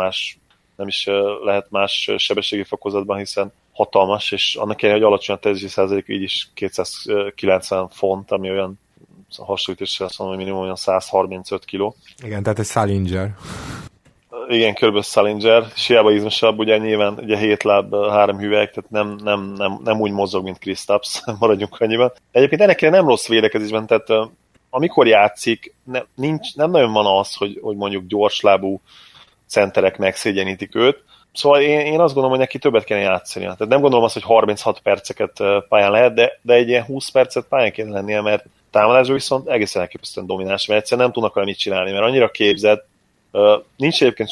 lehet más sebességi fokozatban, hiszen hatalmas, és annak ellenére, hogy alacsony a teljesítő százalék, így is 290 font, ami olyan hasonlítással azt mondom, hogy minimum olyan 135 kiló. Igen, tehát egy Salinger. Igen, körülbelül Salinger, és hiába izmosabb, ugye nyilván ugye 7 láb, 3 hüvelyk, tehát nem úgy mozog, mint Kristaps, maradjunk annyiban. Egyébként ennek nem rossz védekezésben, tehát amikor játszik, nem nagyon van az, hogy mondjuk gyorslábú centerek megszégyenítik őt. Szóval én azt gondolom, hogy neki többet kéne játszani. Tehát nem gondolom azt, hogy 36 perceket pályán lehet, de egy ilyen 20 percet pályán kéne lennie, mert támadásban viszont egészen elképesztően domináns, mert egyszerűen nem tudnak vele mit csinálni, mert annyira képzett. Nincs egyébként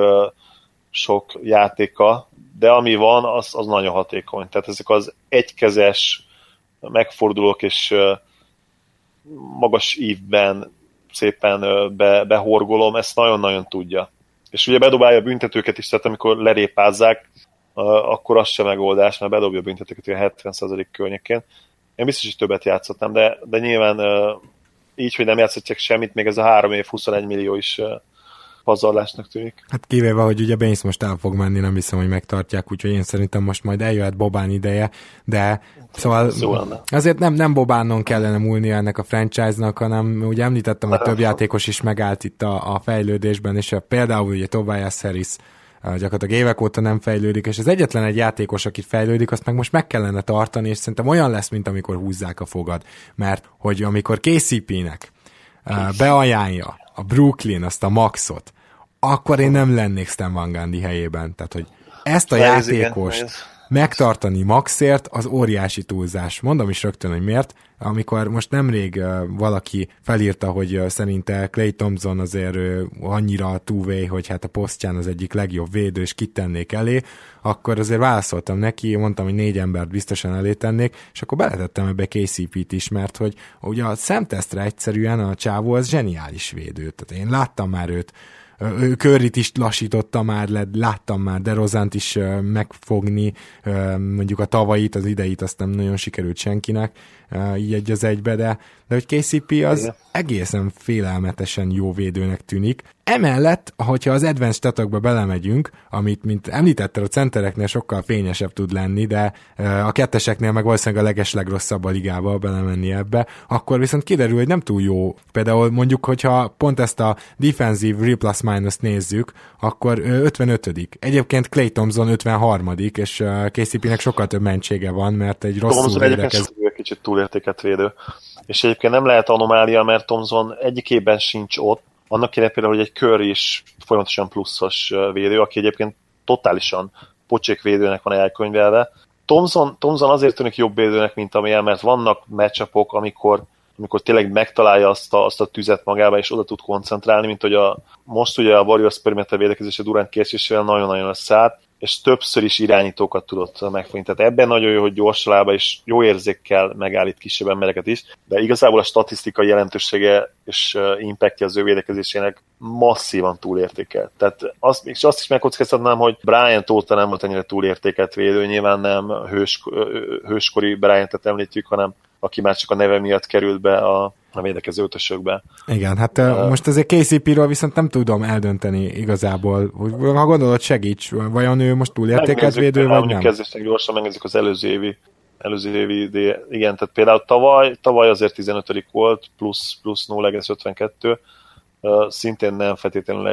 sok játéka, de ami van, az nagyon hatékony. Tehát ezek az egykezes megfordulók és magas ívben szépen behorgolom, ezt nagyon-nagyon tudja. És ugye bedobálja a büntetőket is, tehát amikor lerépázzák, akkor az sem megoldás, mert bedobja a büntetőket a 70% környékén. Én biztos, hogy többet játszottam, de nyilván így, hogy nem játszhatják semmit, még ez a 3 év 21 millió is pazarlásnak tűnik. Hát kivéve, hogy ugye Baines most el fog menni, nem hiszem, hogy megtartják, úgyhogy én szerintem most majd eljöhet Boban ideje, de szóval azért nem Bobánon kellene múlnia ennek a franchise-nak, hanem ugye említettem, hogy több játékos is megállt itt a fejlődésben, és például ugye Tobias Harris gyakorlatilag évek óta nem fejlődik, és az egyetlen egy játékos, akit fejlődik, azt meg most meg kellene tartani, és szerintem olyan lesz, mint amikor húzzák a fogad, mert hogy amikor KCP-nek beajánlja a Brooklyn azt a maxot, akkor én nem lennék Stan Van Gundy helyében. Tehát, hogy ezt a játékost megtartani maxért, az óriási túlzás. Mondom is rögtön, hogy miért. Amikor most nemrég valaki felírta, hogy szerinte Klay Thompson azért annyira two-way, hogy hát a posztján az egyik legjobb védő, és kitennék elé, akkor azért válaszoltam neki, mondtam, hogy 4 embert biztosan elé tennék, és akkor beletettem ebbe KCP-t is, mert hogy ugye a szemtesztre egyszerűen a csávó az zseniális védő. Tehát én láttam már őt, Curryt is lassította már le, láttam már DeRozant is megfogni, mondjuk a tavait, az ideit azt nem nagyon sikerült senkinek, így egy az egybe, de hogy KCP az egészen félelmetesen jó védőnek tűnik. Emellett, hogyha az advanced statokba belemegyünk, amit, mint említetted, a centereknél sokkal fényesebb tud lenni, de a ketteseknél meg valószínűleg a legeslegrosszabb a ligába belemenni ebbe, akkor viszont kiderül, hogy nem túl jó. Például mondjuk, hogyha pont ezt a defensive real plus minus nézzük, akkor 55. Egyébként Klay Thompson 53. és KCP-nek sokkal több mentsége van, mert egy rosszul védekező. Kicsit túlértéket védő. És egyébként nem lehet anomália, mert Thompson egyikében sincs ott, annak kéne például, hogy egy Curry is folyamatosan pluszos védő, aki egyébként totálisan pocsék védőnek van elkönyvelve. Thompson azért tűnik jobb védőnek, mint amilyen, mert vannak matchupok, amikor amikor tényleg megtalálja azt a tüzet magába, és oda tud koncentrálni, mint hogy most ugye a Warriors perimeter védekezése Durant késésével nagyon-nagyon összeállt, és többször is irányítókat tudott megfogni. Tehát ebben nagyon jó, hogy gyors lába és jó érzékkel megállít kisebb embereket is, de igazából a statisztikai jelentősége és impactja az ő védekezésének masszívan túlértékelt. Tehát azt is megkockáztatnám, hogy Bryant óta nem volt ennyire túlértékelt védő, nyilván nem hőskori Bryantet említjük, hanem aki már csak a neve miatt került be a védekező ötösökbe. Igen, hát most azért KCP-ről viszont nem tudom eldönteni igazából. Ha gondolod, segíts, vajon ő most túlértékelt védő, vagy nem? Kezdésnek gyorsan megnézzük az előző évi, de igen, tehát például tavaly azért 15. volt, plusz 0,52, szintén nem feltétlenül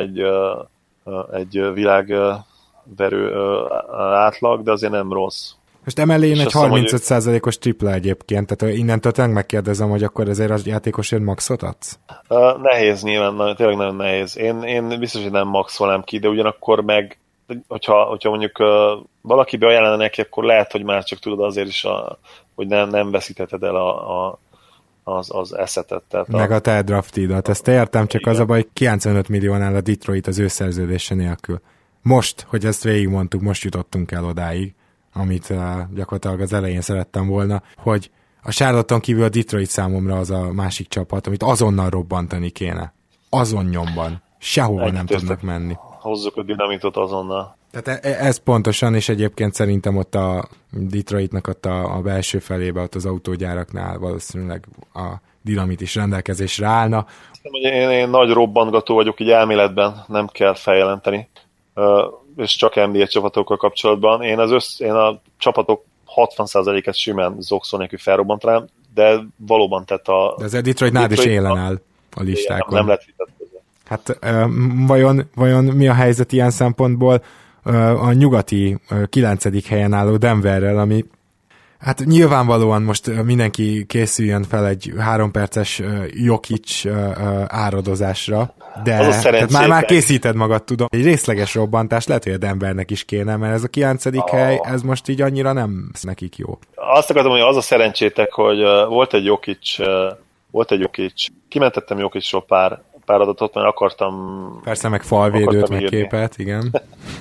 egy világverő átlag, de azért nem rossz. Most emellé jön egy 35%-os tripla egyébként, tehát innentől tényleg megkérdezem, hogy akkor ezért a játékosért maxot adsz? Nehéz nyilván, tényleg nagyon nehéz. Én biztos, hogy nem maxolnám ki, de ugyanakkor meg, hogyha mondjuk valaki beajánlana neki, akkor lehet, hogy már csak tudod azért is, hogy nem veszítheted el az eszetet. Meg a te draftidat, ezt értem, csak igen. Az a baj, 95 milliónál a Detroit az ő szerződése nélkül. Most, hogy ezt végigmondtuk, most jutottunk el odáig, amit gyakorlatilag az elején szerettem volna, hogy a Charlotte-on kívül a Detroit számomra az a másik csapat, amit azonnal robbantani kéne. Azon nyomban. Sehova nem tudnak menni. Hozzuk a dinamitot azonnal. Tehát ez pontosan, és egyébként szerintem ott a Detroitnak ott a belső felébe, ott az autógyáraknál valószínűleg a dinamit is rendelkezésre állna. Én nagy robbantgató vagyok így elméletben, nem kell feljelenteni. És csak NBA csapatokkal kapcsolatban. Én a csapatok 60%-et simán zokszó nélkül felrobbant rám, de valóban tett De az Detroit nád is élen áll a listákon. Nem lett vitatkozó. Hát vajon mi a helyzet ilyen szempontból a nyugati 9. helyen álló Denverrel, ami hát nyilvánvalóan most mindenki készüljön fel egy 3 perces Jokic áradozásra, de már készíted magad, tudom. Egy részleges robbantás lehet, hogy a Denvernek is kéne, mert ez a 9. hely, ez most így annyira nem nekik jó. Azt akartam, hogy az a szerencsétek, hogy volt egy Jokic, kimentettem Jokicról pár adatot, mert akartam... Persze, meg falvédőt, meg képet, igen.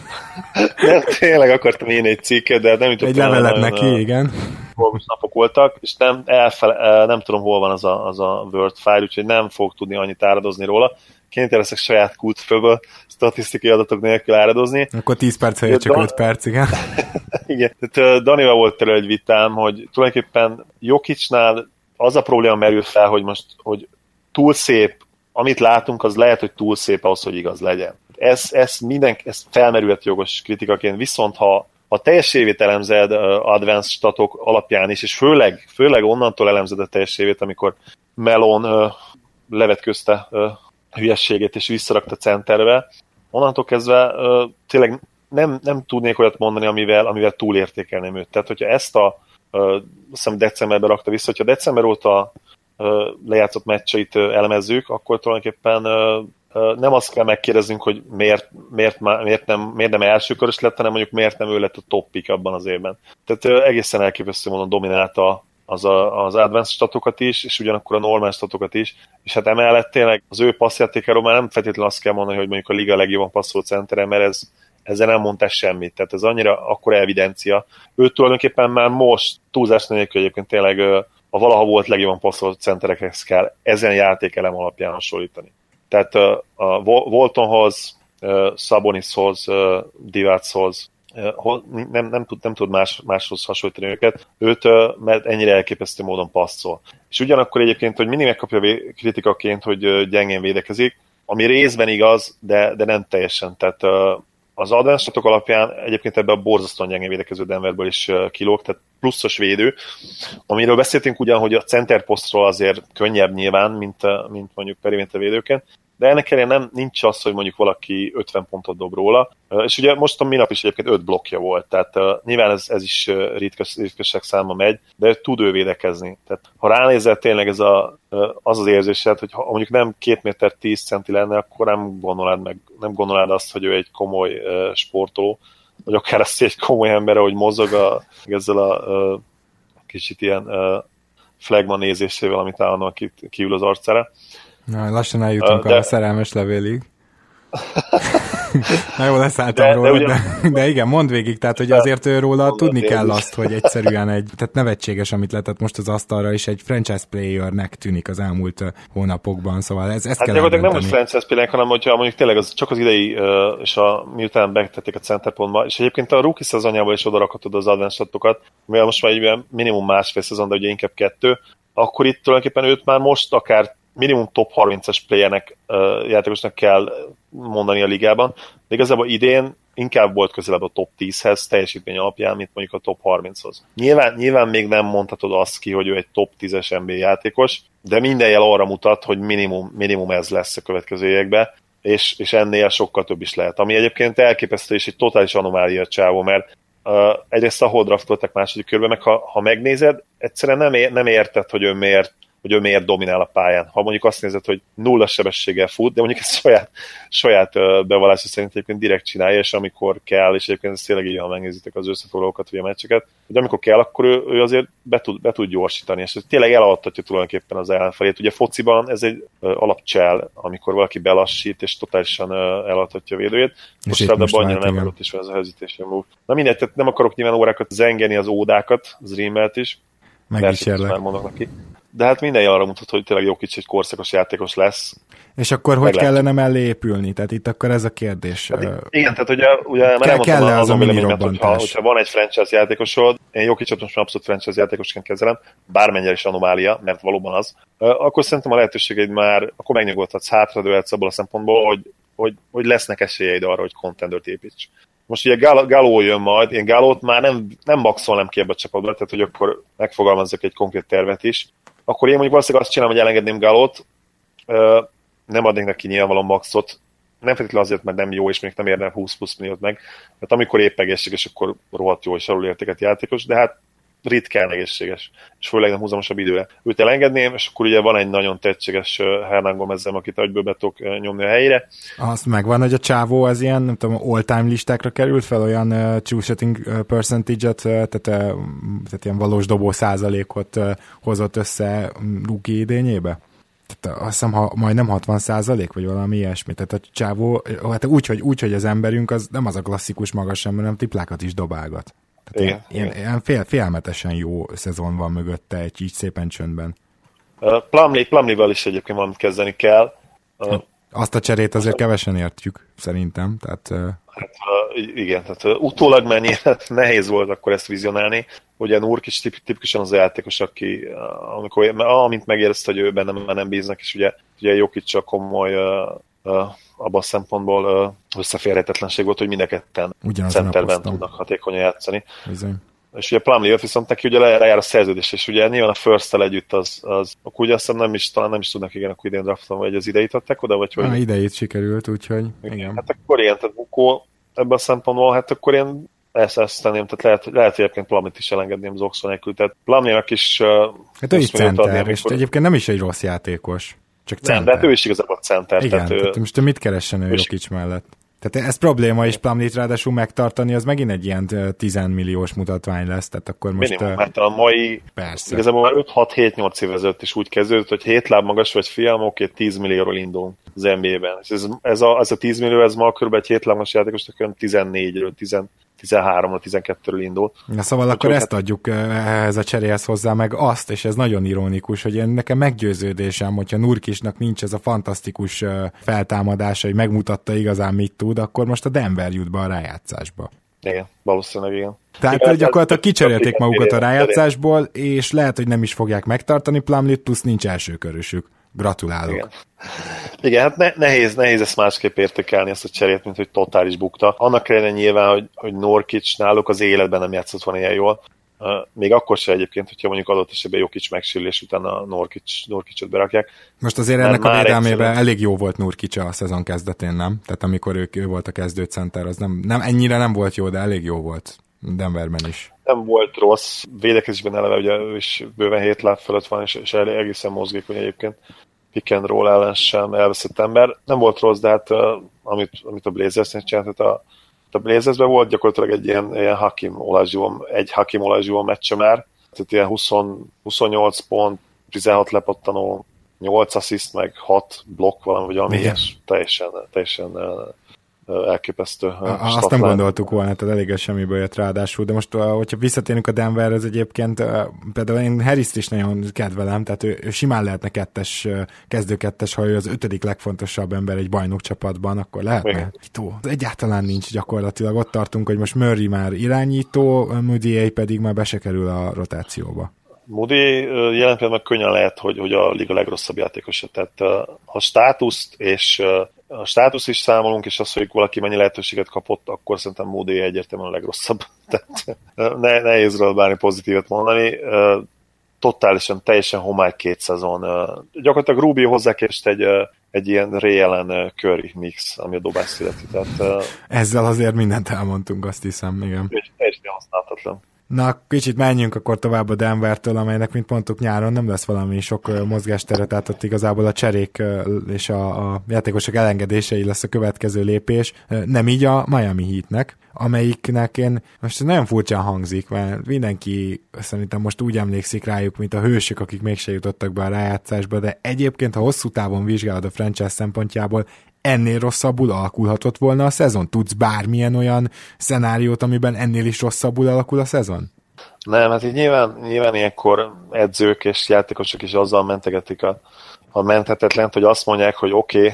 Nem, tényleg akartam írni egy cikket, de nem jutottam. Egy levelet neki, igen. Dolgos napok voltak, és nem tudom, hol van az a Word file, úgyhogy nem fogok tudni annyit áradozni róla. Kénytelen leszek saját kultfőből statisztikai adatok nélkül áradozni. Akkor 10 perc helyett csak 5 perc, igen. Igen, tehát Danival volt erről egy vitám, hogy tulajdonképpen Jokicnál az a probléma merül fel, hogy túl szép, amit látunk, az lehet, hogy túl szép ahhoz, hogy igaz legyen. Ez felmerült jogos kritikaként, viszont ha teljes évét elemzed advanced statok alapján is, és főleg onnantól elemzed a teljes évét, amikor Melon levetközte hülyességét és visszarakta centerbe, onnantól kezdve tényleg nem tudnék olyat mondani, amivel túlértékelném őt. Tehát, hogyha ezt azt hiszem decemberben rakta vissza, hogyha december óta lejátszott meccseit elemezzük, akkor tulajdonképpen nem azt kell megkérdeznünk, hogy miért nem első körös lett, hanem mondjuk miért nem ő lett a top pick abban az évben. Tehát egészen elképesztő módon dominálta az advanced statokat is, és ugyanakkor a normális statokat is, és hát emellett tényleg az ő passzjátékáról már nem feltétlenül azt kell mondani, hogy mondjuk a liga legjobban passzoló centere, mert ezzel nem mondtál semmit, tehát ez annyira akkora evidencia. Ő tulajdonképpen már most túlzás nélkül egyébként tényleg a valaha volt legjobban passzoló centerekhez kell ezen játékelem alapján hasonlítani. Tehát a Waltonhoz, Sabonishoz, Divachoz, nem tud máshoz hasonlítani őket, mert ennyire elképesztő módon passzol. És ugyanakkor egyébként, hogy mindig megkapja kritikaként, hogy gyengén védekezik, ami részben igaz, de nem teljesen. Tehát az advanced statok alapján egyébként ebben a borzasztóan gyengén védekező Denverből is kilóg, tehát pluszos védő, amiről beszéltünk ugyan, hogy a center posztról azért könnyebb nyilván, mint mondjuk periméter védőken, de ennek ellenére nincs az, hogy mondjuk valaki 50 pontot dob róla, és ugye most a minap is egyébként 5 blokkja volt, tehát nyilván ez is ritkasság száma megy, de tud ő védekezni. Tehát ha ránézel tényleg az érzésed, hogy ha mondjuk nem 2 méter 10 centi lenne, akkor nem gondolád azt, hogy ő egy komoly sportoló, vagy akár azt egy komoly ember, hogy mozog ezzel a kicsit ilyen flagman nézésével, amit állandóan kiül az arcára. Na, lassan eljutunk a szerelmes levélig. Na jó, leszálltam róla, de igen, mondd végig, tehát hogy azért róla tudni kell azt, hogy egyszerűen tehát nevetséges, amit letett most az asztalra, és egy franchise playernek tűnik az elmúlt hónapokban, szóval ezt kell gyakorlatilag nem most franchise playernek, hanem hogyha mondjuk tényleg csak az idei, és miután betették a centerpontba, és egyébként a rookie szezonjából is odarakhatod az advanced statokat, mivel most már egy minimum másfél szezon, de ugye inkább 2, akkor itt tulajdonképpen őt már most akár minimum top 30-as playernek, játékosnak kell mondani a ligában, de igazából idén inkább volt közelebb a top 10-hez teljesítmény alapján, mint mondjuk a top 30-hoz. Nyilván még nem mondhatod azt ki, hogy ő egy top 10-es NBA játékos, de minden jel arra mutat, hogy minimum ez lesz a következő években, és ennél sokkal több is lehet. Ami egyébként elképesztő, és egy totális anomália csávó, mert egyrészt ahol draftoltak második körben, meg ha megnézed, egyszerűen nem érted, hogy ő miért dominál a pályán. Ha mondjuk azt nézed, hogy nulla sebességgel fut, de mondjuk ezt saját bevallása szerint egyébként direkt csinálja, és amikor kell, és egyébként ez tényleg így, ha megnézitek az összefoglalókat, vagy a meccseket, hogy amikor kell, akkor ő azért be tud gyorsítani, és ez tényleg eladhatja tulajdonképpen az ellenfelét. Ugye fociban ez egy alapcsel, amikor valaki belassít, és totálisan eladhatja a védőjét. Most ráadásul annyira nem adott is van ez a hesitation move. Na mindegy, tehát nem akarok nyilván órákat zengeni az ódákat, az Rimmelt is. Megísérlek. De hát minden arra mutat, hogy tényleg Jokic egy korszakos játékos lesz. És akkor hogy kellene mellé épülni? Tehát itt akkor ez a kérdés. Hát igen, tehát ugye már kell az a mini hogyha van egy franchise játékosod, én Jokicot most már abszolút franchise játékosként kezelem, bármennyire is anomália, mert valóban az, akkor szerintem a lehetőségeid már, akkor megnyugodhatsz, hátradőlhetsz abból a szempontból, hogy lesznek esélyeid arra, hogy contendert építs. Most ugye Galó jön majd, én Galót már nem maxolnám ki ebbe a csapatba, tehát hogy akkor megfogalmazzak egy konkrét tervet is. Akkor én mondjuk valószínűleg azt csinálom, hogy elengedném Galót, nem adnék neki nyilvánvalóan maxot, nem feltétlenül azért, mert nem jó, és még nem érne 20 plusz milliót meg, mert amikor épp egészséges, akkor rohadt jó és alulértéket játékos, de hát ritkán egészséges, és főleg nem húzamosabb időre. Őt elengedném, és akkor ugye van egy nagyon tehetséges Hernán Gomezem, akit egyből be tudok nyomni a helyére. Azt megvan, hogy a csávó az ilyen, nem tudom, all-time listákra került fel, olyan true shooting percentage-et, tehát ilyen valós dobó százalékot hozott össze rookie idényébe? Tehát azt hiszem, majdnem 60%, vagy valami ilyesmi. Tehát a csávó, hát úgy, hogy az emberünk az nem az a klasszikus magas ember, hanem triplákat is dobálgat. Tehát ilyen félelmetesen jó szezon van mögötte, így szépen csöndben. Plumlee-vel is egyébként valamit kezdeni kell. Azt a cserét azért kevesen értjük, szerintem. Tehát, igen, tehát utólag mennyire nehéz volt akkor ezt vizionálni. Ugye Nurkic tipikusan az a játékos, aki amint megérezte, hogy ő benne már nem bíznak, és ugye Jokic csak komoly abban a szempontból összeférhetetlenség volt, hogy mind a ketten centerben tudnak hatékonyan játszani. Bizony. És ugye Plumlee jött, viszont neki ugye lejár a szerződés, és ugye nyilván a first-tel együtt az akkor ugye azt hiszem talán nem is tudnak, igen, akkor idén drafton, vagy az idejét adták oda, vagy hogy... idejét sikerült, úgyhogy igen. Hát akkor ilyen, tehát Bukó ebben a szempontból, hát akkor én ezt tenném, tehát lehet hogy egyébként Plumlee-t is elengedném az Oxford nélkül, tehát Plumlee-nek is... Hát ő is center, és egyébként nem is egy rossz játékos. Csak center. Nem, de hát ő is igazából center. Igen, tehát most mit keressen ő Jokic mellett? Tehát ez probléma, és Plumlee-t ráadásul megtartani, az megint egy ilyen 10 milliós mutatvány lesz, tehát akkor most... Minimum, hát a mai... Persze. Igazából már 5-6-7-8 évezőtt is úgy kezdődött, hogy 7 láb magas vagy fiam, oké, 10 millióról indul az NBA-ben. És ez a 10 millió, ez ma kb. Egy 7 láb magas játékosnak 14-ről, 13-ról, 12-ről indul. Na szóval úgy, akkor ezt adjuk ehhez a cseréhez hozzá meg azt, és ez nagyon ironikus, hogy nekem meggyőződésem, hogyha Nurkicnak nincs ez a fantasztikus feltámadása, hogy megmutatta igazán mit tud, akkor most a Denver jut be a rájátszásba. Igen, valószínűleg igen. Tehát igen, gyakorlatilag kicserélték magukat a rájátszásból, és lehet, hogy nem is fogják megtartani Plumlee-t, plusz nincs első körösük. Gratulálok. Igen, hát nehéz ezt másképp értékelni, ezt a cserét, mint hogy totális bukta. Annak kellene nyilván, hogy Nurkic náluk az életben nem játszott volna ilyen jól. Még akkor se egyébként, hogyha mondjuk adott esetben Jokic megsérülés után a Nurkicot berakják. Most azért ennek a védelmében elég jó volt Nurkic a szezon kezdetén, nem? Tehát amikor ő volt a kezdőcenter, az nem ennyire nem volt jó, de elég jó volt Denverben is. Nem volt rossz, védekezésben eleve ugye ő is bőven 7 láb fölött van, és egészen mozgékony egyébként. Pick and roll ellen sem elveszett ember. Nem volt rossz, de hát amit a Blazers-nél csinált, a Blazersben volt gyakorlatilag egy ilyen Hakim Olajuwon meccse már, Tehát ilyen 28 pont, 16 lepattanó, 8 assist, meg 6 blokk valami ilyes, teljesen elképesztő. Azt nem gondoltuk volna, tehát elég semmiből jött ráadásul, de most, hogyha visszatérünk a Denverhez egyébként, például én Harrist is nagyon kedvelem, tehát ő simán lehetne kezdő kettes, ha ő az 5. legfontosabb ember egy bajnokcsapatban, akkor lehetne. Egyáltalán nincs gyakorlatilag, ott tartunk, hogy most Murray már irányító, Moody pedig már be se kerül a rotációba. Moody jelen pillanatban könnyen lehet, hogy a liga legrosszabb játékosa. Tehát ha státuszt és a státusz is számolunk, és az, hogy valaki mennyi lehetőséget kapott, akkor szerintem Moody egyértelműen a legrosszabb. Tehát nehéz róla bármi pozitívet mondani. Totálisan, teljesen homály 2 szezon. Gyakorlatilag Rubio hozzákést egy ilyen Ray Allen Curry mix, ami a dobás illeti. Tehát, ezzel azért mindent elmondtunk, azt hiszem, igen. Teljesen használhatatlan. Na, kicsit menjünk akkor tovább a Denvertől, amelynek, mint mondtuk, nyáron nem lesz valami sok mozgástere, tehát ott igazából a cserék és a játékosok elengedései lesz a következő lépés. Nem így a Miami Heatnek, amelyiknek én most nagyon furcsán hangzik, mert mindenki szerintem most úgy emlékszik rájuk, mint a hősök, akik mégse jutottak be a rájátszásba, de egyébként, ha hosszú távon vizsgálod a franchise szempontjából, ennél rosszabbul alakulhatott volna a szezon? Tudsz bármilyen olyan szenáriót, amiben ennél is rosszabbul alakul a szezon? Nem, hát így nyilván ilyenkor edzők és játékosok is azzal mentegetik a menthetetlent, hogy azt mondják, hogy oké,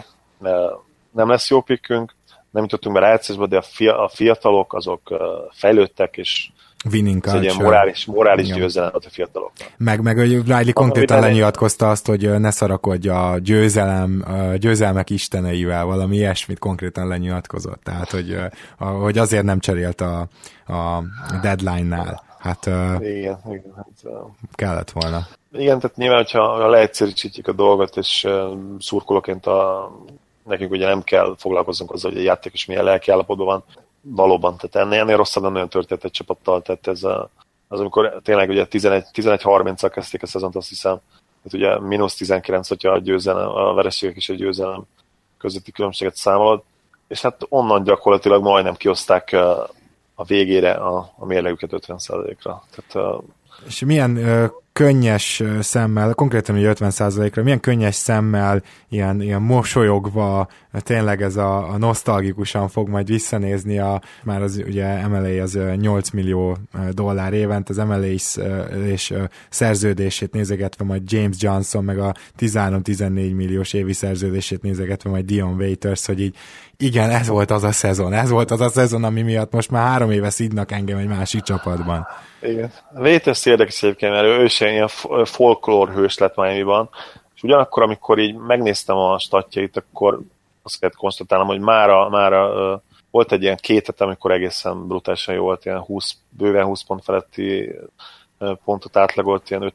nem lesz jó pikkünk, nem jutottunk be rájátszásba, de a fiatalok azok fejlődtek, és winning culture. Ez egy ilyen morális győzelem a fiataloknak. Meg Riley konkrétan lenyilatkozta azt, hogy ne szarakodj a győzelmek isteneivel, valami ilyesmit konkrétan lenyilatkozott. Tehát, hogy azért nem cserélt a deadline-nál. Hát igen, kellett volna. Igen, tehát nyilván, hogyha leegyszerűsítjük a dolgot, és szurkolóként nekünk ugye nem kell foglalkoznunk azzal, hogy a játékos milyen lelki állapotban van, valóban, tehát ennél rosszabb nem nagyon történt egy csapattal, tehát ez az, amikor tényleg ugye 11-30-al kezdték a szezont, azt hiszem, tehát ugye -19, hogyha a vereségek és a győzelem közötti különbséget számolod, és hát onnan gyakorlatilag majdnem kioszták a végére a mérlegüket 50%-ra. Tehát, és milyen könnyes szemmel, konkrétan 50%-ra, milyen könnyes szemmel, ilyen mosolyogva, tényleg ez a nosztalgikusan fog majd visszanézni már az ugye MLA az $8 millió évent, az MLA és szerződését nézegetve majd James Johnson, meg a 13-14 milliós évi szerződését nézegetve majd Dion Waiters, hogy így igen, ez volt az a szezon, ami miatt most már 3 éve szidnak engem egy másik csapatban. Igen. Waiters érdekes egyébként, mert ő is ilyen folklór hős lett Miami-ban, és ugyanakkor, amikor így megnéztem a statjait, akkor azt kellett konstatálnom, hogy mára volt egy ilyen 2 hete, amikor egészen brutálisan jó volt, ilyen bőven 20 pont feletti pontot átlagolt, ilyen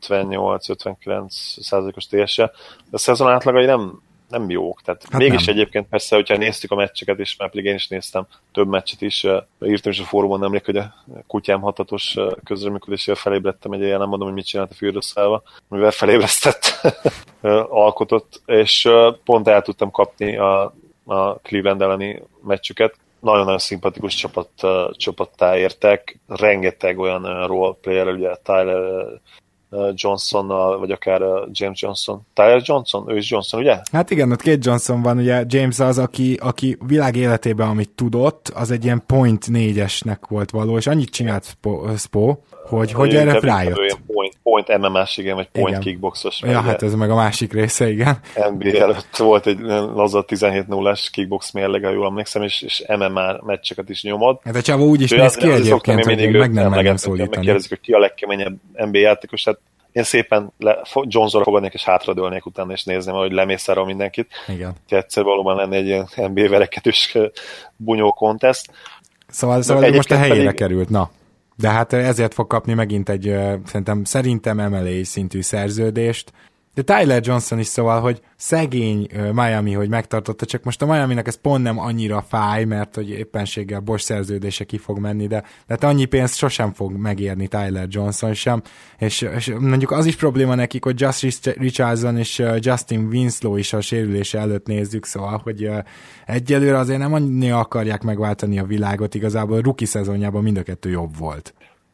58-59%-os TS-e, de a szezon átlagai nem jók. Tehát hát mégis nem. Egyébként persze, hogyha néztük a meccseket, és már pedig én is néztem több meccset is, írtam is a fórumon emlék, hogy a kutyám hatatos közreműködésével felébredtem egy ilyen, nem mondom, hogy mit csinált a fürdőszálba, mivel felébresztett alkotott, és pont el tudtam kapni a Cleveland elleni meccsüket. Nagyon-nagyon szimpatikus csapattá értek, rengeteg olyan role player, ugye Tyler Johnsonnal, vagy akár James Johnson. Tyler Johnson? Ő is Johnson, ugye? Hát igen, ott 2 Johnson van, ugye James az, aki világ életében, amit tudott, az egy ilyen point 4-esnek volt való, és annyit csinált Spo, hogy erre rájött. Point MMA-s, igen, vagy point igen. Kickboxos. Ja, hát ez meg a másik része, igen. NBA előtt volt egy laza 17-0-as kickbox mérleg, ha jól emlékszem, és MMA meccseket is nyomod. Hát a csávó úgy is néz ki egyébként, hogy meg nem szólítani. Megkérdezik, hogy ki a legkeményebb NBA játékos, hát én szépen Jonesra fogadnék, és hátradőlnék utána, és nézném, hogy lemészáról mindenkit. Igen. Egyszer valóban lenne egy ilyen NBA verekedős bunyó contest. Szóval most a helyére került, na. De hát ezért fog kapni megint egy szerintem MLA szintű szerződést. De Tyler Johnson is, szóval, hogy szegény Miami, hogy megtartotta, csak most a Miaminak ez pont nem annyira fáj, mert hogy éppenséggel Bosch szerződése ki fog menni, de hát annyi pénzt sosem fog megérni Tyler Johnson sem, és mondjuk az is probléma nekik, hogy Just Richardson és Justin Winslow is a sérülése előtt nézzük, szóval, hogy egyelőre azért nem annyira akarják megváltani a világot, igazából a rookie szezonjában mind a kettő jobb volt.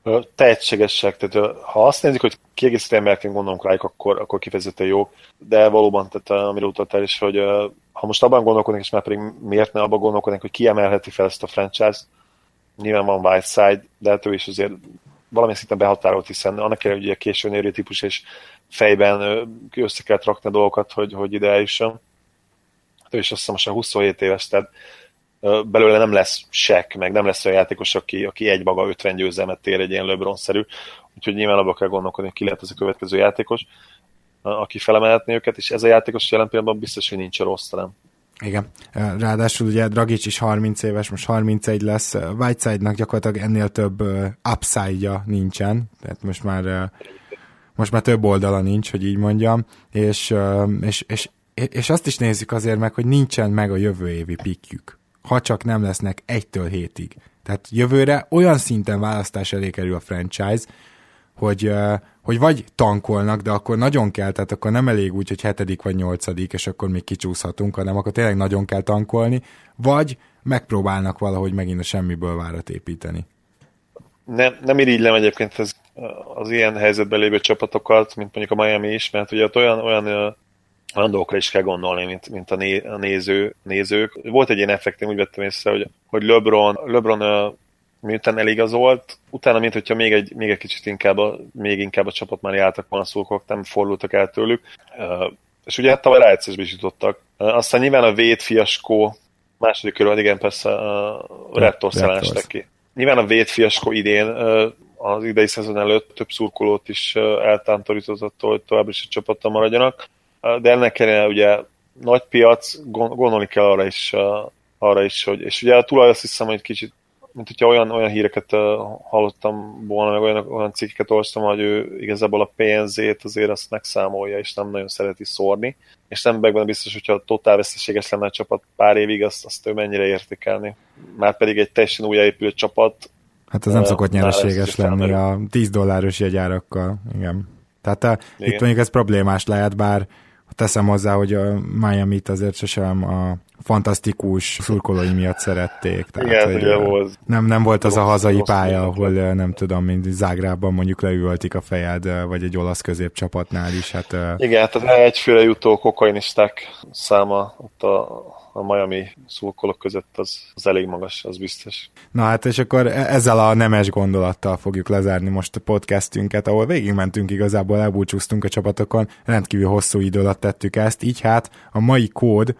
tehetségesek, tehát ha azt nézzük, hogy kiegészítő emberként gondolunk rájuk, akkor kifejezetten jók, de valóban, tehát amire utaltál is, hogy ha most abban gondolkodnék, és már pedig miért ne abban gondolkodnék, hogy kiemelheti fel ezt a franchise-t, nyilván van Whiteside, de hát ő is azért valamilyen szinten behatárolt, hiszen annak kell, hogy ugye későn érő típus, és fejben össze kell rakni a dolgokat, hogy ide eljusson. Ő is azt hiszem most 27 éves, tehát belőle nem lesz Shaq, meg nem lesz olyan játékos, aki egy maga 50 győzelmet tér, egy ilyen LeBron-szerű, úgyhogy nyilván abba kell gondolkodni, ki lehet ez a következő játékos, aki felemelhetné őket, és ez a játékos jelen pillanatban biztos, hogy nincs a rossz talán. Igen. Ráadásul ugye Dragic is 30 éves, most 31 lesz, Whiteside-nak gyakorlatilag ennél több upside-ja nincsen, tehát most már több oldala nincs, hogy így mondjam, és azt is nézzük azért meg, hogy nincsen meg a jövő évi pickjük, ha csak nem lesznek 1-től 7-ig. Tehát jövőre olyan szinten választás elé kerül a franchise, hogy vagy tankolnak, de akkor nagyon kell, tehát akkor nem elég úgy, hogy 7. vagy 8. és akkor még kicsúszhatunk, hanem akkor tényleg nagyon kell tankolni, vagy megpróbálnak valahogy megint a semmiből várat építeni. Nem irigylem egyébként az ilyen helyzetben lévő csapatokat, mint mondjuk a Miami is, mert ugye ott olyan dolgokra is kell gondolni, mint a nézők. Volt egy ilyen effekt, én úgy vettem észre, hogy LeBron miután eligazolt, utána, mint hogyha még egy kicsit inkább a csapat már jártak volna szurkolók, nem fordultak el tőlük. És ugye hát tavaly rájegyzésbe is jutottak. Aztán nyilván a Wade fiaskó második körül, igen, persze a Raptors-szel estek ki. Nyilván a Wade fiaskó idén az idei szezon előtt több szurkolót is eltántorított, hogy tovább is a csapattal maradjanak. De ennek ellenére ugye nagy piac, gondolni kell arra is, hogy, és ugye a tulaj azt hiszem, hogy kicsit, mint hogyha olyan híreket hallottam volna, meg olyan cikkeket olvastam, hogy ő igazából a pénzét azért azt megszámolja, és nem nagyon szereti szórni, és nem benne biztos, hogyha totál veszteséges lenne a csapat pár évig, azt ő mennyire értékelni. Már pedig egy teljesen újjáépülő csapat. Hát ez nem szokott nyereséges lenni a $10 jegyárakkal, igen. Tehát itt mondjuk ez problémás lehet, bár teszem hozzá, hogy a Miami-t azért sosem a fantasztikus szurkolói miatt szerették. Tehát, igen, nem volt az a hazai pálya, ahol nem tudom, mint Zágrában mondjuk leüvöltik a fejed, vagy egy olasz középcsapatnál is. Hát, igen, tehát egyfőre jutó kokainisták száma ott a Miami szurkolók között az elég magas, az biztos. Na hát, és akkor ezzel a nemes gondolattal fogjuk lezárni most a podcastünket, ahol végigmentünk igazából, elbúcsúztunk a csapatokon, rendkívül hosszú idő alatt tettük ezt, így hát a mai kód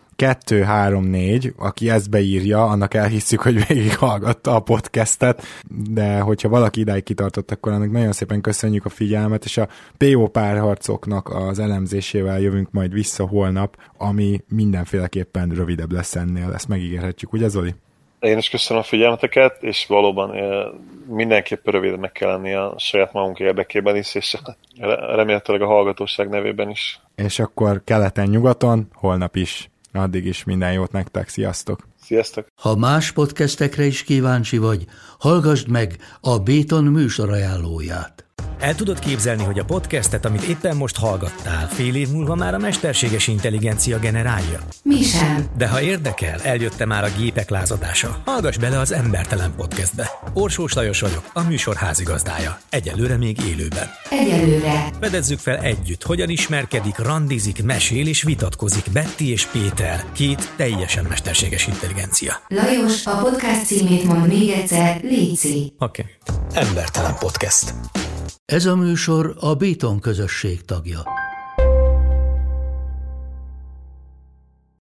234, aki ezt beírja, annak elhisszük, hogy végighallgatta a podcastet, de hogyha valaki idáig kitartott, akkor annak nagyon szépen köszönjük a figyelmet, és a PO párharcoknak az elemzésével jövünk majd vissza holnap, ami mindenféleképpen rövidebb lesz ennél, ezt megígérhetjük, ugye Zoli? Én is köszönöm a figyelmeteket, és valóban mindenképpen rövidnek kell lenni a saját magunk érdekében is, és remélhetőleg a hallgatóság nevében is. És akkor keleten-nyugaton, holnap is. Addig is minden jót nektek, sziasztok! Sziasztok! Ha más podcastekre is kíváncsi vagy, hallgassd meg a Béton műsor ajánlóját. El tudod képzelni, hogy a podcastet, amit éppen most hallgattál, fél év múlva már a mesterséges intelligencia generálja? Mi sem. De ha érdekel, eljött már a gépek lázadása. Hallgass bele az Embertelen Podcastbe. Orsós Lajos vagyok, a műsor házigazdája. Egyelőre még élőben. Egyelőre. Fedezzük fel együtt, hogyan ismerkedik, randizik, mesél és vitatkozik Betty és Péter, két teljesen mesterséges intelligencia. Lajos, a podcast címét mond még egyszer, léci. Oké. Embertelen Podcast. Ez a műsor a Béton közösség tagja.